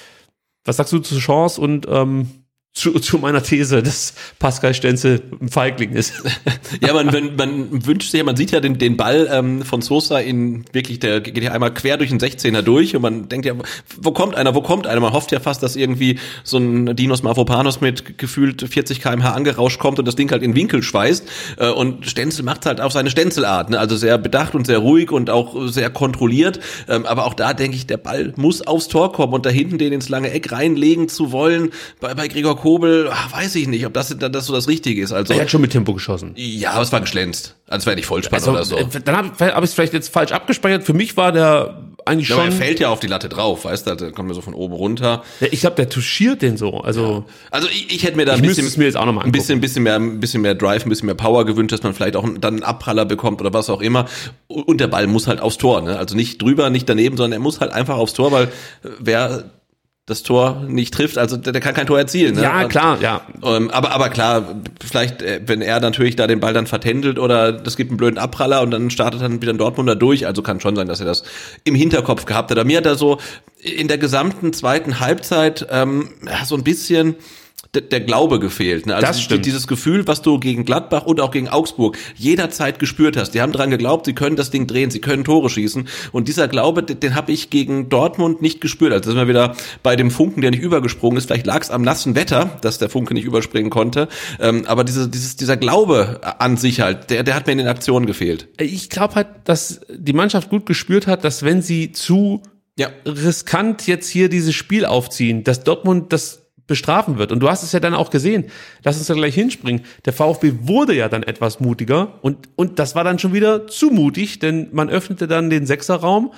Was sagst du zur Chance und ähm, zu, zu meiner These, dass Pascal Stenzel ein Feigling ist? Ja, man, man, man wünscht sich ja, man sieht ja den, den Ball ähm, von Sosa in wirklich, der geht ja einmal quer durch den sechzehner durch und man denkt ja, wo kommt einer, wo kommt einer? Man hofft ja fast, dass irgendwie so ein Dinos Mavropanos mit gefühlt vierzig Kilometer pro Stunde angerauscht kommt und das Ding halt in den Winkel schweißt. Äh, und Stenzel macht halt auf seine Stenzelart, ne? Also sehr bedacht und sehr ruhig und auch sehr kontrolliert. Ähm, aber auch da denke ich, der Ball muss aufs Tor kommen und da hinten den ins lange Eck reinlegen zu wollen, bei, bei Gregor Kobel, ach, weiß ich nicht, ob das, das so das Richtige ist. Also er hat schon mit Tempo geschossen. Ja, aber es war geschlänzt. Als wäre nicht Vollspann also, oder so. Dann habe hab ich es vielleicht jetzt falsch abgespeichert. Für mich war der eigentlich ja, schon... Aber er fällt ja auf die Latte drauf, weißt du, da kommt er so von oben runter. Ja, ich glaube, der touchiert den so. Also, ja. also ich, ich hätte mir da ein ich bisschen, es mir jetzt auch noch mal ein bisschen, bisschen mehr, ein bisschen mehr Drive, ein bisschen mehr Power gewünscht, dass man vielleicht auch dann einen Abpraller bekommt oder was auch immer. Und der Ball muss halt aufs Tor, ne? Also nicht drüber, nicht daneben, sondern er muss halt einfach aufs Tor, weil wer das Tor nicht trifft, also der, der kann kein Tor erzielen. Ne? Ja, klar, ja. Ähm, aber, aber klar, vielleicht, wenn er natürlich da den Ball dann vertändelt oder das gibt einen blöden Abpraller und dann startet dann wieder ein Dortmunder durch, also kann schon sein, dass er das im Hinterkopf gehabt hat. Aber mir hat er so in der gesamten zweiten Halbzeit ähm, so ein bisschen der, der Glaube gefehlt. Ne? Also das stimmt. Dieses Gefühl, was du gegen Gladbach und auch gegen Augsburg jederzeit gespürt hast. Die haben dran geglaubt, sie können das Ding drehen, sie können Tore schießen. Und dieser Glaube, den, den habe ich gegen Dortmund nicht gespürt. Also sind wir wieder bei dem Funken, der nicht übergesprungen ist. Vielleicht lag es am nassen Wetter, dass der Funke nicht überspringen konnte. Ähm, aber diese, dieses, dieser Glaube an sich halt, der, der hat mir in den Aktionen gefehlt. Ich glaube halt, dass die Mannschaft gut gespürt hat, dass wenn sie zu ja. riskant jetzt hier dieses Spiel aufziehen, dass Dortmund das bestrafen wird. Und du hast es ja dann auch gesehen. Lass uns da gleich hinspringen. Der VfB wurde ja dann etwas mutiger und, und das war dann schon wieder zu mutig, denn man öffnete dann den Sechserraum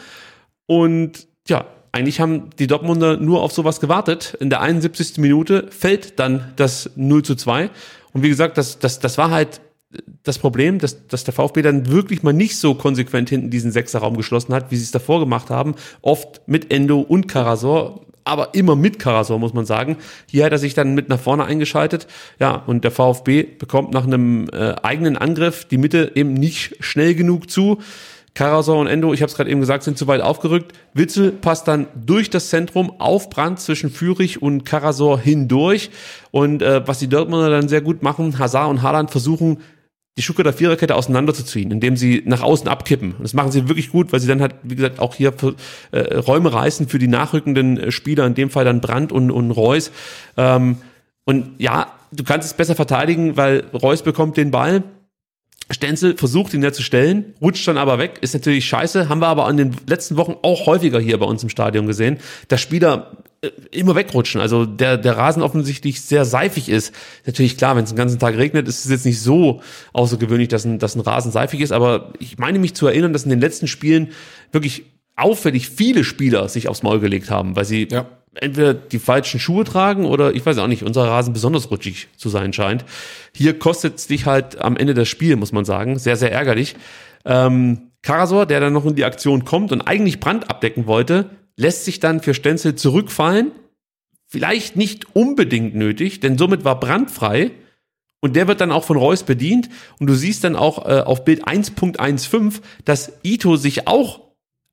und ja, eigentlich haben die Dortmunder nur auf sowas gewartet. In der einundsiebzigsten Minute fällt dann das null zu zwei. Und wie gesagt, das, das, das war halt das Problem, dass, dass der VfB dann wirklich mal nicht so konsequent hinten diesen Sechserraum geschlossen hat, wie sie es davor gemacht haben. Oft mit Endo und Karasor, aber immer mit Karasor, muss man sagen. Hier hat er sich dann mit nach vorne eingeschaltet. Ja, und der VfB bekommt nach einem äh, eigenen Angriff die Mitte eben nicht schnell genug zu. Karasor und Endo, ich habe es gerade eben gesagt, sind zu weit aufgerückt. Witzel passt dann durch das Zentrum auf Brandt zwischen Führich und Karasor hindurch. Und äh, was die Dortmunder dann sehr gut machen, Hazard und Haaland versuchen, die Stuttgarter Viererkette auseinanderzuziehen, indem sie nach außen abkippen. Und das machen sie wirklich gut, weil sie dann halt, wie gesagt, auch hier für, äh, Räume reißen für die nachrückenden Spieler, in dem Fall dann Brandt und, und Reus. Ähm, und ja, du kannst es besser verteidigen, weil Reus bekommt den Ball, Stenzel versucht ihn ja zu stellen, rutscht dann aber weg, ist natürlich scheiße, haben wir aber in den letzten Wochen auch häufiger hier bei uns im Stadion gesehen, dass Spieler immer wegrutschen, also der der Rasen offensichtlich sehr seifig ist. Natürlich klar, wenn es den ganzen Tag regnet, ist es jetzt nicht so außergewöhnlich, dass ein, dass ein Rasen seifig ist, aber ich meine mich zu erinnern, dass in den letzten Spielen wirklich auffällig viele Spieler sich aufs Maul gelegt haben, weil sie ja. entweder die falschen Schuhe tragen oder ich weiß auch nicht, unser Rasen besonders rutschig zu sein scheint. Hier kostet es dich halt am Ende das Spiel, muss man sagen, sehr, sehr ärgerlich. Ähm, Karasor, der dann noch in die Aktion kommt und eigentlich Brandt abdecken wollte, lässt sich dann für Stenzel zurückfallen. Vielleicht nicht unbedingt nötig, denn somit war Brandt frei und der wird dann auch von Reus bedient. Und du siehst dann auch äh, auf Bild eins Punkt fünfzehn, dass Ito sich auch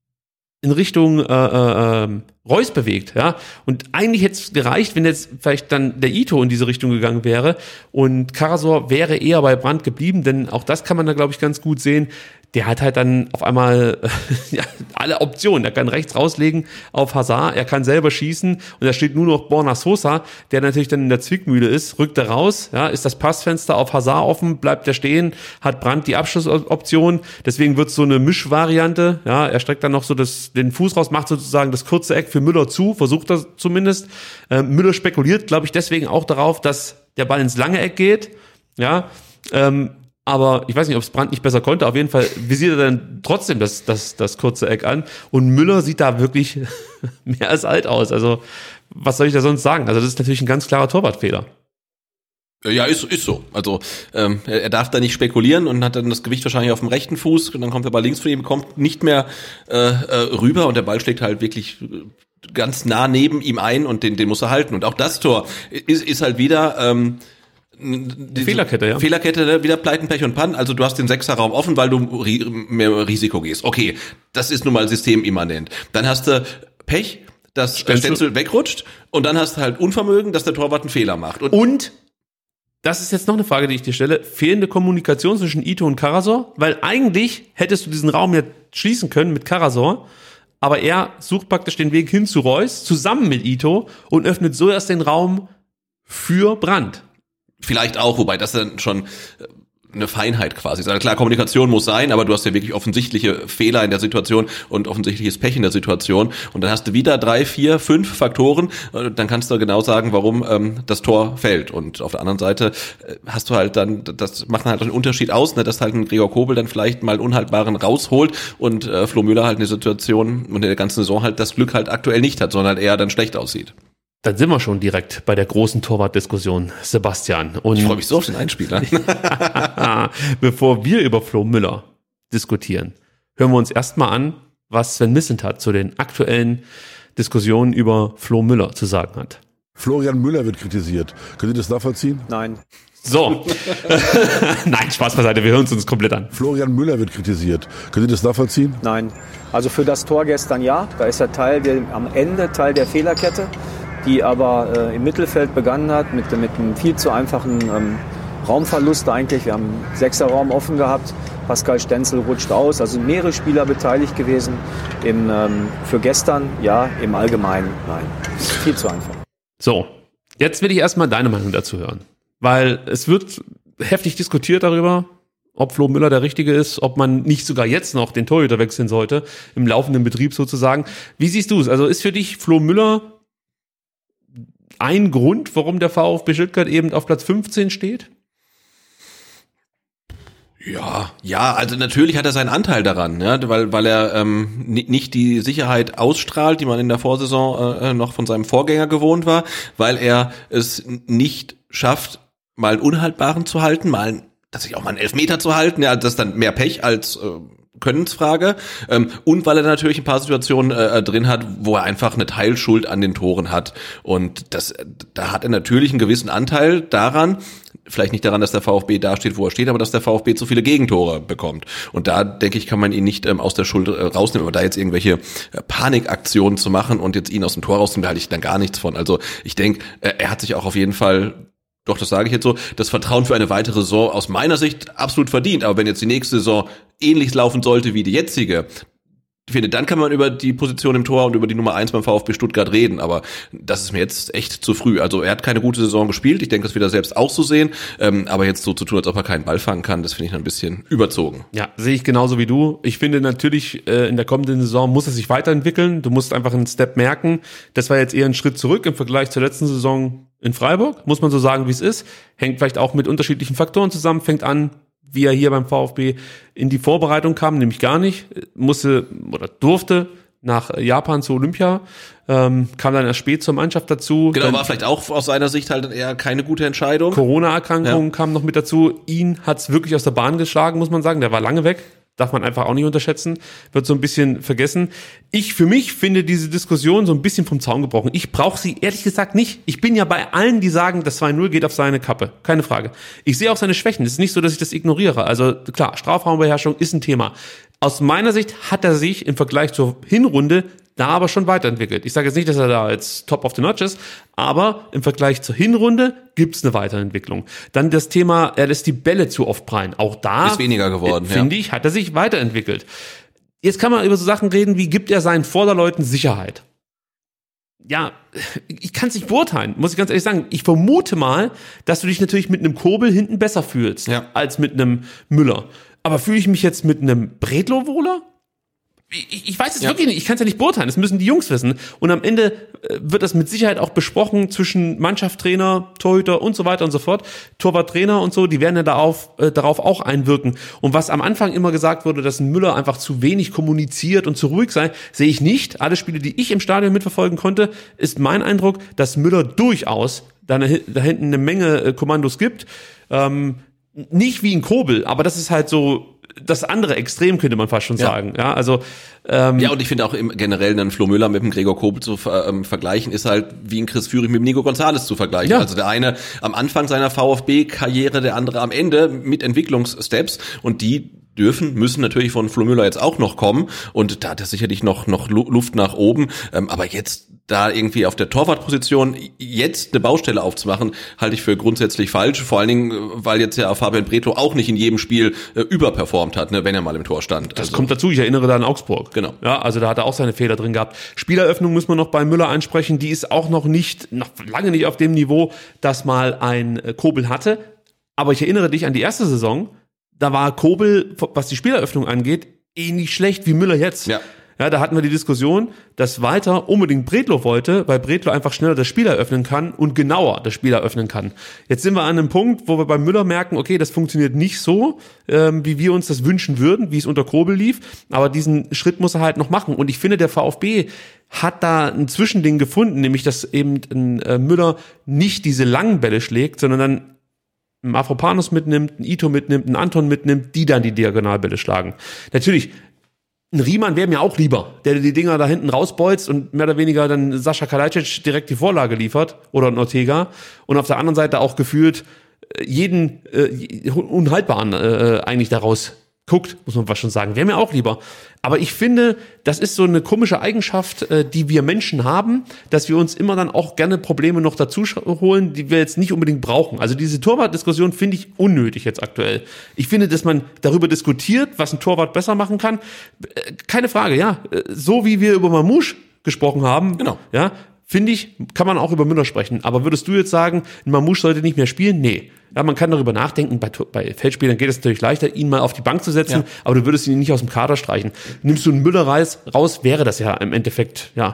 in Richtung äh, äh, Reus bewegt, ja. Und eigentlich hätte es gereicht, wenn jetzt vielleicht dann der Ito in diese Richtung gegangen wäre und Karasor wäre eher bei Brandt geblieben, denn auch das kann man da, glaube ich, ganz gut sehen. Der hat halt dann auf einmal ja, alle Optionen. Er kann rechts rauslegen auf Hazard, er kann selber schießen und da steht nur noch Borna Sosa, der natürlich dann in der Zwickmühle ist, rückt er raus, ja, ist das Passfenster auf Hazard offen, bleibt er stehen, hat Brandt die Abschlussoption, deswegen wird es so eine Mischvariante, ja, er streckt dann noch so das, den Fuß raus, macht sozusagen das kurze Eck für Müller zu, versucht das zumindest. Äh, Müller spekuliert, glaube ich, deswegen auch darauf, dass der Ball ins lange Eck geht, ja, ähm, aber ich weiß nicht, ob es Brandt nicht besser konnte. Auf jeden Fall visiert er dann trotzdem das, das, das kurze Eck an. Und Müller sieht da wirklich mehr als alt aus. Also, was soll ich da sonst sagen? Also, das ist natürlich ein ganz klarer Torwartfehler. Ja, ist, ist so. Also, ähm, er darf da nicht spekulieren und hat dann das Gewicht wahrscheinlich auf dem rechten Fuß. Und dann kommt der Ball links von ihm, kommt nicht mehr äh, äh, rüber. Und der Ball schlägt halt wirklich ganz nah neben ihm ein und den, den muss er halten. Und auch das Tor ist, ist halt wieder... Ähm, Die Fehlerkette, ja. Fehlerkette, wieder Pleiten, Pech und Pannen. Also du hast den Sechserraum offen, weil du ri- mehr Risiko gehst. Okay, das ist nun mal systemimmanent. Dann hast du Pech, dass Stenzel, Stenzel wegrutscht und dann hast du halt Unvermögen, dass der Torwart einen Fehler macht. Und, und das ist jetzt noch eine Frage, die ich dir stelle, fehlende Kommunikation zwischen Ito und Karasor, weil eigentlich hättest du diesen Raum ja schließen können mit Karasor, aber er sucht praktisch den Weg hin zu Reus, zusammen mit Ito und öffnet so erst den Raum für Brandt. Vielleicht auch, wobei das dann schon eine Feinheit quasi ist. Also klar, Kommunikation muss sein, aber du hast ja wirklich offensichtliche Fehler in der Situation und offensichtliches Pech in der Situation. Und dann hast du wieder drei, vier, fünf Faktoren. Dann kannst du genau sagen, warum ähm, das Tor fällt. Und auf der anderen Seite hast du halt dann, das macht halt einen Unterschied aus, ne, dass halt ein Gregor Kobel dann vielleicht mal einen Unhaltbaren rausholt und äh, Flo Müller halt eine Situation und in der ganzen Saison halt das Glück halt aktuell nicht hat, sondern eher dann schlecht aussieht. Dann sind wir schon direkt bei der großen Torwartdiskussion, Sebastian. Und ich freue mich so auf den Einspieler. Bevor wir über Flo Müller diskutieren, hören wir uns erstmal an, was Sven Mislintat zu den aktuellen Diskussionen über Flo Müller zu sagen hat. Florian Müller wird kritisiert. Könnt ihr das nachvollziehen? Nein. So. Nein, Spaß beiseite, wir hören uns uns komplett an. Florian Müller wird kritisiert. Könnt ihr das nachvollziehen? Nein. Also für das Tor gestern ja. Da ist er Teil der, am Ende Teil der Fehlerkette, die aber äh, im Mittelfeld begonnen hat mit, mit einem viel zu einfachen ähm, Raumverlust eigentlich. Wir haben Sechserraum offen gehabt. Pascal Stenzel rutscht aus. Also mehrere Spieler beteiligt gewesen. Im, ähm, für gestern ja, im Allgemeinen nein. Viel zu einfach. So, jetzt will ich erstmal deine Meinung dazu hören. Weil es wird heftig diskutiert darüber, ob Flo Müller der Richtige ist, ob man nicht sogar jetzt noch den Torhüter wechseln sollte, im laufenden Betrieb sozusagen. Wie siehst du es? Also ist für dich Flo Müller ein Grund, warum der VfB Stuttgart eben auf Platz fünfzehn steht? Ja, ja, also natürlich hat er seinen Anteil daran, ja, weil weil er ähm, nicht die Sicherheit ausstrahlt, die man in der Vorsaison äh, noch von seinem Vorgänger gewohnt war, weil er es nicht schafft, mal einen Unhaltbaren zu halten, mal einen, tatsächlich auch mal einen Elfmeter zu halten, ja, das ist dann mehr Pech als äh, Könnensfrage, ähm, und weil er natürlich ein paar Situationen äh, drin hat, wo er einfach eine Teilschuld an den Toren hat, und das, da hat er natürlich einen gewissen Anteil daran, vielleicht nicht daran, dass der VfB da steht, wo er steht, aber dass der VfB zu viele Gegentore bekommt, und da denke ich, kann man ihn nicht ähm, aus der Schuld äh, rausnehmen, aber da jetzt irgendwelche äh, Panikaktionen zu machen und jetzt ihn aus dem Tor rauszunehmen, da halte ich dann gar nichts von. Also ich denke, äh, er hat sich auch auf jeden Fall doch, das sage ich jetzt so, das Vertrauen für eine weitere Saison aus meiner Sicht absolut verdient. Aber wenn jetzt die nächste Saison ähnlich laufen sollte wie die jetzige, ich finde, dann kann man über die Position im Tor und über die Nummer eins beim VfB Stuttgart reden, aber das ist mir jetzt echt zu früh. Also er hat keine gute Saison gespielt, ich denke, das wird er selbst auch so sehen, ähm, aber jetzt so zu tun, als ob er keinen Ball fangen kann, das finde ich noch ein bisschen überzogen. Ja, sehe ich genauso wie du. Ich finde natürlich, äh, in der kommenden Saison muss er sich weiterentwickeln, du musst einfach einen Step merken. Das war jetzt eher ein Schritt zurück im Vergleich zur letzten Saison in Freiburg, muss man so sagen, wie es ist. Hängt vielleicht auch mit unterschiedlichen Faktoren zusammen, fängt an, wie er hier beim VfB in die Vorbereitung kam, nämlich gar nicht, musste oder durfte nach Japan zur Olympia, ähm, kam dann erst spät zur Mannschaft dazu. Genau, dann war vielleicht auch aus seiner Sicht halt eher keine gute Entscheidung. Corona-Erkrankung ja. kam noch mit dazu. Ihn hat's wirklich aus der Bahn geschlagen, muss man sagen. Der war lange weg. Darf man einfach auch nicht unterschätzen, wird so ein bisschen vergessen. Ich für mich finde diese Diskussion so ein bisschen vom Zaun gebrochen. Ich brauche sie ehrlich gesagt nicht. Ich bin ja bei allen, die sagen, das zwei null geht auf seine Kappe. Keine Frage. Ich sehe auch seine Schwächen. Es ist nicht so, dass ich das ignoriere. Also klar, Strafraumbeherrschung ist ein Thema. Aus meiner Sicht hat er sich im Vergleich zur Hinrunde da aber schon weiterentwickelt. Ich sage jetzt nicht, dass er da jetzt top of the notch ist, aber im Vergleich zur Hinrunde gibt's eine Weiterentwicklung. Dann das Thema, er lässt die Bälle zu oft prallen. Auch da ist weniger geworden, äh, finde ja. ich, hat er sich weiterentwickelt. Jetzt kann man über so Sachen reden, wie gibt er seinen Vorderleuten Sicherheit? Ja, ich kann es nicht beurteilen, muss ich ganz ehrlich sagen. Ich vermute mal, dass du dich natürlich mit einem Kobel hinten besser fühlst, ja. als mit einem Müller. Aber fühle ich mich jetzt mit einem Bredlow wohler? Ich, ich weiß es ja. wirklich nicht, ich kann es ja nicht beurteilen, das müssen die Jungs wissen. Und am Ende wird das mit Sicherheit auch besprochen zwischen Mannschaft, Trainer, Torhüter und so weiter und so fort. Torwarttrainer und so, die werden ja darauf, äh, darauf auch einwirken. Und was am Anfang immer gesagt wurde, dass ein Müller einfach zu wenig kommuniziert und zu ruhig sei, sehe ich nicht. Alle Spiele, die ich im Stadion mitverfolgen konnte, ist mein Eindruck, dass Müller durchaus da, ne, da hinten eine Menge äh, Kommandos gibt. Ähm, nicht wie ein Kobel, aber das ist halt so das andere Extrem, könnte man fast schon ja. sagen. Ja, also ähm, ja, und ich finde auch im generell einen Flo Müller mit dem Gregor Kobel zu ähm, vergleichen, ist halt wie ein Chris Führig mit dem Nico Gonzalez zu vergleichen. Ja. Also der eine am Anfang seiner VfB-Karriere, der andere am Ende mit Entwicklungssteps, und die dürfen, müssen natürlich von Flo Müller jetzt auch noch kommen, und da hat er sicherlich noch noch Luft nach oben, ähm, aber jetzt da irgendwie auf der Torwartposition jetzt eine Baustelle aufzumachen, halte ich für grundsätzlich falsch, vor allen Dingen, weil jetzt ja Fabian Bredlow auch nicht in jedem Spiel äh, überperformt hat, ne, wenn er mal im Tor stand. Das also. kommt dazu, ich erinnere da an Augsburg. Genau. Ja, also da hat er auch seine Fehler drin gehabt. Spieleröffnung muss man noch bei Müller ansprechen, die ist auch noch nicht, noch lange nicht auf dem Niveau, das mal ein Kobel hatte, aber ich erinnere dich an die erste Saison, da war Kobel, was die Spieleröffnung angeht, ähnlich schlecht wie Müller jetzt. Ja. Ja, da hatten wir die Diskussion, dass Walter unbedingt Bredlow wollte, weil Bredlow einfach schneller das Spiel eröffnen kann und genauer das Spiel eröffnen kann. Jetzt sind wir an einem Punkt, wo wir bei Müller merken, okay, das funktioniert nicht so, ähm, wie wir uns das wünschen würden, wie es unter Kobel lief, aber diesen Schritt muss er halt noch machen. Und ich finde, der VfB hat da ein Zwischending gefunden, nämlich dass eben ein äh, Müller nicht diese langen Bälle schlägt, sondern dann einen Afropanus mitnimmt, einen Ito mitnimmt, einen Anton mitnimmt, die dann die Diagonalbälle schlagen. Natürlich, ein Riemann wäre mir auch lieber, der die Dinger da hinten rausbolzt und mehr oder weniger dann Sascha Kalajdzic direkt die Vorlage liefert, oder ein Ortega, und auf der anderen Seite auch gefühlt jeden äh, Unhaltbaren äh, eigentlich daraus guckt, muss man fast schon sagen. Wäre mir auch lieber. Aber ich finde, das ist so eine komische Eigenschaft, äh, die wir Menschen haben, dass wir uns immer dann auch gerne Probleme noch dazu holen, die wir jetzt nicht unbedingt brauchen. Also diese Torwartdiskussion finde ich unnötig jetzt aktuell. Ich finde, dass man darüber diskutiert, was ein Torwart besser machen kann. Äh, keine Frage, ja. Äh, so wie wir über Mamouche gesprochen haben, genau. Ja, finde ich, kann man auch über Müller sprechen. Aber würdest du jetzt sagen, ein Mamouche sollte nicht mehr spielen? Nee. Ja, man kann darüber nachdenken, bei, bei Feldspielern geht es natürlich leichter, ihn mal auf die Bank zu setzen, ja. aber du würdest ihn nicht aus dem Kader streichen. Nimmst du einen Müller raus, raus, wäre das ja im Endeffekt, ja,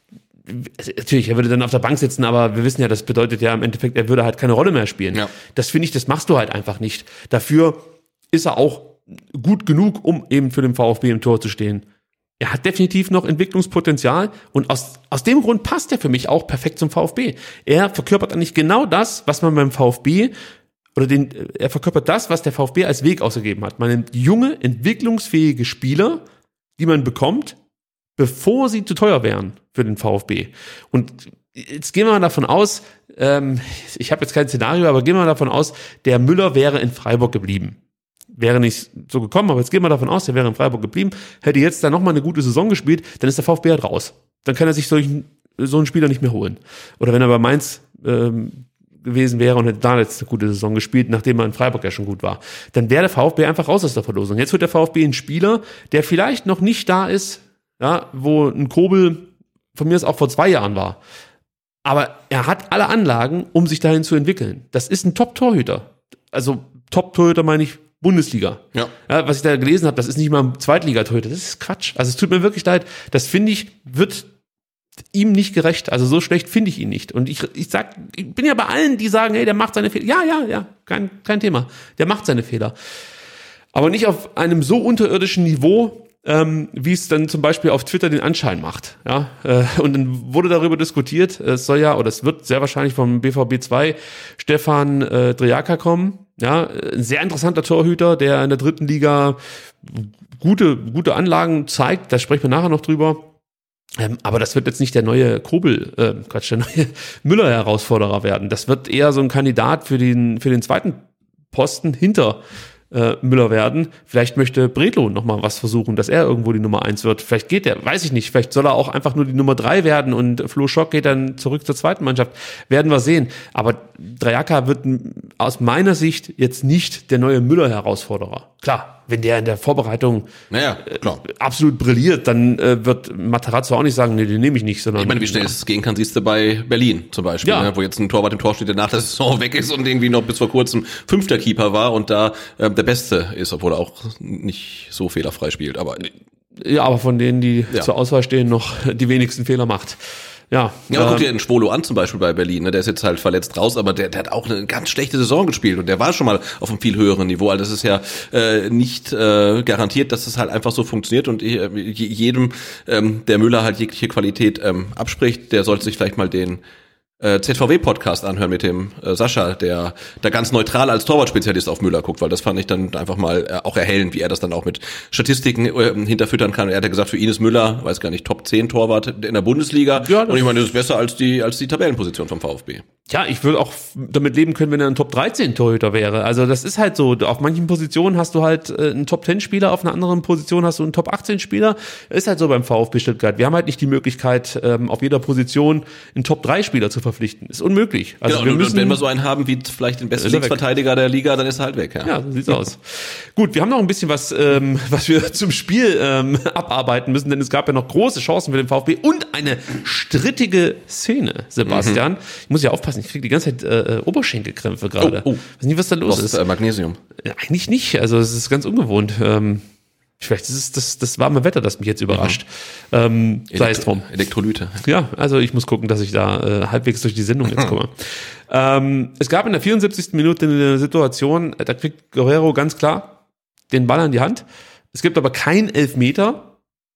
natürlich, er würde dann auf der Bank sitzen, aber wir wissen ja, das bedeutet ja im Endeffekt, er würde halt keine Rolle mehr spielen. Ja. Das finde ich, das machst du halt einfach nicht. Dafür ist er auch gut genug, um eben für den VfB im Tor zu stehen. Er hat definitiv noch Entwicklungspotenzial, und aus, aus dem Grund passt er für mich auch perfekt zum VfB. Er verkörpert eigentlich genau das, was man beim VfB, oder den, er verkörpert das, was der VfB als Weg ausgegeben hat. Man nimmt junge, entwicklungsfähige Spieler, die man bekommt, bevor sie zu teuer wären für den VfB. Und jetzt gehen wir mal davon aus, ähm, ich habe jetzt kein Szenario, aber gehen wir mal davon aus, der Müller wäre in Freiburg geblieben. Wäre nicht so gekommen, aber jetzt gehen wir davon aus, der wäre in Freiburg geblieben, hätte jetzt da nochmal eine gute Saison gespielt, dann ist der VfB halt raus. Dann kann er sich solchen, so einen Spieler nicht mehr holen. Oder wenn er bei Mainz ähm, gewesen wäre und hätte da jetzt eine gute Saison gespielt, nachdem er in Freiburg ja schon gut war, dann wäre der VfB einfach raus aus der Verlosung. Jetzt wird der VfB ein Spieler, der vielleicht noch nicht da ist, ja, wo ein Kobel von mir aus auch vor zwei Jahren war. Aber er hat alle Anlagen, um sich dahin zu entwickeln. Das ist ein Top-Torhüter. Also Top-Torhüter meine ich Bundesliga. Ja. Ja, was ich da gelesen habe, das ist nicht mal ein Zweitligatorhüter. Das ist Quatsch. Also es tut mir wirklich leid. Das finde ich, wird ihm nicht gerecht. Also so schlecht finde ich ihn nicht. Und ich, ich sag, ich bin ja bei allen, die sagen, hey, der macht seine Fehler. Ja, ja, ja, kein, kein Thema. Der macht seine Fehler. Aber nicht auf einem so unterirdischen Niveau, ähm, wie es dann zum Beispiel auf Twitter den Anschein macht. Ja, äh, und dann wurde darüber diskutiert, es soll ja, oder es wird sehr wahrscheinlich vom B V B zwei Stefan äh, Drejaka kommen. Ja, ein sehr interessanter Torhüter, der in der dritten Liga gute, gute Anlagen zeigt. Da sprechen wir nachher noch drüber. Ähm, aber das wird jetzt nicht der neue Kobel, äh, Quatsch, der neue Müller-Herausforderer werden. Das wird eher so ein Kandidat für den, für den zweiten Posten hinter äh, Müller werden. Vielleicht möchte Bredlow noch mal was versuchen, dass er irgendwo die Nummer eins wird. Vielleicht geht er, weiß ich nicht. Vielleicht soll er auch einfach nur die Nummer drei werden und Flo Schock geht dann zurück zur zweiten Mannschaft. Werden wir sehen. Aber Drejaka wird aus meiner Sicht jetzt nicht der neue Müller-Herausforderer. Klar, wenn der in der Vorbereitung naja, klar. Äh, absolut brilliert, dann äh, wird Matarazzo auch nicht sagen, nee, den nehme ich nicht. Sondern ich meine, wie schnell es gehen kann, siehst du bei Berlin zum Beispiel, ja. ne, wo jetzt ein Torwart im Tor steht, der nach der Saison weg ist und irgendwie noch bis vor kurzem fünfter Keeper war und da äh, der Beste ist, obwohl er auch nicht so fehlerfrei spielt. Aber ja, aber von denen, die ja. zur Auswahl stehen, noch die wenigsten Fehler macht. Ja, ja, aber ähm, guck dir den Schwolo an zum Beispiel bei Berlin, ne? Der ist jetzt halt verletzt raus, aber der, der hat auch eine ganz schlechte Saison gespielt und der war schon mal auf einem viel höheren Niveau. Also das ist ja äh, nicht äh, garantiert, dass das halt einfach so funktioniert und äh, jedem, ähm, der Müller halt jegliche Qualität ähm, abspricht, der sollte sich vielleicht mal den äh, Z V W-Podcast anhören mit dem äh, Sascha, der da ganz neutral als Torwartspezialist auf Müller guckt, weil das fand ich dann einfach mal äh, auch erhellend, wie er das dann auch mit Statistiken äh, hinterfüttern kann. Er hat ja gesagt, für ihn ist Müller, weiß gar nicht, Top zehn Torwart in der Bundesliga. Ja, und ich meine, das ist besser als die als die Tabellenposition vom VfB. Ja, ich würde auch damit leben können, wenn er ein Top dreizehn Torhüter wäre. Also das ist halt so, auf manchen Positionen hast du halt äh, einen Top zehn Spieler, auf einer anderen Position hast du einen Top achtzehn Spieler. Ist halt so beim VfB Stuttgart. Wir haben halt nicht die Möglichkeit, ähm, auf jeder Position einen Top drei Spieler zu verpflichten. Ist unmöglich. Also genau, wir und, müssen, und wenn wir so einen haben wie vielleicht den besten Linksverteidiger der Liga, dann ist er halt weg. Ja, ja so sieht's aus. Gut, wir haben noch ein bisschen was, ähm, was wir zum Spiel ähm, abarbeiten müssen, denn es gab ja noch große Chancen für den VfB und eine strittige Szene, Sebastian. Mhm. Ich muss ja aufpassen, ich kriege die ganze Zeit äh, Oberschenkelkrämpfe gerade. Oh, oh. Weiß nicht, was da los ist. Äh, Magnesium. Ja, eigentlich nicht. Also es ist ganz ungewohnt. Ähm, vielleicht ist es das, das warme Wetter, das mich jetzt überrascht. Mhm. Ähm, sei es drum. Elektrolyte. Ja, also ich muss gucken, dass ich da äh, halbwegs durch die Sendung jetzt komme. ähm, es gab in der vierundsiebzigsten Minute eine Situation, da kriegt Guerrero ganz klar den Ball an die Hand. Es gibt aber keinen Elfmeter.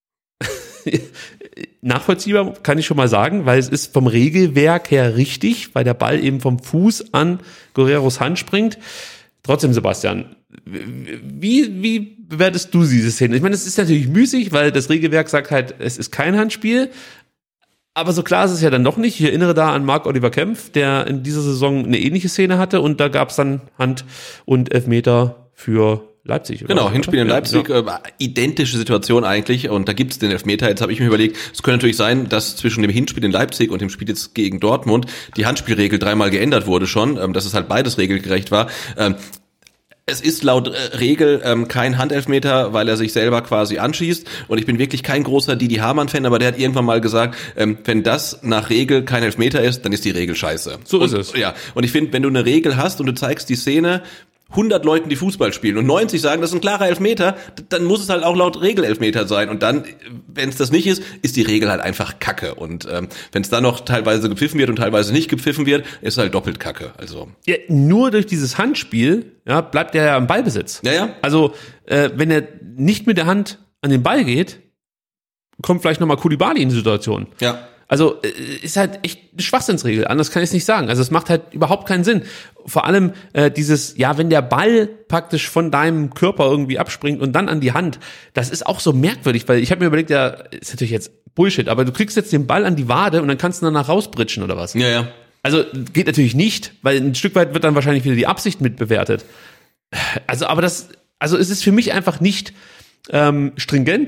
Nachvollziehbar, kann ich schon mal sagen, weil es ist vom Regelwerk her richtig, weil der Ball eben vom Fuß an Guerreros Hand springt. Trotzdem, Sebastian, wie, wie bewertest du diese Szene? Ich meine, es ist natürlich müßig, weil das Regelwerk sagt halt, es ist kein Handspiel, aber so klar ist es ja dann doch nicht. Ich erinnere da an Marc-Oliver Kempf, der in dieser Saison eine ähnliche Szene hatte und da gab es dann Hand und Elfmeter für Leipzig. Oder? Genau, Hinspiel in Leipzig, ja. äh, identische Situation eigentlich und da gibt's den Elfmeter. Jetzt habe ich mir überlegt, es könnte natürlich sein, dass zwischen dem Hinspiel in Leipzig und dem Spiel jetzt gegen Dortmund die Handspielregel dreimal geändert wurde schon, ähm, dass es halt beides regelgerecht war. Ähm, Es ist laut äh, Regel ähm, kein Handelfmeter, weil er sich selber quasi anschießt. Und ich bin wirklich kein großer Didi Hamann-Fan, aber der hat irgendwann mal gesagt, ähm, wenn das nach Regel kein Elfmeter ist, dann ist die Regel scheiße. So und, ist es. Ja. Und ich finde, wenn du eine Regel hast und du zeigst die Szene hundert Leuten, die Fußball spielen und neunzig sagen, das ist ein klarer Elfmeter, dann muss es halt auch laut Regel Elfmeter sein. Und dann, wenn es das nicht ist, ist die Regel halt einfach Kacke. Und ähm, wenn es dann noch teilweise gepfiffen wird und teilweise nicht gepfiffen wird, ist es halt doppelt Kacke. Also ja, nur durch dieses Handspiel ja, bleibt er ja im Ballbesitz. Ja, ja. Also äh, wenn er nicht mit der Hand an den Ball geht, kommt vielleicht nochmal Koulibaly in die Situation. Ja. Also ist halt echt eine Schwachsinnsregel, anders kann ich es nicht sagen. Also es macht halt überhaupt keinen Sinn. Vor allem äh, dieses, ja, wenn der Ball praktisch von deinem Körper irgendwie abspringt und dann an die Hand, das ist auch so merkwürdig, weil ich habe mir überlegt, ja, ist natürlich jetzt Bullshit, aber du kriegst jetzt den Ball an die Wade und dann kannst du danach rausbritschen oder was? Ja, ja. Also geht natürlich nicht, weil ein Stück weit wird dann wahrscheinlich wieder die Absicht mitbewertet. Also, aber das, also es ist für mich einfach nicht ähm, stringent.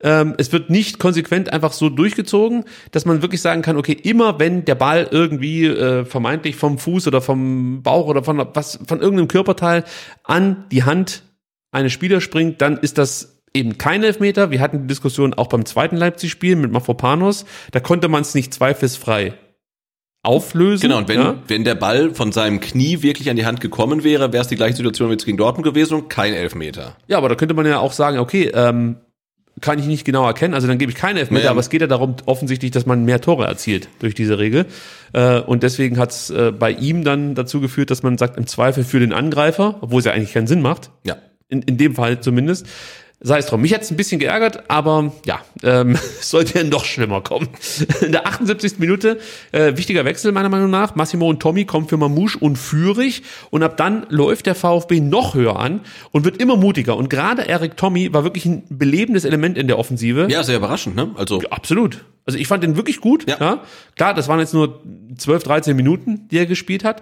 Ähm, es wird nicht konsequent einfach so durchgezogen, dass man wirklich sagen kann, okay, immer wenn der Ball irgendwie äh, vermeintlich vom Fuß oder vom Bauch oder von was von irgendeinem Körperteil an die Hand eines Spielers springt, dann ist das eben kein Elfmeter. Wir hatten die Diskussion auch beim zweiten Leipzig-Spiel mit Mavropanos. Da konnte man es nicht zweifelsfrei auflösen. Genau, und wenn, ja? wenn der Ball von seinem Knie wirklich an die Hand gekommen wäre, wäre es die gleiche Situation wie jetzt gegen Dortmund gewesen und kein Elfmeter. Ja, aber da könnte man ja auch sagen, okay, ähm, kann ich nicht genau erkennen, also dann gebe ich keinen Elfmeter, Ja. aber es geht ja darum offensichtlich, dass man mehr Tore erzielt durch diese Regel. Äh, und deswegen hat es äh, bei ihm dann dazu geführt, dass man sagt, im Zweifel für den Angreifer, obwohl es ja eigentlich keinen Sinn macht, Ja. in, in dem Fall zumindest, sei es drum. Mich hat es ein bisschen geärgert, aber ja, ähm, es sollte ja noch schlimmer kommen. In der achtundsiebzigsten Minute, äh, wichtiger Wechsel meiner Meinung nach, Massimo und Tommy kommen für Mamouche und Führig und ab dann läuft der VfB noch höher an und wird immer mutiger und gerade Erik Tommy war wirklich ein belebendes Element in der Offensive. Ja, sehr überraschend, ne? Also Ja, absolut. Also ich fand den wirklich gut. Ja. Ja. Klar, das waren jetzt nur zwölf, dreizehn Minuten, die er gespielt hat.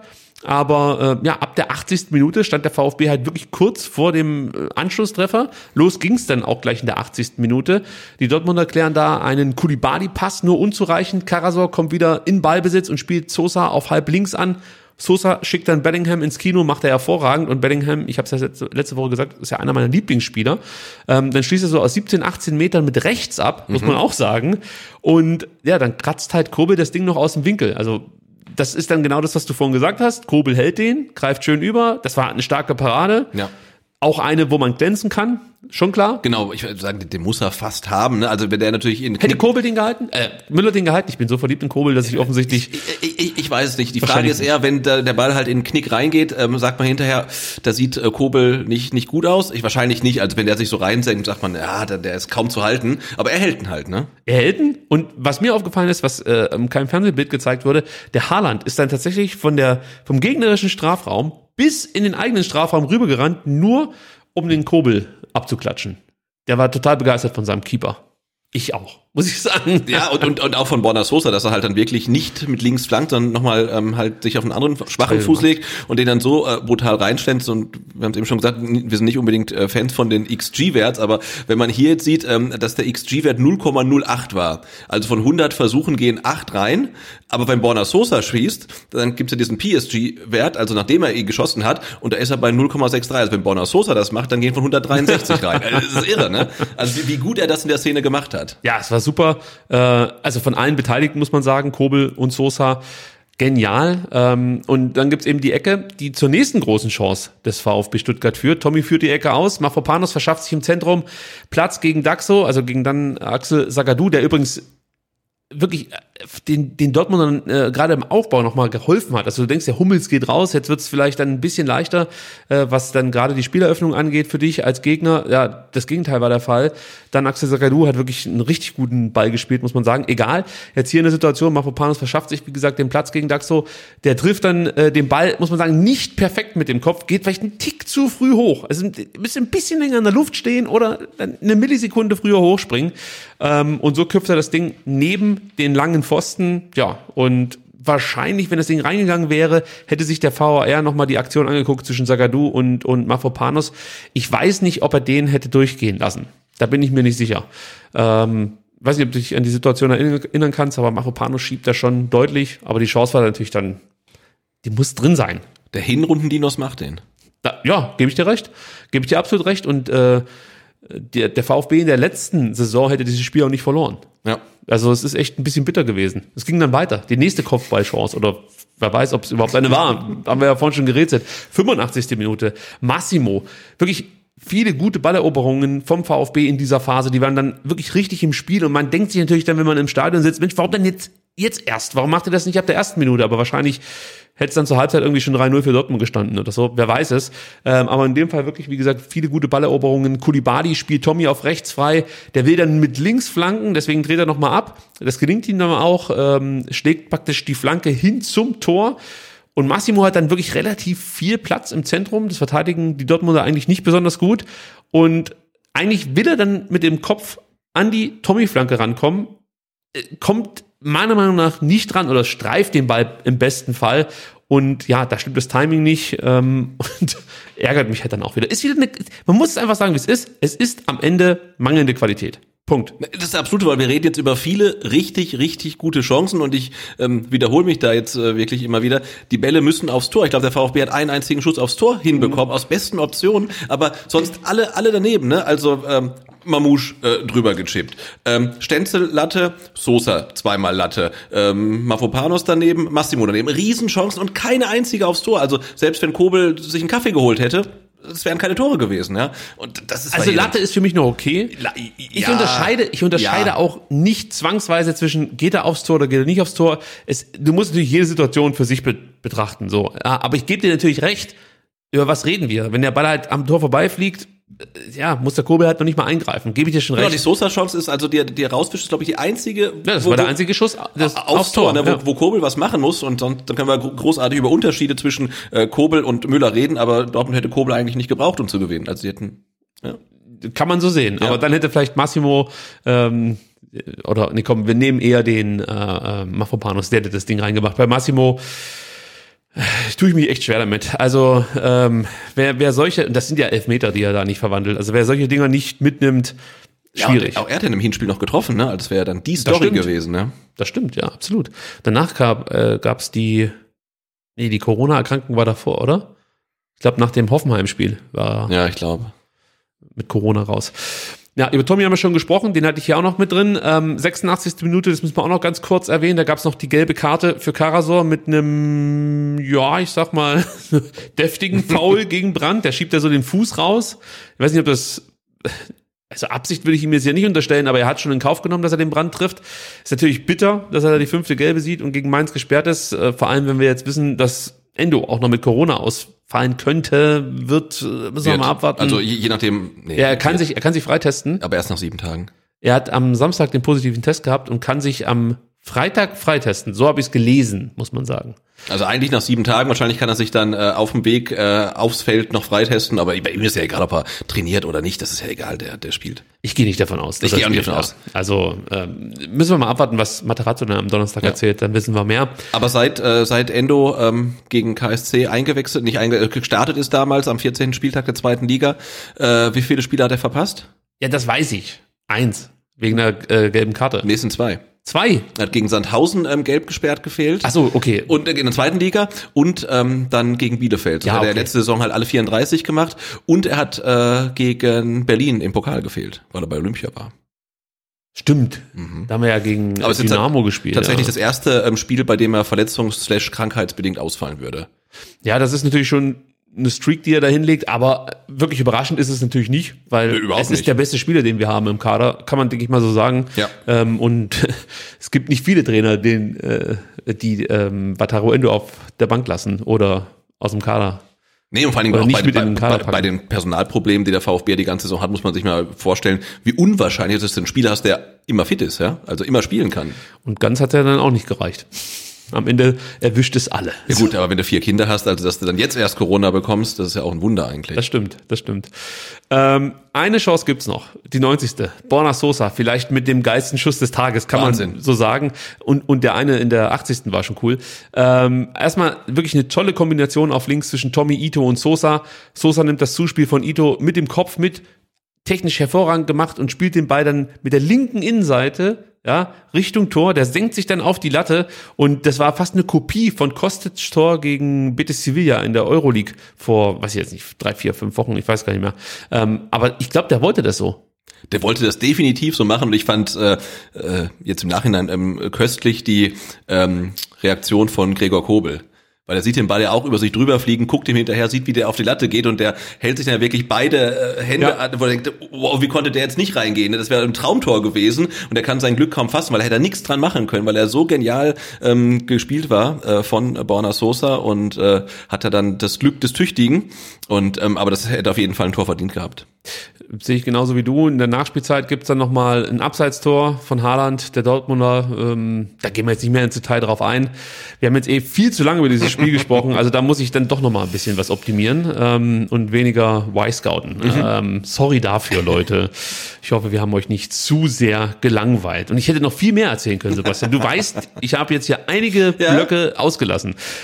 Aber äh, ja, ab der achtzigsten Minute stand der VfB halt wirklich kurz vor dem äh, Anschlusstreffer. Los ging's dann auch gleich in der achtzigsten Minute. Die Dortmunder klären da einen Koulibaly-Pass, nur unzureichend. Karasor kommt wieder in Ballbesitz und spielt Sosa auf halb links an. Sosa schickt dann Bellingham ins Kino, macht er hervorragend. Und Bellingham, ich habe es ja letzte, letzte Woche gesagt, ist ja einer meiner Lieblingsspieler. Ähm, dann schließt er so aus siebzehn, achtzehn Metern mit rechts ab, muss man auch sagen. Und ja, dann kratzt halt Kobel das Ding noch aus dem Winkel. Also das ist dann genau das, was du vorhin gesagt hast. Kobel hält den, greift schön über. Das war eine starke Parade. Ja. Auch eine, wo man glänzen kann. Schon klar. Genau, ich würde sagen, den muss er fast haben. Ne? Also wenn der natürlich in Hätte Kobel den gehalten? Äh, Müller den gehalten? Ich bin so verliebt in Kobel, dass ich offensichtlich... Ich, ich, ich weiß es nicht. Die Frage ist eher, wenn der, der Ball halt in den Knick reingeht, ähm, sagt man hinterher, da sieht äh, Kobel nicht nicht gut aus. Ich wahrscheinlich nicht. Also wenn der sich so reinsenkt, sagt man, ja, der, der ist kaum zu halten. Aber er hält ihn halt, ne? Er hält ihn. Und was mir aufgefallen ist, was äh, im keinem Fernsehbild gezeigt wurde, der Haaland ist dann tatsächlich von der vom gegnerischen Strafraum bis in den eigenen Strafraum rübergerannt, nur um den Kobel abzuklatschen. Der war total begeistert von seinem Keeper. Ich auch, muss ich sagen. Ja, und, und, und auch von Borna Sosa, dass er halt dann wirklich nicht mit links flankt, sondern nochmal ähm, halt sich auf einen anderen schwachen Fuß legt und den dann so äh, brutal reinschlänzt. Und wir haben es eben schon gesagt, wir sind nicht unbedingt äh, Fans von den X G-Werts, aber wenn man hier jetzt sieht, ähm, dass der X G-Wert null Komma null acht war, also von hundert Versuchen gehen acht rein, aber wenn Borna Sosa schießt, dann gibt's ja diesen P S G-Wert, also nachdem er ihn geschossen hat, und da ist er bei null Komma sechs drei. Also wenn Borna Sosa das macht, dann gehen von hundertdreiundsechzig rein. Das ist irre, ne? Also wie, wie gut er das in der Szene gemacht hat. Ja, es war super. Äh, also von allen Beteiligten muss man sagen, Kobel und Sosa, genial. Ähm, und dann gibt's eben die Ecke, die zur nächsten großen Chance des VfB Stuttgart führt. Tommy führt die Ecke aus, Mavropanos verschafft sich im Zentrum Platz gegen Daxo, also gegen dann Axel Zagadou, der übrigens wirklich den, den Dortmundern äh, gerade im Aufbau nochmal geholfen hat. Also du denkst, der Hummels geht raus, jetzt wird's vielleicht dann ein bisschen leichter, äh, was dann gerade die Spieleröffnung angeht für dich als Gegner. Ja, das Gegenteil war der Fall. Dann Axel Zagadou hat wirklich einen richtig guten Ball gespielt, muss man sagen. Egal, jetzt hier in der Situation, Mavropanos verschafft sich, wie gesagt, den Platz gegen Daxo. Der trifft dann äh, den Ball, muss man sagen, nicht perfekt mit dem Kopf, geht vielleicht einen Tick zu früh hoch. Also müsste ein bisschen länger in der Luft stehen oder eine Millisekunde früher hochspringen. Ähm, und so köpft er das Ding neben den langen Pfosten, ja, und wahrscheinlich, wenn das Ding reingegangen wäre, hätte sich der V A R nochmal die Aktion angeguckt zwischen Zagadou und, und Mavropanos. Ich weiß nicht, ob er den hätte durchgehen lassen. Da bin ich mir nicht sicher. Ähm, weiß nicht, ob du dich an die Situation erinnern kannst, aber Mavropanos schiebt da schon deutlich, aber die Chance war natürlich dann, die muss drin sein. Der Hinrundendinos macht den. Da, ja, gebe ich dir recht. Gebe ich dir absolut recht und äh, der, der VfB in der letzten Saison hätte dieses Spiel auch nicht verloren. Ja. Also es ist echt ein bisschen bitter gewesen. Es ging dann weiter. Die nächste Kopfballchance oder wer weiß, ob es überhaupt eine war. Haben wir ja vorhin schon gerätselt. fünfundachtzigste Minute. Massimo. Wirklich viele gute Balleroberungen vom VfB in dieser Phase. Die waren dann wirklich richtig im Spiel. Und man denkt sich natürlich dann, wenn man im Stadion sitzt, Mensch, warum denn jetzt, jetzt erst? Warum macht ihr das nicht ab der ersten Minute? Aber wahrscheinlich hätte es dann zur Halbzeit irgendwie schon drei null für Dortmund gestanden oder so, wer weiß es. Ähm, aber in dem Fall wirklich, wie gesagt, viele gute Balleroberungen. Koulibaly spielt Tommy auf rechts frei, der will dann mit links flanken, deswegen dreht er nochmal ab. Das gelingt ihm dann auch, ähm, schlägt praktisch die Flanke hin zum Tor. Und Massimo hat dann wirklich relativ viel Platz im Zentrum. Das verteidigen die Dortmunder eigentlich nicht besonders gut. Und eigentlich will er dann mit dem Kopf an die Tommy-Flanke rankommen, kommt meiner Meinung nach nicht dran oder streift den Ball im besten Fall. Und ja, da stimmt das Timing nicht ähm, und ärgert mich halt dann auch wieder. Ist wieder eine, man muss es einfach sagen, wie es ist. Es ist am Ende mangelnde Qualität. Punkt. Das ist absolut, weil wir reden jetzt über viele richtig, richtig gute Chancen und ich ähm, wiederhole mich da jetzt äh, wirklich immer wieder. Die Bälle müssen aufs Tor. Ich glaube, der VfB hat einen einzigen Schuss aufs Tor hinbekommen, mhm. aus besten Optionen, aber sonst alle alle daneben. Ne? Also ähm, Mamouche äh, drüber gechippt. Ähm, Stenzel Latte, Sosa zweimal Latte, ähm, Mavropanos daneben, Massimo daneben. Riesenchancen und keine einzige aufs Tor. Also selbst wenn Kobel sich einen Kaffee geholt hätte, es wären keine Tore gewesen, ja. Und das ist also Latte ist für mich noch okay. La- ich ja, unterscheide, ich unterscheide ja. auch nicht zwangsweise zwischen geht er aufs Tor oder geht er nicht aufs Tor. Es, du musst natürlich jede Situation für sich be- betrachten, so. Ja, aber ich gebe dir natürlich recht. Über was reden wir? Wenn der Ball halt am Tor vorbeifliegt, ja, muss der Kobel halt noch nicht mal eingreifen. Gebe ich dir schon recht. Genau, die Sosa-Chance ist, also die, die rausfischt, ist, glaube ich, die einzige. Ja, das wo, war der einzige Schuss das aufs, aufs Tor, Tor ne, ja. wo, wo Kobel was machen muss. Und dann, dann können wir großartig über Unterschiede zwischen äh, Kobel und Müller reden, aber Dortmund hätte Kobel eigentlich nicht gebraucht, um zu gewinnen. Also sie hätten, ja. Kann man so sehen. Ja. Aber dann hätte vielleicht Massimo, ähm, oder, nee, komm, wir nehmen eher den äh, äh, Mavropanos, der hätte das Ding reingemacht. Bei Massimo tue ich mich echt schwer damit. Also ähm, wer, wer solche, das sind ja Elfmeter, die er da nicht verwandelt, also wer solche Dinger nicht mitnimmt, schwierig. Ja, auch er hat ja im Hinspiel noch getroffen, ne? Das wäre ja dann die Story gewesen, ne? Das stimmt, ja, absolut. Danach gab äh, gab's die, nee, die Corona-Erkrankung war davor, oder? Ich glaube, nach dem Hoffenheim-Spiel war ja, ich glaube mit Corona raus. Ja, über Tommy haben wir schon gesprochen, den hatte ich hier auch noch mit drin. Ähm, sechsundachtzigste Minute, das müssen wir auch noch ganz kurz erwähnen, da gab es noch die gelbe Karte für Karasor mit einem, ja, ich sag mal, deftigen Foul gegen Brandt. Der schiebt ja so den Fuß raus. Ich weiß nicht, ob das, also Absicht würde ich ihm jetzt hier nicht unterstellen, aber er hat schon in Kauf genommen, dass er den Brandt trifft. Ist natürlich bitter, dass er da die fünfte Gelbe sieht und gegen Mainz gesperrt ist, äh, vor allem wenn wir jetzt wissen, dass Endo auch noch mit Corona ausfallen könnte, wird, müssen wir mal abwarten. Also je, je nachdem, nee. Er kann sich, er kann sich freitesten. Aber erst nach sieben Tagen. Er hat am Samstag den positiven Test gehabt und kann sich am Freitag freitesten. So habe ich es gelesen, muss man sagen. Also eigentlich nach sieben Tagen. Wahrscheinlich kann er sich dann äh, auf dem Weg äh, aufs Feld noch freitesten. Aber bei ihm ist ja egal, ob er trainiert oder nicht. Das ist ja egal, der der spielt. Ich gehe nicht davon aus. Ich gehe auch nicht davon aus. Also ähm, müssen wir mal abwarten, was Materazzo dann am Donnerstag ja. erzählt. Dann wissen wir mehr. Aber seit äh, seit Endo ähm, gegen K S C eingewechselt, nicht einge- gestartet ist damals am vierzehnten Spieltag der zweiten Liga, äh, wie viele Spiele hat er verpasst? Ja, das weiß ich. Eins. Wegen der äh, gelben Karte. Nee, es sind zwei. Zwei? Er hat gegen Sandhausen ähm, gelb gesperrt gefehlt. Ach so, okay. Und äh, in der zweiten Liga und ähm, dann gegen Bielefeld. Das ja, hat okay. er letzte Saison halt alle vierunddreißig gemacht. Und er hat äh, gegen Berlin im Pokal gefehlt, weil er bei Olympia war. Stimmt. Mhm. Da haben wir ja gegen Aber Dynamo t- gespielt. Tatsächlich ja. das erste ähm, Spiel, bei dem er verletzungs-krankheitsbedingt ausfallen würde. Ja, das ist natürlich schon eine Streak, die er da hinlegt, aber wirklich überraschend ist es natürlich nicht, weil nee, es ist nicht. der beste Spieler, den wir haben im Kader, kann man, denke ich mal, so sagen. Ja. Ähm, und es gibt nicht viele Trainer, den, äh, die ähm, Wataru Endo auf der Bank lassen oder aus dem Kader. Nee, und vor allem Oder auch nicht bei, mit bei, in den Kader bei, packen. bei den Personalproblemen, die der VfB die ganze Saison hat, muss man sich mal vorstellen, wie unwahrscheinlich es ist, dass du einen Spieler hast, der immer fit ist, ja, also immer spielen kann. Und ganz hat er dann auch nicht gereicht. Am Ende erwischt es alle. Ja gut, aber wenn du vier Kinder hast, also dass du dann jetzt erst Corona bekommst, das ist ja auch ein Wunder eigentlich. Das stimmt, das stimmt. Ähm, eine Chance gibt's noch, die neunzigste Borna Sosa, vielleicht mit dem geilsten Schuss des Tages, kann Wahnsinn. man so sagen. Und, und der eine in der achtzigsten war schon cool. Ähm, erstmal wirklich eine tolle Kombination auf links zwischen Tommy, Ito und Sosa. Sosa nimmt das Zuspiel von Ito mit dem Kopf mit, technisch hervorragend gemacht und spielt den Ball dann mit der linken Innenseite, ja, Richtung Tor, der senkt sich dann auf die Latte und das war fast eine Kopie von Kostic's Tor gegen Betis Sevilla in der Euroleague vor, weiß ich jetzt nicht, drei, vier, fünf Wochen, ich weiß gar nicht mehr. Ähm, aber ich glaube, der wollte das so. Der wollte das definitiv so machen und ich fand äh, äh, jetzt im Nachhinein ähm, köstlich die ähm, Reaktion von Gregor Kobel. Weil er sieht den Ball ja auch über sich drüber fliegen, guckt ihm hinterher, sieht, wie der auf die Latte geht und der hält sich dann wirklich beide äh, Hände Ja. an, wo er denkt, wow, wie konnte der jetzt nicht reingehen? Das wäre ein Traumtor gewesen und er kann sein Glück kaum fassen, weil er hätte nichts dran machen können, weil er so genial ähm, gespielt war äh, von Borna Sosa und äh, hat er dann das Glück des Tüchtigen und ähm, aber das hätte auf jeden Fall ein Tor verdient gehabt. Sehe ich genauso wie du. In der Nachspielzeit gibt's dann nochmal ein Abseitstor von Haaland, der Dortmunder. Ähm, da gehen wir jetzt nicht mehr ins Detail drauf ein. Wir haben jetzt eh viel zu lange über dieses Spiel gesprochen, also da muss ich dann doch nochmal ein bisschen was optimieren ähm, und weniger Y-Scouten. Mhm. Ähm, sorry dafür, Leute. Ich hoffe, wir haben euch nicht zu sehr gelangweilt. Und ich hätte noch viel mehr erzählen können, Sebastian. Du weißt, ich habe jetzt hier einige Ja. Blöcke ausgelassen.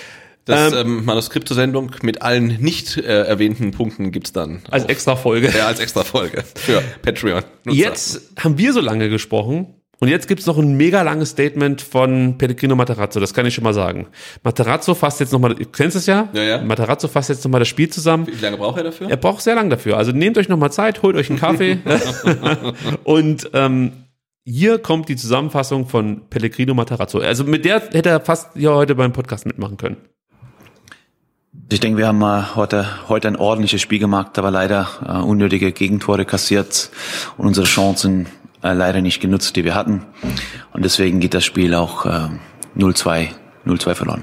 Das Ähm, ähm, Manuskript zur Sendung mit allen nicht äh, erwähnten Punkten gibt's dann. Als auf- extra Folge. Ja, als extra Folge für Patreon. Jetzt haben wir so lange gesprochen und jetzt gibt's noch ein mega langes Statement von Pellegrino Matarazzo, das kann ich schon mal sagen. Matarazzo fasst jetzt nochmal, du kennst es ja? Ja, ja. Matarazzo fasst jetzt nochmal das Spiel zusammen. Wie lange braucht er dafür? Er braucht sehr lang dafür. Also nehmt euch nochmal Zeit, holt euch einen Kaffee und ähm, hier kommt die Zusammenfassung von Pellegrino Matarazzo. Also mit der hätte er fast hier heute beim Podcast mitmachen können. Ich denke, wir haben äh, heute, heute ein ordentliches Spiel gemacht, aber leider äh, unnötige Gegentore kassiert und unsere Chancen äh, leider nicht genutzt, die wir hatten. Und deswegen geht das Spiel auch äh, null zwei verloren.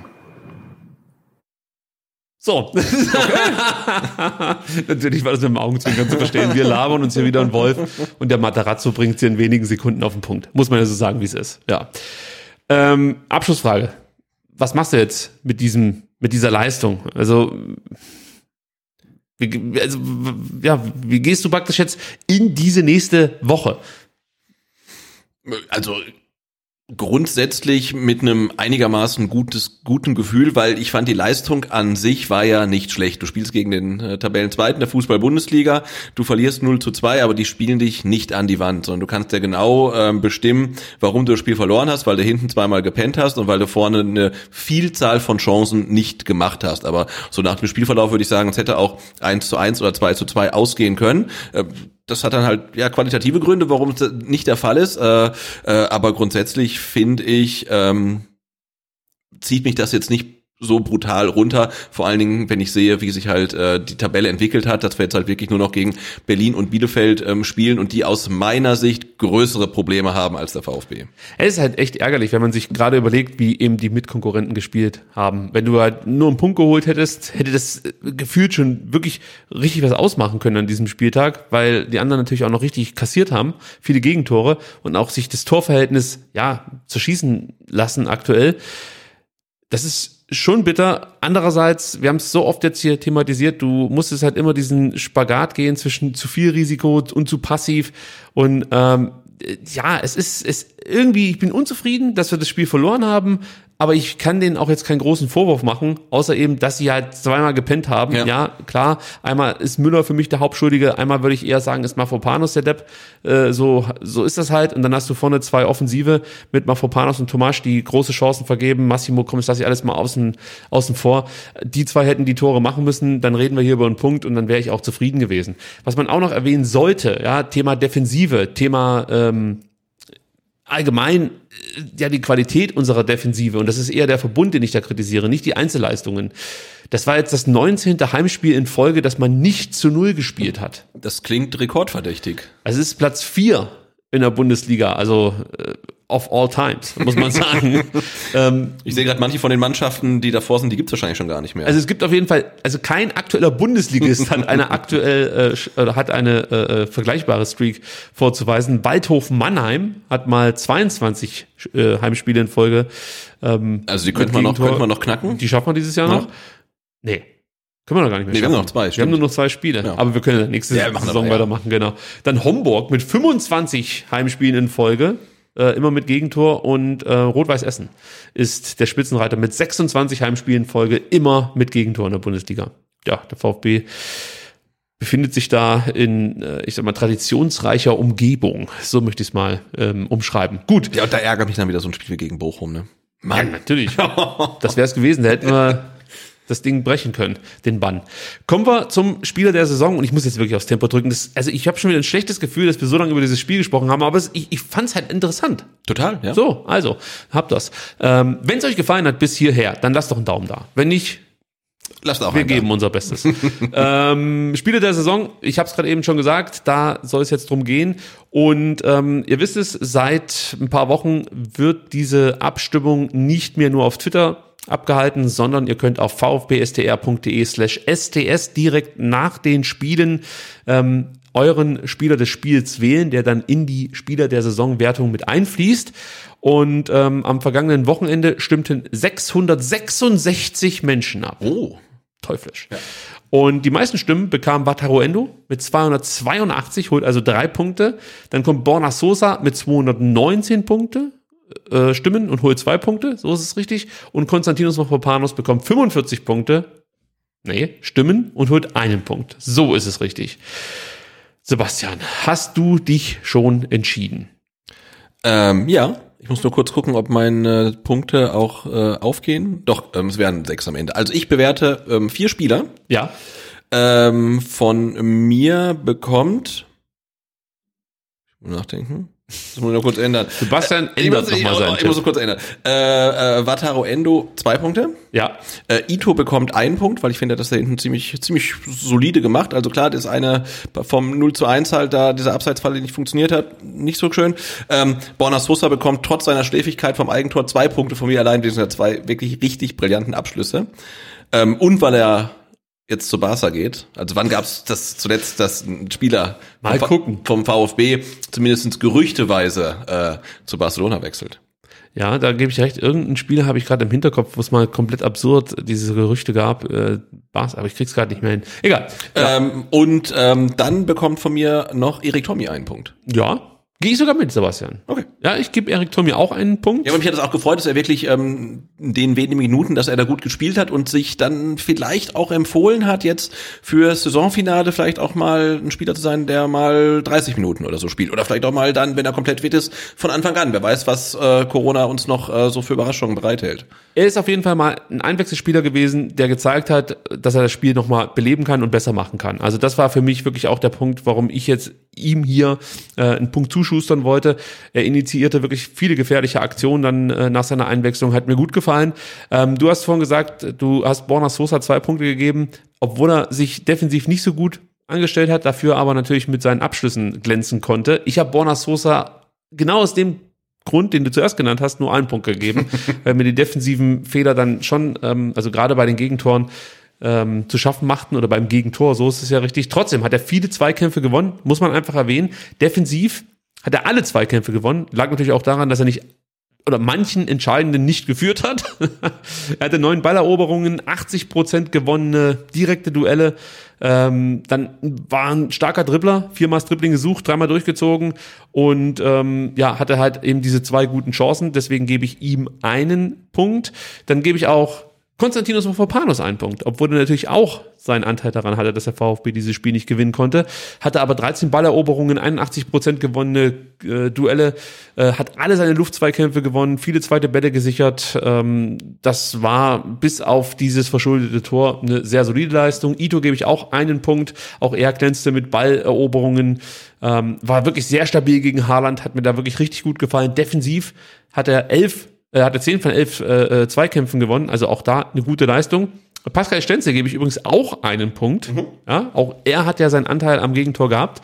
So. Natürlich war das mit dem Augenzwinkern zu verstehen. Wir labern uns hier wieder einen Wolf und der Matarazzo bringt sie in wenigen Sekunden auf den Punkt. Muss man ja so sagen, wie es ist. Ja. Ähm, Abschlussfrage. Was machst du jetzt mit diesem, mit dieser Leistung? Also, wie, also, ja, wie gehst du praktisch jetzt in diese nächste Woche? Also grundsätzlich mit einem einigermaßen gutes, guten Gefühl, weil ich fand, die Leistung an sich war ja nicht schlecht. Du spielst gegen den äh, Tabellenzweiten der Fußball-Bundesliga, du verlierst null zu zwei, aber die spielen dich nicht an die Wand, sondern du kannst ja genau ähm, bestimmen, warum du das Spiel verloren hast, weil du hinten zweimal gepennt hast und weil du vorne eine Vielzahl von Chancen nicht gemacht hast. Aber so nach dem Spielverlauf würde ich sagen, es hätte auch eins zu eins oder zwei zu zwei ausgehen können. Äh, Das hat dann halt ja qualitative Gründe, warum es nicht der Fall ist. Äh, äh, aber grundsätzlich finde ich, ähm, zieht mich das jetzt nicht so brutal runter. Vor allen Dingen, wenn ich sehe, wie sich halt äh, die Tabelle entwickelt hat, dass wir jetzt halt wirklich nur noch gegen Berlin und Bielefeld ähm, spielen und die aus meiner Sicht größere Probleme haben als der VfB. Es ist halt echt ärgerlich, wenn man sich gerade überlegt, wie eben die Mitkonkurrenten gespielt haben. Wenn du halt nur einen Punkt geholt hättest, hätte das gefühlt schon wirklich richtig was ausmachen können an diesem Spieltag, weil die anderen natürlich auch noch richtig kassiert haben, viele Gegentore und auch sich das Torverhältnis, ja, zerschießen lassen aktuell. Das ist schon bitter. Andererseits, wir haben es so oft jetzt hier thematisiert, du musstest halt immer diesen Spagat gehen zwischen zu viel Risiko und zu passiv. Und ähm, ja, es ist es irgendwie, ich bin unzufrieden, dass wir das Spiel verloren haben, aber ich kann denen auch jetzt keinen großen Vorwurf machen, außer eben, dass sie halt zweimal gepennt haben. Ja, ja klar, einmal ist Müller für mich der Hauptschuldige, einmal würde ich eher sagen, ist Mafropanos der Depp. Äh, so so ist das halt. Und dann hast du vorne zwei Offensive mit Mafropanos und Tomasch, die große Chancen vergeben. Massimo kommt, lasse ich alles mal außen, außen vor. Die zwei hätten die Tore machen müssen, dann reden wir hier über einen Punkt und dann wäre ich auch zufrieden gewesen. Was man auch noch erwähnen sollte, ja, Thema Defensive, Thema ähm, allgemein ja die Qualität unserer Defensive, und das ist eher der Verbund, den ich da kritisiere, nicht die Einzelleistungen. Das war jetzt das neunzehnte Heimspiel in Folge, dass man nicht zu Null gespielt hat. Das klingt rekordverdächtig. Also es ist Platz vier in der Bundesliga, also äh, of all times, muss man sagen. ähm, ich sehe gerade, manche von den Mannschaften, die davor sind, die gibt's wahrscheinlich schon gar nicht mehr. Also es gibt auf jeden Fall, also kein aktueller Bundesligist hat eine aktuell äh, oder hat eine äh, vergleichbare Streak vorzuweisen. Waldhofen Mannheim hat mal zweiundzwanzig äh, Heimspiele in Folge. Ähm, also die könnte man noch, könnte man noch knacken. Die schaffen wir dieses Jahr ja. noch? Nee. Können wir noch gar nicht mehr nee, schaffen. Wir haben noch zwei, Wir haben nur noch zwei Spiele. Ja. Aber wir können ja nächste ja, Saison aber, weitermachen, ja. Genau. Dann Homburg mit fünfundzwanzig Heimspielen in Folge. Äh, immer mit Gegentor, und äh, Rot-Weiß Essen ist der Spitzenreiter mit sechsundzwanzig Heimspielen in Folge, immer mit Gegentor in der Bundesliga. Ja, der VfB befindet sich da in, äh, ich sag mal, traditionsreicher Umgebung. So möchte ich es mal ähm, umschreiben. Gut. Ja, und da ärgert mich dann wieder so ein Spiel wie gegen Bochum, ne? Mann. Ja, natürlich. Das wäre es gewesen. Da hätten wir das Ding brechen können, den Bann. Kommen wir zum Spieler der Saison, und ich muss jetzt wirklich aufs Tempo drücken. Das, also ich habe schon wieder ein schlechtes Gefühl, dass wir so lange über dieses Spiel gesprochen haben, aber es, ich, ich fand es halt interessant. Total, ja. So, also, habt das. Ähm, wenn es euch gefallen hat bis hierher, dann lasst doch einen Daumen da. Wenn nicht, lasst auch wir geben unser Bestes. ähm, Spieler der Saison, ich habe es gerade eben schon gesagt, da soll es jetzt drum gehen. Und ähm, ihr wisst es, seit ein paar Wochen wird diese Abstimmung nicht mehr nur auf Twitter abgehalten, sondern ihr könnt auf vfbstr.de slash sts direkt nach den Spielen ähm, euren Spieler des Spiels wählen, der dann in die Spieler der Saisonwertung mit einfließt. Und ähm, am vergangenen Wochenende stimmten sechshundertsechsundsechzig Menschen ab. Oh. Teuflisch. Ja. Und die meisten Stimmen bekam Wataru Endo mit zweihundertzweiundachtzig, holt also drei Punkte. Dann kommt Borna Sosa mit zweihundertneunzehn Punkte. äh, Stimmen und holt zwei Punkte, so ist es richtig. Und Konstantinos Mavropanos bekommt fünfundvierzig Punkte, nee, Stimmen und holt einen Punkt. So ist es richtig. Sebastian, hast du dich schon entschieden? Ähm, ja. Ich muss nur kurz gucken, ob meine Punkte auch äh, aufgehen. Doch, ähm, es werden sechs am Ende. Also ich bewerte ähm, vier Spieler. Ja. Ähm, von mir bekommt, ich muss nachdenken, das muss ich noch kurz ändern. Sebastian äh, ändert nochmal seinen Ich Tipp. muss noch kurz ändern. Äh, äh, Wataru Endo, zwei Punkte. Ja. Äh, Ito bekommt einen Punkt, weil ich finde, dass er hinten ziemlich ziemlich solide gemacht. Also klar, das ist eine vom null zu eins halt da, dieser Abseitsfall, der nicht funktioniert hat, nicht so schön. Ähm, Borna Sosa bekommt trotz seiner Schläfigkeit vom Eigentor zwei Punkte von mir allein. Das sind ja zwei wirklich richtig brillanten Abschlüsse. Ähm, und weil er jetzt zu Barca geht. Also wann gab es das zuletzt, dass ein Spieler Mal vom, gucken. vom VfB zumindest gerüchteweise äh, zu Barcelona wechselt? Ja, da gebe ich recht. Irgendein Spiel habe ich gerade im Hinterkopf, wo es mal komplett absurd diese Gerüchte gab. Äh, Barca, aber ich krieg's gerade nicht mehr hin. Egal. Ja, Ähm, und ähm, dann bekommt von mir noch Erik Tommy einen Punkt. ja. Gehe ich sogar mit, Sebastian. Okay. Ja, ich gebe Erik Tommy auch einen Punkt. Ja, aber mich hat es auch gefreut, dass er wirklich ähm, in den wenigen Minuten, dass er da gut gespielt hat und sich dann vielleicht auch empfohlen hat, jetzt für Saisonfinale vielleicht auch mal ein Spieler zu sein, der mal dreißig Minuten oder so spielt. Oder vielleicht auch mal dann, wenn er komplett fit ist, von Anfang an. Wer weiß, was äh, Corona uns noch äh, so für Überraschungen bereithält. Er ist auf jeden Fall mal ein Einwechselspieler gewesen, der gezeigt hat, dass er das Spiel nochmal beleben kann und besser machen kann. Also das war für mich wirklich auch der Punkt, warum ich jetzt ihm hier äh, einen Punkt zuschustern wollte. Er initiierte wirklich viele gefährliche Aktionen dann äh, nach seiner Einwechslung, hat mir gut gefallen. Ähm, du hast vorhin gesagt, du hast Borna Sosa zwei Punkte gegeben, obwohl er sich defensiv nicht so gut angestellt hat, dafür aber natürlich mit seinen Abschlüssen glänzen konnte. Ich habe Borna Sosa genau aus dem Grund, den du zuerst genannt hast, nur einen Punkt gegeben, weil mir die defensiven Fehler dann schon, ähm, also gerade bei den Gegentoren, ähm, zu schaffen machten oder beim Gegentor, so ist es ja richtig. Trotzdem hat er viele Zweikämpfe gewonnen, muss man einfach erwähnen. Defensiv hat er alle Zweikämpfe gewonnen, lag natürlich auch daran, dass er nicht oder manchen entscheidenden nicht geführt hat. Er hatte neun Balleroberungen, achtzig Prozent gewonnene direkte Duelle. Ähm, dann war ein starker Dribbler, viermal das Dribbling gesucht, dreimal durchgezogen und ähm, ja, hatte halt eben diese zwei guten Chancen. Deswegen gebe ich ihm einen Punkt. Dann gebe ich auch Konstantinos Mavropanos einen Punkt, obwohl er natürlich auch seinen Anteil daran hatte, dass der VfB dieses Spiel nicht gewinnen konnte. Hatte aber dreizehn Balleroberungen, einundachtzig Prozent gewonnene äh, Duelle, äh, hat alle seine Luftzweikämpfe gewonnen, viele zweite Bälle gesichert. Ähm, das war bis auf dieses verschuldete Tor eine sehr solide Leistung. Ito gebe ich auch einen Punkt. Auch er glänzte mit Balleroberungen, ähm, war wirklich sehr stabil gegen Haaland, hat mir da wirklich richtig gut gefallen. Defensiv hat er elf Er hatte zehn von elf äh, Zweikämpfen gewonnen, also auch da eine gute Leistung. Pascal Stenzel gebe ich übrigens auch einen Punkt. Mhm. Ja, auch er hat ja seinen Anteil am Gegentor gehabt.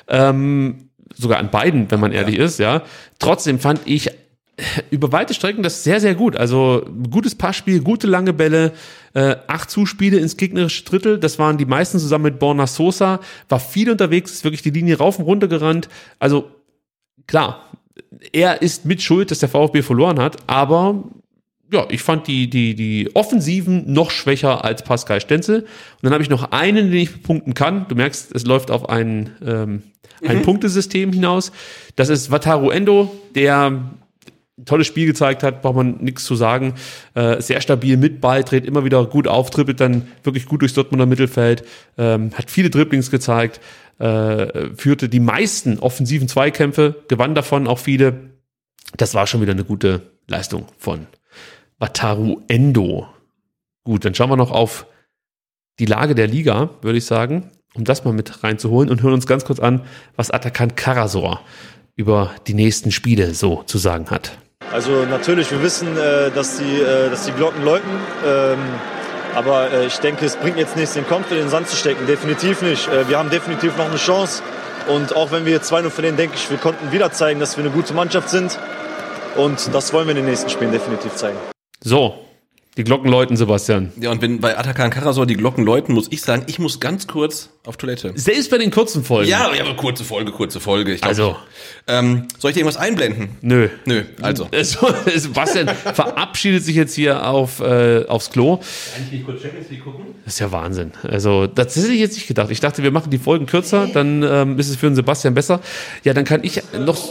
Ähm, sogar an beiden, wenn man ehrlich ja. ist. Ja. Trotzdem fand ich über weite Strecken das sehr, sehr gut. Also gutes Passspiel, gute lange Bälle, äh, acht Zuspiele ins gegnerische Drittel. Das waren die meisten zusammen mit Borna Sosa. War viel unterwegs, ist wirklich die Linie rauf und runter gerannt. Also klar, er ist mit schuld, dass der VfB verloren hat, aber ja, ich fand die, die, die Offensiven noch schwächer als Pascal Stenzel. Und dann habe ich noch einen, den ich punkten kann. Du merkst, es läuft auf ein, ähm, ein mhm. Punktesystem hinaus. Das ist Wataru Endo, der ein tolles Spiel gezeigt hat, braucht man nichts zu sagen. Äh, sehr stabil mit Ball, dreht immer wieder gut auf, trippelt dann wirklich gut durchs Dortmunder Mittelfeld, ähm, hat viele Dribblings gezeigt, äh, führte die meisten offensiven Zweikämpfe, gewann davon auch viele. Das war schon wieder eine gute Leistung von Wataru Endo. Gut, dann schauen wir noch auf die Lage der Liga, würde ich sagen, um das mal mit reinzuholen und hören uns ganz kurz an, was Atakan Karasor über die nächsten Spiele so zu sagen hat. Also natürlich, wir wissen, äh, dass, die, äh, dass die Glocken läuten, ähm, aber äh, ich denke, es bringt jetzt nichts, den Kopf in den Sand zu stecken, definitiv nicht. Äh, wir haben definitiv noch eine Chance und auch wenn wir jetzt zwei null verlieren, denke ich, wir konnten wieder zeigen, dass wir eine gute Mannschaft sind und das wollen wir in den nächsten Spielen definitiv zeigen. So, die Glocken läuten, Sebastian. Ja, und wenn bei Atakan Karasor die Glocken läuten, muss ich sagen, ich muss ganz kurz auf Toilette. Selbst bei den kurzen Folgen? Ja, ja, aber kurze Folge, kurze Folge. Ich glaub, also. Ähm, soll ich dir irgendwas einblenden? Nö. Nö, also. Sebastian verabschiedet sich jetzt hier auf, äh, aufs Klo. Eigentlich nicht kurz Champions League gucken? Das ist ja Wahnsinn. Also, das hätte ich jetzt nicht gedacht. Ich dachte, wir machen die Folgen kürzer, dann ähm, ist es für den Sebastian besser. Ja, dann kann ich noch...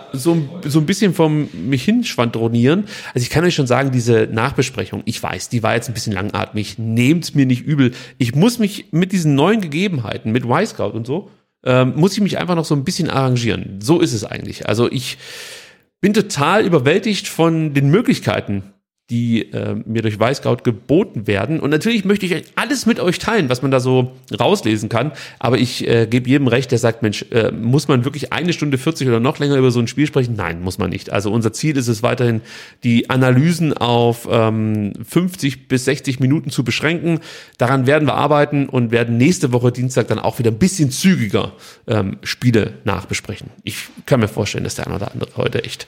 so, so ein bisschen vom mich hinschwadronieren. Also ich kann euch schon sagen, diese Nachbesprechung, ich weiß, die war jetzt ein bisschen langatmig, nehmt's mir nicht übel. Ich muss mich mit diesen neuen Gegebenheiten, mit Y-Scout und so, ähm, muss ich mich einfach noch so ein bisschen arrangieren. So ist es eigentlich. Also ich bin total überwältigt von den Möglichkeiten, die äh, mir durch Y-Scout geboten werden. Und natürlich möchte ich alles mit euch teilen, was man da so rauslesen kann. Aber ich äh, gebe jedem recht, der sagt, Mensch, äh, muss man wirklich eine Stunde vierzig oder noch länger über so ein Spiel sprechen? Nein, muss man nicht. Also unser Ziel ist es weiterhin, die Analysen auf ähm, fünfzig bis sechzig Minuten zu beschränken. Daran werden wir arbeiten und werden nächste Woche Dienstag dann auch wieder ein bisschen zügiger ähm, Spiele nachbesprechen. Ich kann mir vorstellen, dass der eine oder andere heute echt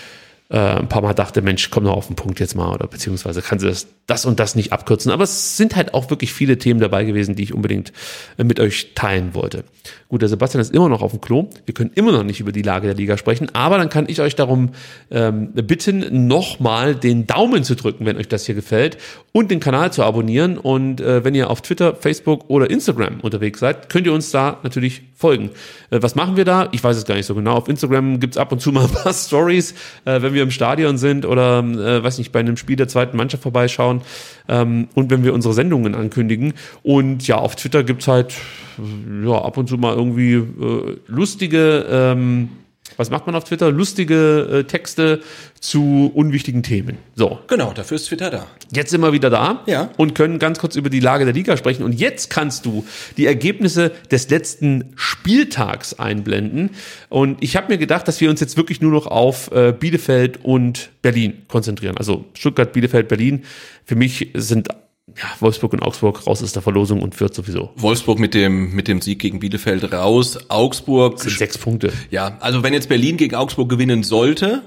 ein paar Mal dachte, Mensch, komm doch auf den Punkt jetzt mal, oder beziehungsweise kann sie das, das und das nicht abkürzen. Aber es sind halt auch wirklich viele Themen dabei gewesen, die ich unbedingt mit euch teilen wollte. Gut, der Sebastian ist immer noch auf dem Klo. Wir können immer noch nicht über die Lage der Liga sprechen, aber dann kann ich euch darum ähm, bitten, nochmal den Daumen zu drücken, wenn euch das hier gefällt, und den Kanal zu abonnieren. Und äh, wenn ihr auf Twitter, Facebook oder Instagram unterwegs seid, könnt ihr uns da natürlich folgen. Äh, was machen wir da? Ich weiß es gar nicht so genau. Auf Instagram gibt's ab und zu mal ein paar Stories, äh, wenn wir im Stadion sind oder, äh, weiß nicht, bei einem Spiel der zweiten Mannschaft vorbeischauen, ähm, und wenn wir unsere Sendungen ankündigen. Und ja, auf Twitter gibt's halt ja ab und zu mal irgendwie äh, lustige, ähm, was macht man auf Twitter? Lustige äh, Texte zu unwichtigen Themen. So. Genau, dafür ist Twitter da. Jetzt sind wir wieder da, ja, und können ganz kurz über die Lage der Liga sprechen. Und jetzt kannst du die Ergebnisse des letzten Spieltags einblenden. Und ich habe mir gedacht, dass wir uns jetzt wirklich nur noch auf äh, Bielefeld und Berlin konzentrieren. Also Stuttgart, Bielefeld, Berlin. Für mich sind ja, Wolfsburg und Augsburg raus aus der Verlosung und Fürth sowieso. Wolfsburg mit dem mit dem Sieg gegen Bielefeld raus. Augsburg das sind sechs Punkte. Ja, also wenn jetzt Berlin gegen Augsburg gewinnen sollte,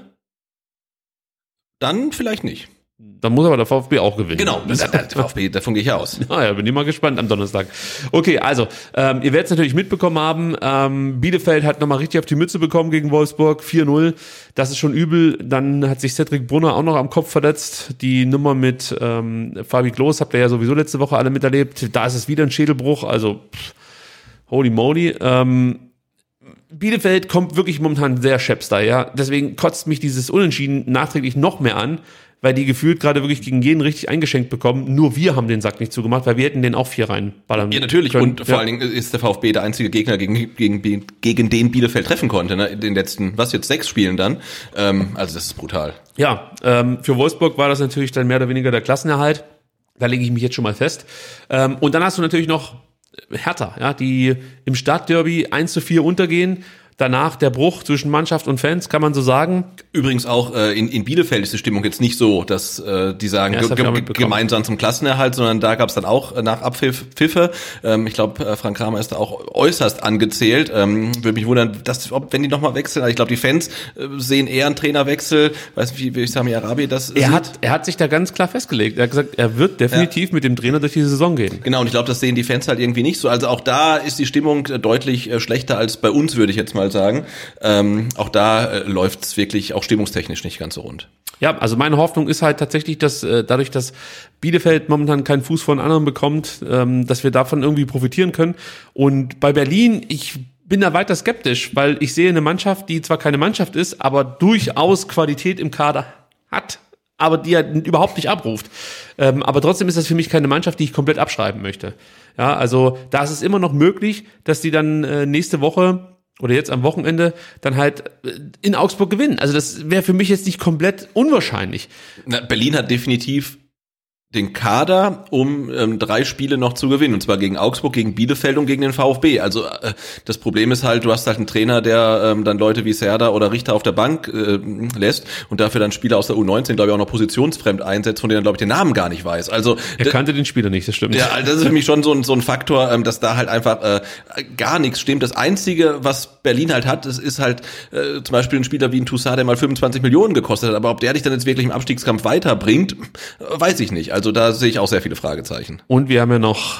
dann vielleicht nicht. Dann muss aber der VfB auch gewinnen. Genau, der, der VfB, davon gehe ich aus. Naja, bin ich mal gespannt am Donnerstag. Okay, also, ähm, ihr werdet es natürlich mitbekommen haben, ähm, Bielefeld hat nochmal richtig auf die Mütze bekommen gegen Wolfsburg, vier null. Das ist schon übel. Dann hat sich Cedric Brunner auch noch am Kopf verletzt. Die Nummer mit ähm, Fabi Klos habt ihr ja sowieso letzte Woche alle miterlebt. Da ist es wieder ein Schädelbruch, also pff, holy moly. Ähm, Bielefeld kommt wirklich momentan sehr Schepster, ja. Deswegen kotzt mich dieses Unentschieden nachträglich noch mehr an, weil die gefühlt gerade wirklich gegen jeden richtig eingeschenkt bekommen. Nur wir haben den Sack nicht zugemacht, weil wir hätten den auch vier reinballern Ja, natürlich. können. Und vor ja. allen Dingen ist der VfB der einzige Gegner, gegen, gegen, gegen den Bielefeld treffen konnte, ne? In den letzten, was jetzt, sechs Spielen dann. Ähm, also das ist brutal. Ja, ähm, für Wolfsburg war das natürlich dann mehr oder weniger der Klassenerhalt. Da lege ich mich jetzt schon mal fest. Ähm, und dann hast du natürlich noch Hertha, ja, die im Stadtderby eins zu vier untergehen. Danach der Bruch zwischen Mannschaft und Fans, kann man so sagen. Übrigens auch äh, in, in Bielefeld ist die Stimmung jetzt nicht so, dass äh, die sagen, Ja, ge- ge- gemeinsam zum Klassenerhalt, sondern da gab es dann auch äh, nach Abpfiff Pfiffe. Ähm, ich glaube, äh, Frank Kramer ist da auch äußerst angezählt. Ähm, würde mich wundern, dass, ob, wenn die nochmal wechseln, also ich glaube, die Fans äh, sehen eher einen Trainerwechsel. Weiß nicht, wie, wie Sami Arabi das Er sieht. hat, er hat sich da ganz klar festgelegt. Er hat gesagt, er wird definitiv Ja. mit dem Trainer durch die Saison gehen. Genau, und ich glaube, das sehen die Fans halt irgendwie nicht so. Also auch da ist die Stimmung äh, deutlich äh, schlechter als bei uns, würde ich jetzt mal sagen. Ähm, auch da äh, läuft es wirklich auch stimmungstechnisch nicht ganz so rund. Ja, also meine Hoffnung ist halt tatsächlich, dass äh, dadurch, dass Bielefeld momentan keinen Fuß von anderen bekommt, ähm, dass wir davon irgendwie profitieren können. Und bei Berlin, ich bin da weiter skeptisch, weil ich sehe eine Mannschaft, die zwar keine Mannschaft ist, aber durchaus Qualität im Kader hat, aber die er überhaupt nicht abruft. Ähm, aber trotzdem ist das für mich keine Mannschaft, die ich komplett abschreiben möchte. Ja, also da ist es immer noch möglich, dass die dann äh, nächste Woche oder jetzt am Wochenende dann halt in Augsburg gewinnen. Also das wäre für mich jetzt nicht komplett unwahrscheinlich. Na, Berlin hat definitiv den Kader, um ähm, drei Spiele noch zu gewinnen, und zwar gegen Augsburg, gegen Bielefeld und gegen den VfB. Also äh, das Problem ist halt, du hast halt einen Trainer, der ähm, dann Leute wie Serda oder Richter auf der Bank äh, lässt und dafür dann Spieler aus der U neunzehn, glaube ich, auch noch positionsfremd einsetzt, von denen er, glaube ich, den Namen gar nicht weiß. Also er kannte den Spieler nicht, das stimmt. Ja, das ist für mich schon so ein, so ein Faktor, ähm, dass da halt einfach äh, gar nichts stimmt. Das Einzige, was Berlin halt hat, das ist halt äh, zum Beispiel ein Spieler wie ein Toussaint, der mal fünfundzwanzig Millionen gekostet hat. Aber ob der dich dann jetzt wirklich im Abstiegskampf weiterbringt, weiß ich nicht. Also da sehe ich auch sehr viele Fragezeichen. Und wir haben ja noch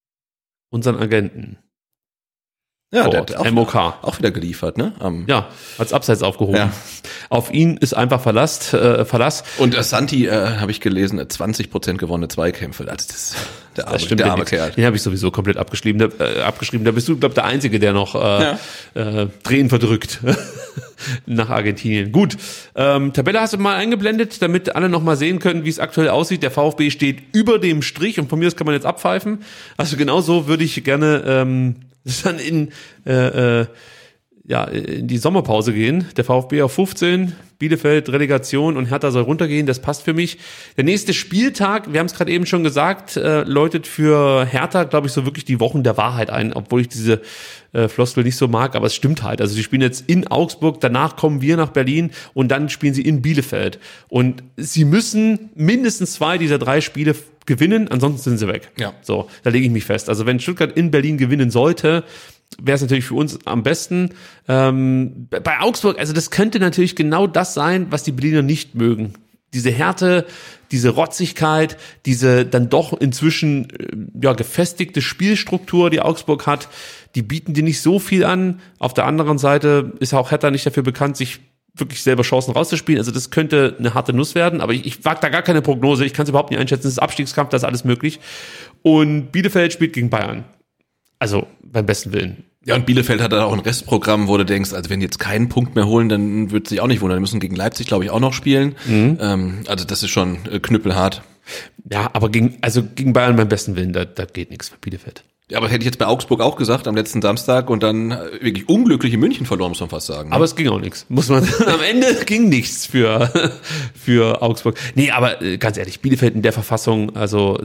unseren Agenten. Ja, Vor der Ort, hat auch, M O K. auch wieder geliefert, ne? Um, ja, als Abseits aufgehoben. Ja. Auf ihn ist einfach Verlass. Äh, Verlass. Und äh, Santi, äh, habe ich gelesen, zwanzig Prozent gewonnene Zweikämpfe. Also das, der arme, das stimmt, der arme Kerl. Den habe ich sowieso komplett abgeschrieben. Da, äh, abgeschrieben. Da bist du, glaube ich, der Einzige, der noch äh, ja. äh, Tränen verdrückt nach Argentinien. Gut, ähm, Tabelle hast du mal eingeblendet, damit alle noch mal sehen können, wie es aktuell aussieht. Der VfB steht über dem Strich und von mir aus kann man jetzt abpfeifen. Also genauso würde ich gerne ähm, dann in äh, äh, ja, in die Sommerpause gehen. Der VfB auf fünfzehn, Bielefeld Relegation und Hertha soll runtergehen. Das passt für mich. Der nächste Spieltag, wir haben es gerade eben schon gesagt, äh, läutet für Hertha, glaube ich, so wirklich die Wochen der Wahrheit ein, obwohl ich diese äh, Floskel nicht so mag, aber es stimmt halt. Also sie spielen jetzt in Augsburg, danach kommen wir nach Berlin und dann spielen sie in Bielefeld. Und sie müssen mindestens zwei dieser drei Spiele gewinnen, ansonsten sind sie weg. Ja. So, da lege ich mich fest. Also wenn Stuttgart in Berlin gewinnen sollte, wäre es natürlich für uns am besten. Ähm, bei Augsburg, also das könnte natürlich genau das sein, was die Berliner nicht mögen. Diese Härte, diese Rotzigkeit, diese dann doch inzwischen ja gefestigte Spielstruktur, die Augsburg hat, die bieten dir nicht so viel an. Auf der anderen Seite ist auch Hertha nicht dafür bekannt, sich wirklich selber Chancen rauszuspielen. Also das könnte eine harte Nuss werden, aber ich, ich wage da gar keine Prognose. Ich kann es überhaupt nicht einschätzen. Das ist Abstiegskampf, da ist alles möglich. Und Bielefeld spielt gegen Bayern. Also beim besten Willen. Ja, und Bielefeld hat da auch ein Restprogramm, wo du denkst, also wenn die jetzt keinen Punkt mehr holen, dann wird es sich auch nicht wundern. Die müssen gegen Leipzig, glaube ich, auch noch spielen. Mhm. Ähm, also das ist schon äh, knüppelhart. Ja, aber gegen, also gegen Bayern beim besten Willen, da, da geht nichts für Bielefeld. Ja, aber das hätte ich jetzt bei Augsburg auch gesagt am letzten Samstag und dann wirklich unglücklich in München verloren, muss man fast sagen. Ne? Aber es ging auch nichts. Muss man, am Ende ging nichts für, für Augsburg. Nee, aber ganz ehrlich, Bielefeld in der Verfassung, also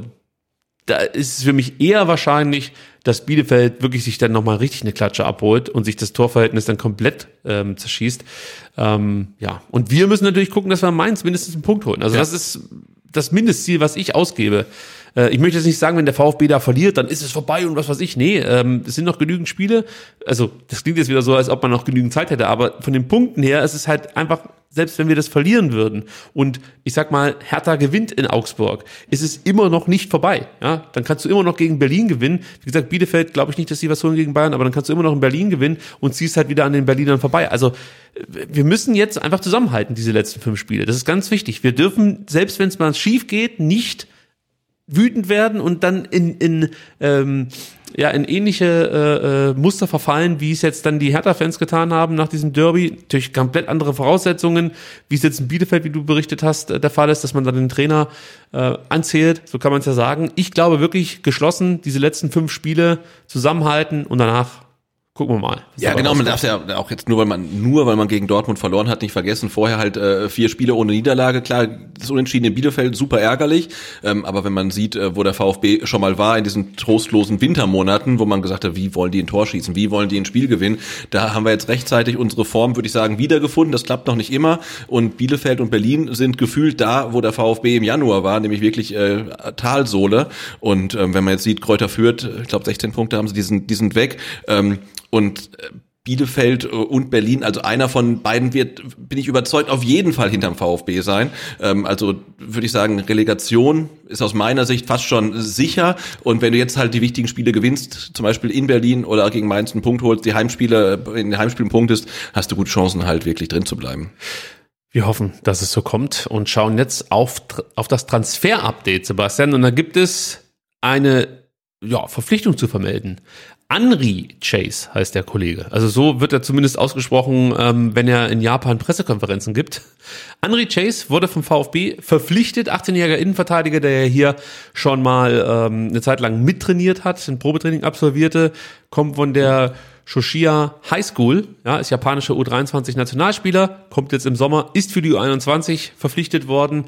da ist es für mich eher wahrscheinlich, dass Bielefeld wirklich sich dann nochmal richtig eine Klatsche abholt und sich das Torverhältnis dann komplett ähm, zerschießt. Ähm, ja, und wir müssen natürlich gucken, dass wir Mainz mindestens einen Punkt holen. Also ja. Das ist das Mindestziel, was ich ausgebe. Äh, ich möchte jetzt nicht sagen, wenn der VfB da verliert, dann ist es vorbei und was weiß ich. Nee, ähm, es sind noch genügend Spiele. Also das klingt jetzt wieder so, als ob man noch genügend Zeit hätte, aber von den Punkten her ist es halt einfach, selbst wenn wir das verlieren würden und ich sag mal, Hertha gewinnt in Augsburg, ist es immer noch nicht vorbei. Ja, dann kannst du immer noch gegen Berlin gewinnen. Wie gesagt, Bielefeld glaube ich nicht, dass sie was holen gegen Bayern, aber dann kannst du immer noch in Berlin gewinnen und ziehst halt wieder an den Berlinern vorbei. Also wir müssen jetzt einfach zusammenhalten, diese letzten fünf Spiele. Das ist ganz wichtig. Wir dürfen, selbst wenn es mal schief geht, nicht wütend werden und dann in in ähm, ja in ähnliche äh, Muster verfallen, wie es jetzt dann die Hertha-Fans getan haben nach diesem Derby. Natürlich komplett andere Voraussetzungen, wie es jetzt in Bielefeld, wie du berichtet hast, der Fall ist, dass man dann den Trainer äh, anzählt, so kann man es ja sagen. Ich glaube wirklich geschlossen, diese letzten fünf Spiele zusammenhalten und danach gucken wir mal. Ja, genau, man darf ja auch jetzt nur, weil man nur weil man gegen Dortmund verloren hat, nicht vergessen. Vorher halt äh, vier Spiele ohne Niederlage. Klar, das Unentschieden in Bielefeld, super ärgerlich. Ähm, aber wenn man sieht, äh, wo der VfB schon mal war in diesen trostlosen Wintermonaten, wo man gesagt hat, wie wollen die ein Tor schießen, wie wollen die ein Spiel gewinnen, da haben wir jetzt rechtzeitig unsere Form, würde ich sagen, wiedergefunden. Das klappt noch nicht immer. Und Bielefeld und Berlin sind gefühlt da, wo der VfB im Januar war, nämlich wirklich äh, Talsohle. Und ähm, wenn man jetzt sieht, Kräuter Fürth, ich glaube sechzehn Punkte haben sie, die sind, die sind weg. Ähm, Und Bielefeld und Berlin, also einer von beiden wird, bin ich überzeugt, auf jeden Fall hinterm VfB sein. Also würde ich sagen, Relegation ist aus meiner Sicht fast schon sicher. Und wenn du jetzt halt die wichtigen Spiele gewinnst, zum Beispiel in Berlin oder gegen Mainz einen Punkt holst, die Heimspiele, in den Heimspielen punktest, hast du gute Chancen halt wirklich drin zu bleiben. Wir hoffen, dass es so kommt und schauen jetzt auf, auf das Transfer-Update, Sebastian. Und da gibt es eine ja, Verpflichtung zu vermelden. Anri Chase heißt der Kollege. Also so wird er zumindest ausgesprochen, ähm, wenn er in Japan Pressekonferenzen gibt. Anri Chase wurde vom VfB verpflichtet, achtzehnjähriger Innenverteidiger, der ja hier schon mal ähm, eine Zeit lang mittrainiert hat, ein Probetraining absolvierte, kommt von der Shoshiya High School, ja, ist japanischer U dreiundzwanzig Nationalspieler, kommt jetzt im Sommer, ist für die U einundzwanzig verpflichtet worden.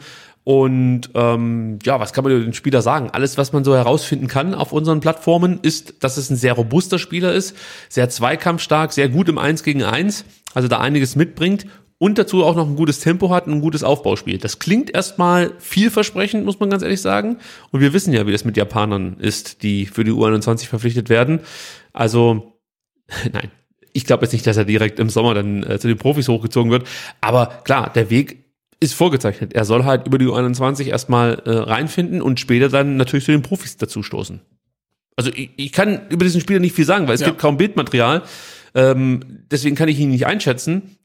Und ähm, ja, was kann man über den Spieler sagen? Alles, was man so herausfinden kann auf unseren Plattformen, ist, dass es ein sehr robuster Spieler ist, sehr zweikampfstark, sehr gut im Eins gegen Eins, also da einiges mitbringt und dazu auch noch ein gutes Tempo hat und ein gutes Aufbauspiel. Das klingt erstmal vielversprechend, muss man ganz ehrlich sagen. Und wir wissen ja, wie das mit Japanern ist, die für die U einundzwanzig verpflichtet werden. Also, nein, ich glaube jetzt nicht, dass er direkt im Sommer dann äh, zu den Profis hochgezogen wird. Aber klar, der Weg ist vorgezeichnet. Er soll halt über die U einundzwanzig erstmal äh, reinfinden und später dann natürlich zu den Profis dazu stoßen. Also ich, ich kann über diesen Spieler nicht viel sagen, weil es ja. gibt kaum Bildmaterial. Ähm, deswegen kann ich ihn nicht einschätzen.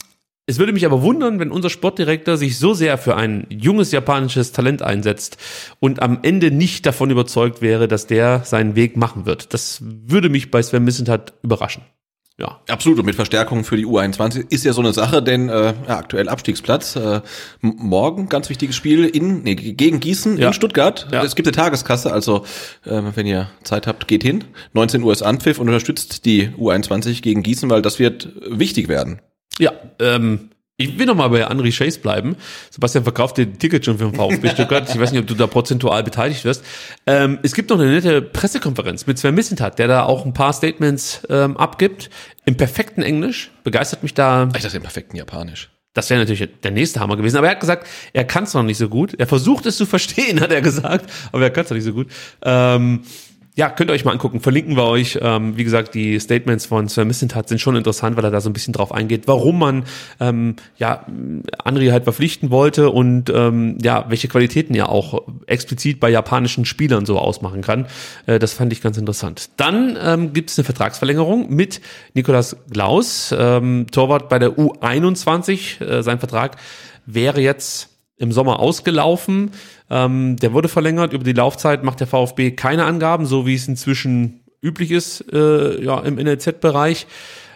Es würde mich aber wundern, wenn unser Sportdirektor sich so sehr für ein junges japanisches Talent einsetzt und am Ende nicht davon überzeugt wäre, dass der seinen Weg machen wird. Das würde mich bei Sven Mislintat überraschen. Ja, absolut. Und mit Verstärkung für die U einundzwanzig ist ja so eine Sache, denn äh, ja, aktuell Abstiegsplatz. Äh, m- morgen ganz wichtiges Spiel in nee, gegen Gießen ja. in Stuttgart. Ja. Es gibt eine Tageskasse, also äh, wenn ihr Zeit habt, geht hin. neunzehn Uhr ist Anpfiff und unterstützt die U einundzwanzig gegen Gießen, weil das wird wichtig werden. Ja, ähm, ich will nochmal bei André Chase bleiben. Sebastian verkauft dir Ticket schon für den VfB Stuttgart. Ich weiß nicht, ob du da prozentual beteiligt wirst. Ähm, es gibt noch eine nette Pressekonferenz mit Sven Mislintat, der da auch ein paar Statements ähm, abgibt. Im perfekten Englisch. Begeistert mich da. Ich dachte im perfekten Japanisch. Das wäre natürlich der nächste Hammer gewesen. Aber er hat gesagt, er kann es noch nicht so gut. Er versucht es zu verstehen, hat er gesagt. Aber er kann es noch nicht so gut. Ähm, Ja, könnt ihr euch mal angucken, verlinken wir euch. Ähm, wie gesagt, die Statements von Sven Mislintat sind schon interessant, weil er da so ein bisschen drauf eingeht, warum man ähm, ja André halt verpflichten wollte und ähm, ja welche Qualitäten er auch explizit bei japanischen Spielern so ausmachen kann. Äh, das fand ich ganz interessant. Dann ähm, gibt es eine Vertragsverlängerung mit Nikolaus Glaus, ähm, Torwart bei der U einundzwanzig. Äh, sein Vertrag wäre jetzt im Sommer ausgelaufen. Ähm, der wurde verlängert. Über die Laufzeit macht der VfB keine Angaben, so wie es inzwischen üblich ist äh, ja, im N L Z-Bereich.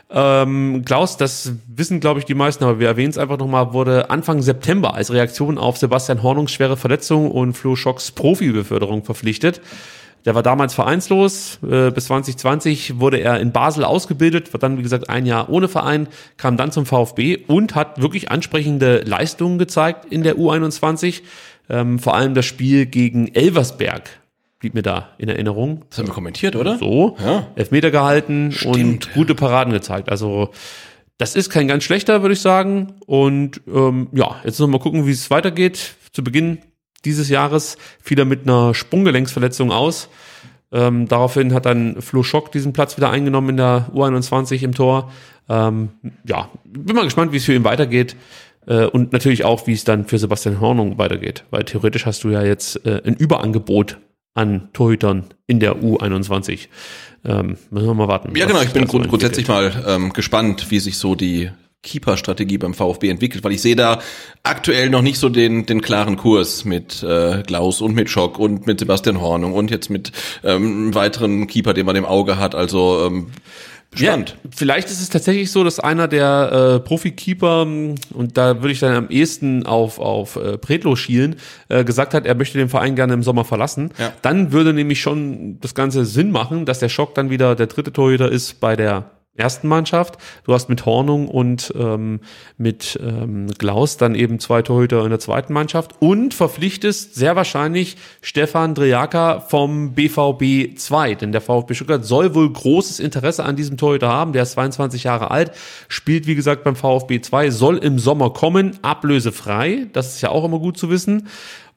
Ähm, Klaus, das wissen, glaube ich, die meisten, aber wir erwähnen es einfach nochmal, wurde Anfang September als Reaktion auf Sebastian Hornungs schwere Verletzung und Flo Schocks Profibeförderung verpflichtet. Der war damals vereinslos, äh, bis zwanzig zwanzig wurde er in Basel ausgebildet, war dann, wie gesagt, ein Jahr ohne Verein, kam dann zum VfB und hat wirklich ansprechende Leistungen gezeigt in der U einundzwanzig. Ähm, vor allem das Spiel gegen Elversberg blieb mir da in Erinnerung. Das haben wir kommentiert, oder? So, ja. Elfmeter gehalten. Stimmt, und gute Paraden gezeigt. Also das ist kein ganz schlechter, würde ich sagen. Und ähm, ja, jetzt noch mal gucken, wie es weitergeht. Zu Beginn dieses Jahres fiel er mit einer Sprunggelenksverletzung aus. Ähm, daraufhin hat dann Flo Schock diesen Platz wieder eingenommen in der U einundzwanzig im Tor. Ähm, ja, bin mal gespannt, wie es für ihn weitergeht. Äh, und natürlich auch, wie es dann für Sebastian Hornung weitergeht. Weil theoretisch hast du ja jetzt äh, ein Überangebot an Torhütern in der U einundzwanzig. Ähm, müssen wir mal warten. Ja, genau. Ich bin grund- so grundsätzlich mal ähm, gespannt, wie sich so die Keeper-Strategie beim VfB entwickelt, weil ich sehe da aktuell noch nicht so den den klaren Kurs mit äh, Glaus und mit Schock und mit Sebastian Hornung und jetzt mit ähm, einem weiteren Keeper, den man im Auge hat. Also ähm, spannend. Ja, vielleicht ist es tatsächlich so, dass einer der äh, Profi-Keeper, und da würde ich dann am ehesten auf auf äh, Pretlo schielen, äh, gesagt hat, er möchte den Verein gerne im Sommer verlassen. Ja. Dann würde nämlich schon das Ganze Sinn machen, dass der Schock dann wieder der dritte Torhüter ist bei der ersten Mannschaft. Du hast mit Hornung und ähm, mit ähm, Glaus dann eben zwei Torhüter in der zweiten Mannschaft und verpflichtest sehr wahrscheinlich Stefan Drejaka vom B V B zwei, denn der VfB Stuttgart soll wohl großes Interesse an diesem Torhüter haben. Der ist zweiundzwanzig Jahre alt, spielt wie gesagt beim VfB zwei, soll im Sommer kommen, ablösefrei. Das ist ja auch immer gut zu wissen.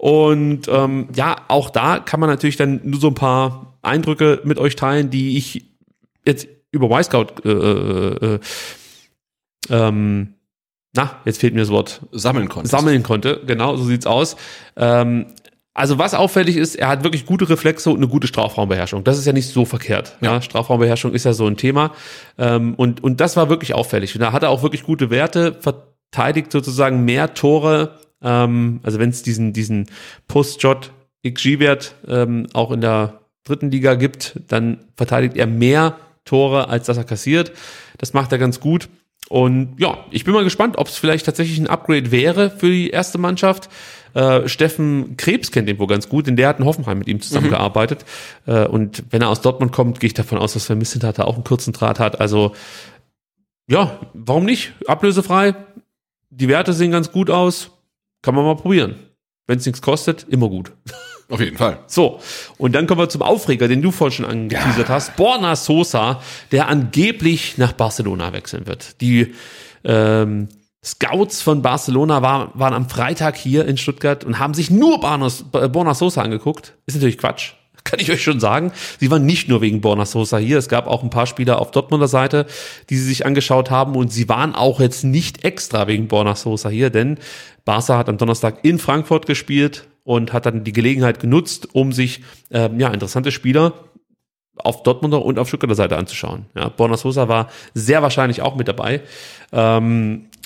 Und ähm, ja, auch da kann man natürlich dann nur so ein paar Eindrücke mit euch teilen, die ich jetzt über Y-Scout, äh, äh, ähm, na, jetzt fehlt mir das Wort. Sammeln konnte. Sammeln konnte, genau, so sieht's aus. Ähm, also was auffällig ist, er hat wirklich gute Reflexe und eine gute Strafraumbeherrschung. Das ist ja nicht so verkehrt. Ja. Ja, Strafraumbeherrschung ist ja so ein Thema. Ähm, und, und das war wirklich auffällig. Und da hat er auch wirklich gute Werte, verteidigt sozusagen mehr Tore, ähm, also wenn es diesen, diesen Post-Shot-X G-Wert ähm, auch in der dritten Liga gibt, dann verteidigt er mehr Tore, als dass er kassiert. Das macht er ganz gut. Und ja, ich bin mal gespannt, ob es vielleicht tatsächlich ein Upgrade wäre für die erste Mannschaft. Äh, Steffen Krebs kennt ihn wohl ganz gut, denn der hat in Hoffenheim mit ihm zusammengearbeitet. Mhm. Äh, und wenn er aus Dortmund kommt, gehe ich davon aus, dass Sven Mislintat auch einen kurzen Draht hat. Also ja, warum nicht? Ablösefrei. Die Werte sehen ganz gut aus. Kann man mal probieren. Wenn es nichts kostet, immer gut. Auf jeden Fall. So, und dann kommen wir zum Aufreger, den du vorhin schon angeteasert ja. hast. Borna Sosa, der angeblich nach Barcelona wechseln wird. Die ähm, Scouts von Barcelona war, waren am Freitag hier in Stuttgart und haben sich nur Bornas, Borna Sosa angeguckt. Ist natürlich Quatsch, kann ich euch schon sagen. Sie waren nicht nur wegen Borna Sosa hier. Es gab auch ein paar Spieler auf Dortmunder Seite, die sie sich angeschaut haben. Und sie waren auch jetzt nicht extra wegen Borna Sosa hier, denn Barca hat am Donnerstag in Frankfurt gespielt und hat dann die Gelegenheit genutzt, um sich ähm, ja interessante Spieler auf Dortmunder und auf Stuttgarter Seite anzuschauen. Ja, Borna Sosa war sehr wahrscheinlich auch mit dabei. Ähm,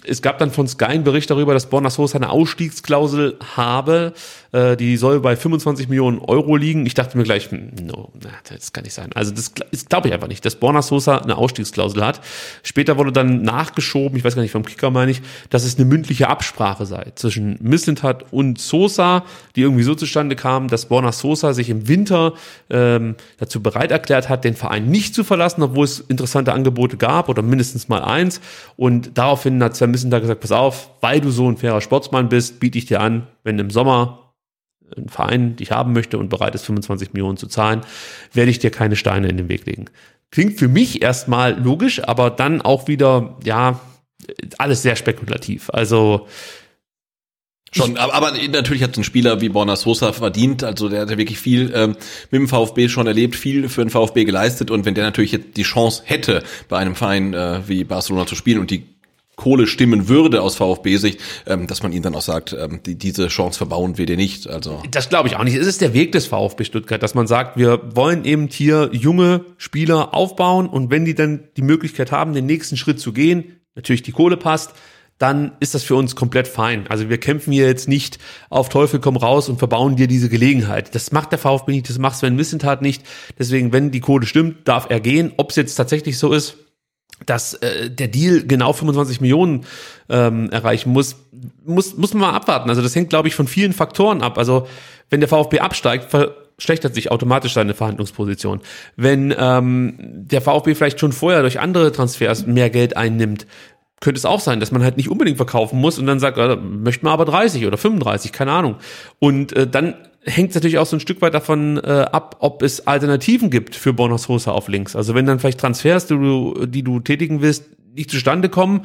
es gab dann von Sky einen Bericht darüber, dass Borna Sosa eine Ausstiegsklausel habe. Äh, die soll bei fünfundzwanzig Millionen Euro liegen. Ich dachte mir gleich, no, das kann nicht sein. Also das, das glaube ich einfach nicht, dass Borna Sosa eine Ausstiegsklausel hat. Später wurde dann nachgeschoben, ich weiß gar nicht, vom Kicker meine ich, dass es eine mündliche Absprache sei zwischen Mislintat und Sosa, die irgendwie so zustande kam, dass Borna Sosa sich im Winter ähm, dazu bereit erklärt hat, den Verein nicht zu verlassen, obwohl es interessante Angebote gab oder mindestens mal eins. Und daraufhin hat Sven Mislintat gesagt, pass auf, weil du so ein fairer Sportsmann bist, biete ich dir an, wenn im Sommer ein Verein dich haben möchte und bereit ist, fünfundzwanzig Millionen zu zahlen, werde ich dir keine Steine in den Weg legen. Klingt für mich erstmal logisch, aber dann auch wieder, ja, alles sehr spekulativ. Also Schon, aber, aber natürlich hat ein Spieler wie Borna Sosa verdient, also der hat ja wirklich viel ähm, mit dem VfB schon erlebt, viel für den VfB geleistet, und wenn der natürlich jetzt die Chance hätte, bei einem Verein äh, wie Barcelona zu spielen und die Kohle stimmen würde aus VfB-Sicht, ähm, dass man ihm dann auch sagt, ähm, die, diese Chance verbauen wir dir nicht. Also das glaube ich auch nicht. Es ist der Weg des VfB Stuttgart, dass man sagt, wir wollen eben hier junge Spieler aufbauen, und wenn die dann die Möglichkeit haben, den nächsten Schritt zu gehen, natürlich die Kohle passt, dann ist das für uns komplett fein. Also wir kämpfen hier jetzt nicht auf Teufel komm raus und verbauen dir diese Gelegenheit. Das macht der VfB nicht, das macht Sven Mislintat nicht. Deswegen, wenn die Kohle stimmt, darf er gehen. Ob es jetzt tatsächlich so ist, dass äh, der Deal genau fünfundzwanzig Millionen ähm, erreichen muss, muss, muss man mal abwarten. Also das hängt, glaube ich, von vielen Faktoren ab. Also wenn der VfB absteigt, verschlechtert sich automatisch seine Verhandlungsposition. Wenn ähm, der VfB vielleicht schon vorher durch andere Transfers mehr Geld einnimmt, könnte es auch sein, dass man halt nicht unbedingt verkaufen muss und dann sagt, äh, möchten wir aber dreißig oder fünfunddreißig, keine Ahnung. Und äh, dann hängt es natürlich auch so ein Stück weit davon äh, ab, ob es Alternativen gibt für Borna Sosa auf links. Also wenn dann vielleicht Transfers, die du, die du tätigen willst, nicht zustande kommen,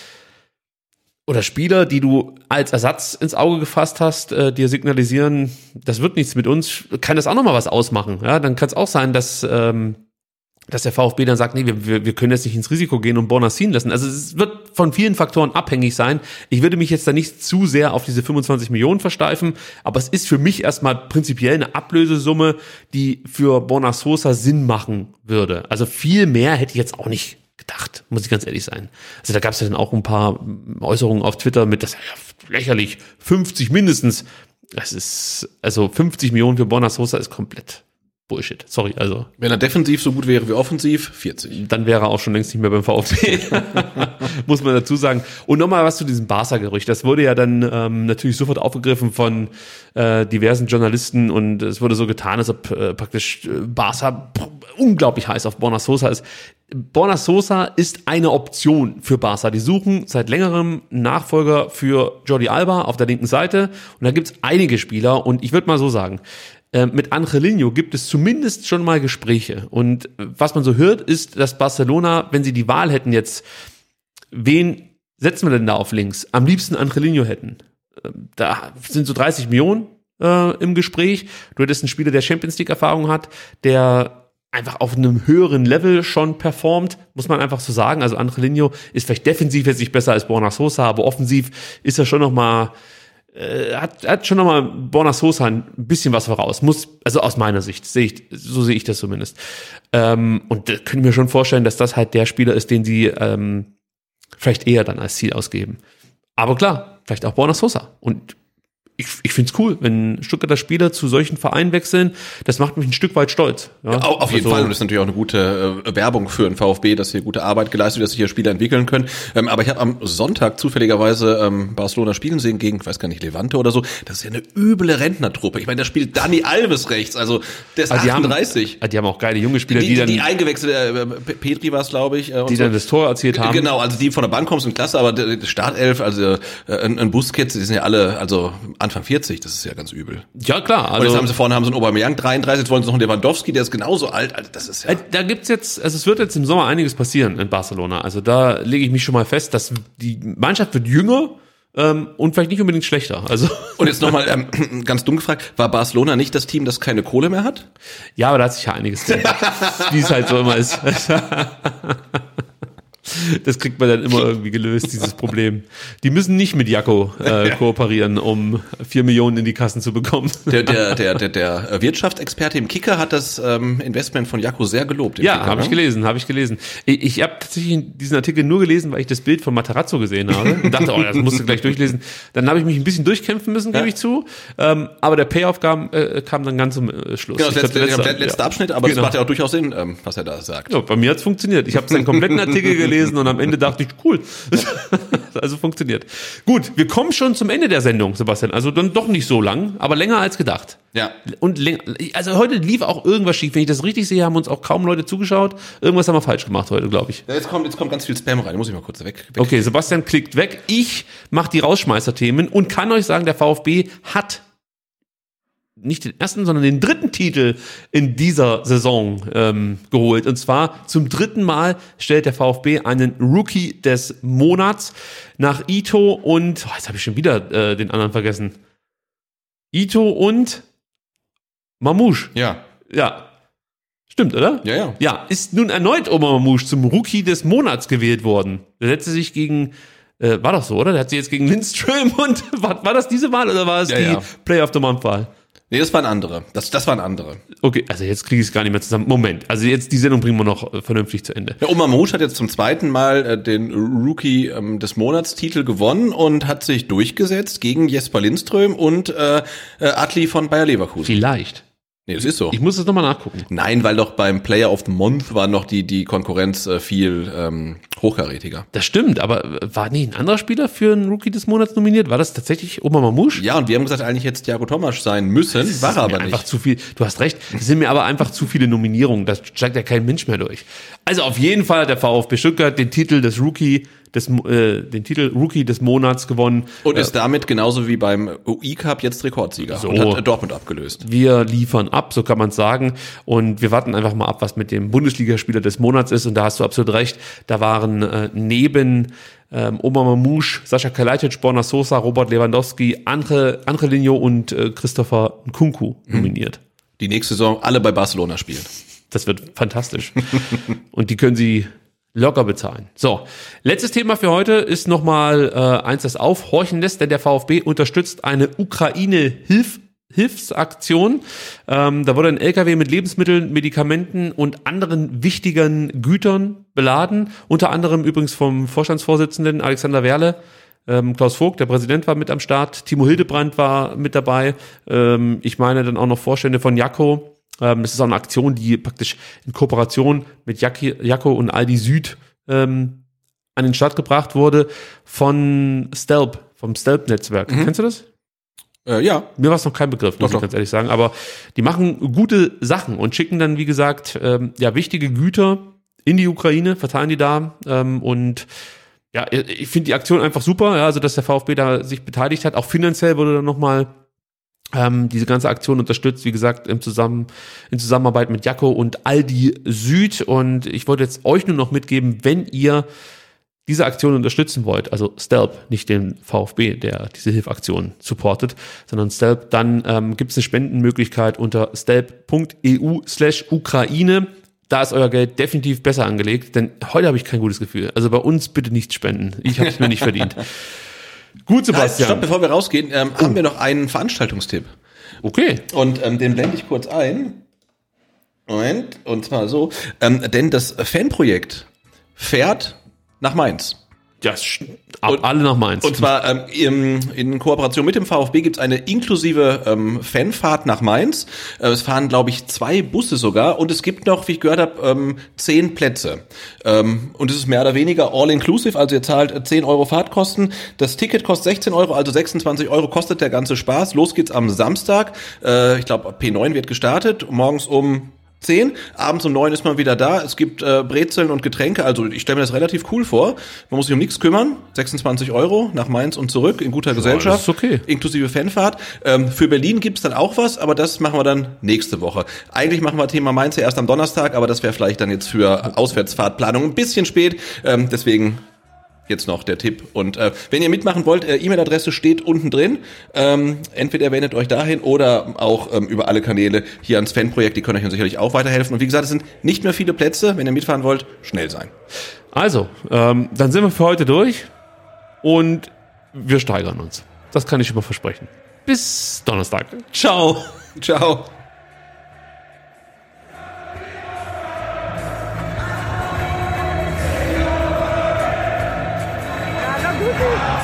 oder Spieler, die du als Ersatz ins Auge gefasst hast, äh, dir signalisieren, das wird nichts mit uns, kann das auch nochmal was ausmachen. Ja, dann kann es auch sein, dass ähm, dass der VfB dann sagt, nee, wir, wir können jetzt nicht ins Risiko gehen und Borna ziehen lassen. Also es wird von vielen Faktoren abhängig sein. Ich würde mich jetzt da nicht zu sehr auf diese fünfundzwanzig Millionen versteifen, aber es ist für mich erstmal prinzipiell eine Ablösesumme, die für Borna Sosa Sinn machen würde. Also viel mehr hätte ich jetzt auch nicht gedacht, muss ich ganz ehrlich sein. Also da gab es ja dann auch ein paar Äußerungen auf Twitter mit, das ist ja lächerlich, fünfzig mindestens. Das ist, also fünfzig Millionen für Borna Sosa ist komplett Bullshit, sorry, also. Wenn er defensiv so gut wäre wie offensiv, vierzig. Dann wäre er auch schon längst nicht mehr beim VfB. Muss man dazu sagen. Und nochmal was zu diesem Barca-Gerücht. Das wurde ja dann ähm, natürlich sofort aufgegriffen von äh, diversen Journalisten, und es wurde so getan, als ob äh, praktisch äh, Barca unglaublich heiß auf Borna Sosa ist. Borna Sosa ist eine Option für Barca. Die suchen seit längerem Nachfolger für Jordi Alba auf der linken Seite, und da gibt's einige Spieler, und ich würde mal so sagen, mit Angelino gibt es zumindest schon mal Gespräche. Und was man so hört, ist, dass Barcelona, wenn sie die Wahl hätten jetzt, wen setzen wir denn da auf links? Am liebsten Angelino hätten. Da sind so dreißig Millionen äh, im Gespräch. Du hättest einen Spieler, der Champions League Erfahrung hat, der einfach auf einem höheren Level schon performt, muss man einfach so sagen. Also Angelino ist vielleicht defensiv jetzt nicht besser als Borna Sosa, aber offensiv ist er schon noch mal Hat, hat schon nochmal Borna Sosa ein bisschen was voraus. Muss, also aus meiner Sicht, sehe ich, so sehe ich das zumindest. Ähm, und da können wir schon vorstellen, dass das halt der Spieler ist, den sie ähm, vielleicht eher dann als Ziel ausgeben. Aber klar, vielleicht auch Borna Sosa. Und ich, ich finde es cool, wenn Stuttgarter Spieler zu solchen Vereinen wechseln. Das macht mich ein Stück weit stolz. Ja, ja, auf jeden also, Fall. Und das ist natürlich auch eine gute äh, Werbung für den VfB, dass hier gute Arbeit geleistet wird, dass sich hier Spieler entwickeln können. Ähm, aber ich habe am Sonntag zufälligerweise ähm, Barcelona spielen sehen gegen, ich weiß gar nicht, Levante oder so. Das ist ja eine üble Rentnertruppe. Ich meine, da spielt Dani Alves rechts, also der ist also achtunddreißig. Die haben, die haben auch geile junge Spieler, die, die, die dann... Die eingewechselt, äh, Petri war es, glaube ich. Äh, die so. dann das Tor erzielt haben. Genau, also die von der Bank kommen, sind klasse, aber der Startelf, also äh, ein, ein Busquets, die sind ja alle, also Anfang vierzig, das ist ja ganz übel. Ja, klar. Also und jetzt haben sie vorne haben sie einen Aubameyang dreiunddreißig, jetzt wollen sie noch einen Lewandowski, der ist genauso alt. Also das ist ja. Da gibt's jetzt, also es wird jetzt im Sommer einiges passieren in Barcelona. Also da lege ich mich schon mal fest, dass die Mannschaft wird jünger ähm, und vielleicht nicht unbedingt schlechter. Also und jetzt nochmal ähm, ganz dumm gefragt, war Barcelona nicht das Team, das keine Kohle mehr hat? Ja, aber da hat sich ja einiges geändert, wie es halt so immer ist. Das kriegt man dann immer irgendwie gelöst, dieses Problem. Die müssen nicht mit Jakko äh, kooperieren, um vier Millionen in die Kassen zu bekommen. Der, der, der, der, der Wirtschaftsexperte im Kicker hat das ähm, Investment von Jakko sehr gelobt. Ja, habe ich gelesen, habe ich gelesen. Ich, ich habe tatsächlich diesen Artikel nur gelesen, weil ich das Bild von Matarazzo gesehen habe und dachte, oh, das musst du gleich durchlesen. Dann habe ich mich ein bisschen durchkämpfen müssen, gebe ja. ich zu. Ähm, aber der Payoff kam, äh, kam dann ganz zum äh, Schluss. Genau, das letzte, glaub, letzte, letzte ja. Abschnitt, aber genau. das macht ja auch durchaus Sinn, ähm, was er da sagt. Ja, bei mir hat's funktioniert. Ich habe seinen kompletten Artikel gelesen und am Ende dachte ich, cool. Also funktioniert. Gut, wir kommen schon zum Ende der Sendung, Sebastian. Also dann doch nicht so lang, aber länger als gedacht. Ja. Und länger, also heute lief auch irgendwas schief. Wenn ich das richtig sehe, haben uns auch kaum Leute zugeschaut. Irgendwas haben wir falsch gemacht heute, glaube ich. Ja, jetzt kommt, jetzt kommt ganz viel Spam rein. Muss ich mal kurz weg. weg. Okay, Sebastian klickt weg. Ich mache die Rausschmeißer-Themen und kann euch sagen, der VfB hat nicht den ersten, sondern den dritten Titel in dieser Saison ähm, geholt. Und zwar zum dritten Mal stellt der VfB einen Rookie des Monats nach Ito und, oh, jetzt habe ich schon wieder äh, den anderen vergessen. Ito und Mamouche. Ja. Ja. Stimmt, oder? Ja, ja. Ja, ist nun erneut Omar Mamouche zum Rookie des Monats gewählt worden. Der setzte sich gegen äh, war doch so, oder? Der hat sich jetzt gegen Lindström und war, war das diese Wahl oder war es ja, die ja. Player of the Month Wahl? Nee, das waren andere. Das, das waren andere. Okay, also jetzt kriege ich es gar nicht mehr zusammen. Moment, also jetzt die Sendung bringen wir noch äh, vernünftig zu Ende. Ja, Omar Mamouche hat jetzt zum zweiten Mal äh, den Rookie ähm, des Monatstitel gewonnen und hat sich durchgesetzt gegen Jesper Lindström und äh, äh, Adli von Bayer Leverkusen. Vielleicht. Nee, das ist so. Ich muss das nochmal nachgucken. Nein, weil doch beim Player of the Month war noch die, die Konkurrenz äh, viel ähm, hochkarätiger. Das stimmt, aber war nicht ein anderer Spieler für einen Rookie des Monats nominiert? War das tatsächlich Omar Mamouche? Ja, und wir haben gesagt, eigentlich hätte es Thiago Tomasch sein müssen, das war er aber mir nicht. Einfach zu viel. Du hast recht, es sind mir aber einfach zu viele Nominierungen. Das steigt ja kein Mensch mehr durch. Also auf jeden Fall hat der VfB Stuttgart den Titel des Rookie des, äh, den Titel Rookie des Monats gewonnen. Und äh, ist damit genauso wie beim U I Cup jetzt Rekordsieger so. und hat äh, Dortmund abgelöst. Wir liefern ab, so kann man sagen. Und wir warten einfach mal ab, was mit dem Bundesligaspieler des Monats ist. Und da hast du absolut recht. Da waren äh, neben ähm, Omar Mamouche, Sascha Kalajdzic, Borna Sosa, Robert Lewandowski, Andre, Angelino und äh, Christopher Nkunku nominiert. Die nächste Saison alle bei Barcelona spielen. Das wird fantastisch. Und die können sie locker bezahlen. So, letztes Thema für heute ist nochmal äh, eins, das aufhorchen lässt, denn der VfB unterstützt eine Ukraine-Hilf Hilfsaktion. Ähm, da wurde ein L K W mit Lebensmitteln, Medikamenten und anderen wichtigen Gütern beladen. Unter anderem übrigens vom Vorstandsvorsitzenden Alexander Werle. Ähm, Klaus Vogt, der Präsident, war mit am Start. Timo Hildebrand war mit dabei. Ähm, ich meine dann auch noch Vorstände von Jakko. Ähm, das ist auch eine Aktion, die praktisch in Kooperation mit Jakko und Aldi Süd ähm, an den Start gebracht wurde von Stelp, vom Stelp-Netzwerk. Mhm. Kennst du das? Äh, ja. Mir war es noch kein Begriff, muss doch, ich ganz ehrlich sagen. Aber die machen gute Sachen und schicken dann, wie gesagt, ähm, ja wichtige Güter in die Ukraine, verteilen die da. Ähm, und ja, ich finde die Aktion einfach super, ja, also dass der VfB da sich beteiligt hat. Auch finanziell wurde dann nochmal ähm, diese ganze Aktion unterstützt, wie gesagt, im Zusammen, in Zusammenarbeit mit Jakko und Aldi Süd. Und ich wollte jetzt euch nur noch mitgeben, wenn ihr diese Aktion unterstützen wollt, also Stelp, nicht den VfB, der diese Hilfaktion supportet, sondern Stelp, dann ähm, gibt es eine Spendenmöglichkeit unter stelp.eu slash Ukraine. Da ist euer Geld definitiv besser angelegt, denn heute habe ich kein gutes Gefühl. Also bei uns bitte nichts spenden. Ich habe es mir nicht verdient. Gut, Sebastian. Stopp, bevor wir rausgehen, ähm, oh. haben wir noch einen Veranstaltungstipp. Okay. Und ähm, den blende ich kurz ein. Moment, und zwar so. Ähm, denn das Fanprojekt fährt nach Mainz. Ja, ab und, alle nach Mainz. Und zwar ähm, in, in Kooperation mit dem VfB gibt es eine inklusive ähm, Fanfahrt nach Mainz. Äh, es fahren, glaube ich, zwei Busse sogar. Und es gibt noch, wie ich gehört habe, ähm, zehn Plätze. Ähm, und es ist mehr oder weniger all-inclusive. Also ihr zahlt zehn Euro Fahrtkosten. Das Ticket kostet sechzehn Euro, also sechsundzwanzig Euro kostet der ganze Spaß. Los geht's am Samstag. Äh, ich glaube, P neun wird gestartet. Morgens um zehn, abends um neun ist man wieder da. Es gibt äh, Brezeln und Getränke, also ich stelle mir das relativ cool vor. Man muss sich um nichts kümmern. sechsundzwanzig Euro nach Mainz und zurück in guter ja, Gesellschaft. Das ist okay. Inklusive Fanfahrt. Ähm, für Berlin gibt's dann auch was, aber das machen wir dann nächste Woche. Eigentlich machen wir Thema Mainz ja erst am Donnerstag, aber das wäre vielleicht dann jetzt für Auswärtsfahrtplanung ein bisschen spät. Ähm, deswegen Jetzt noch der Tipp. Und äh, wenn ihr mitmachen wollt, äh, E-Mail-Adresse steht unten drin. Ähm, entweder wendet euch dahin oder auch ähm, über alle Kanäle hier ans Fanprojekt. Die können euch sicherlich auch weiterhelfen. Und wie gesagt, es sind nicht mehr viele Plätze. Wenn ihr mitfahren wollt, schnell sein. Also, ähm, dann sind wir für heute durch und wir steigern uns. Das kann ich immer versprechen. Bis Donnerstag. Ciao. Ciao. Gut.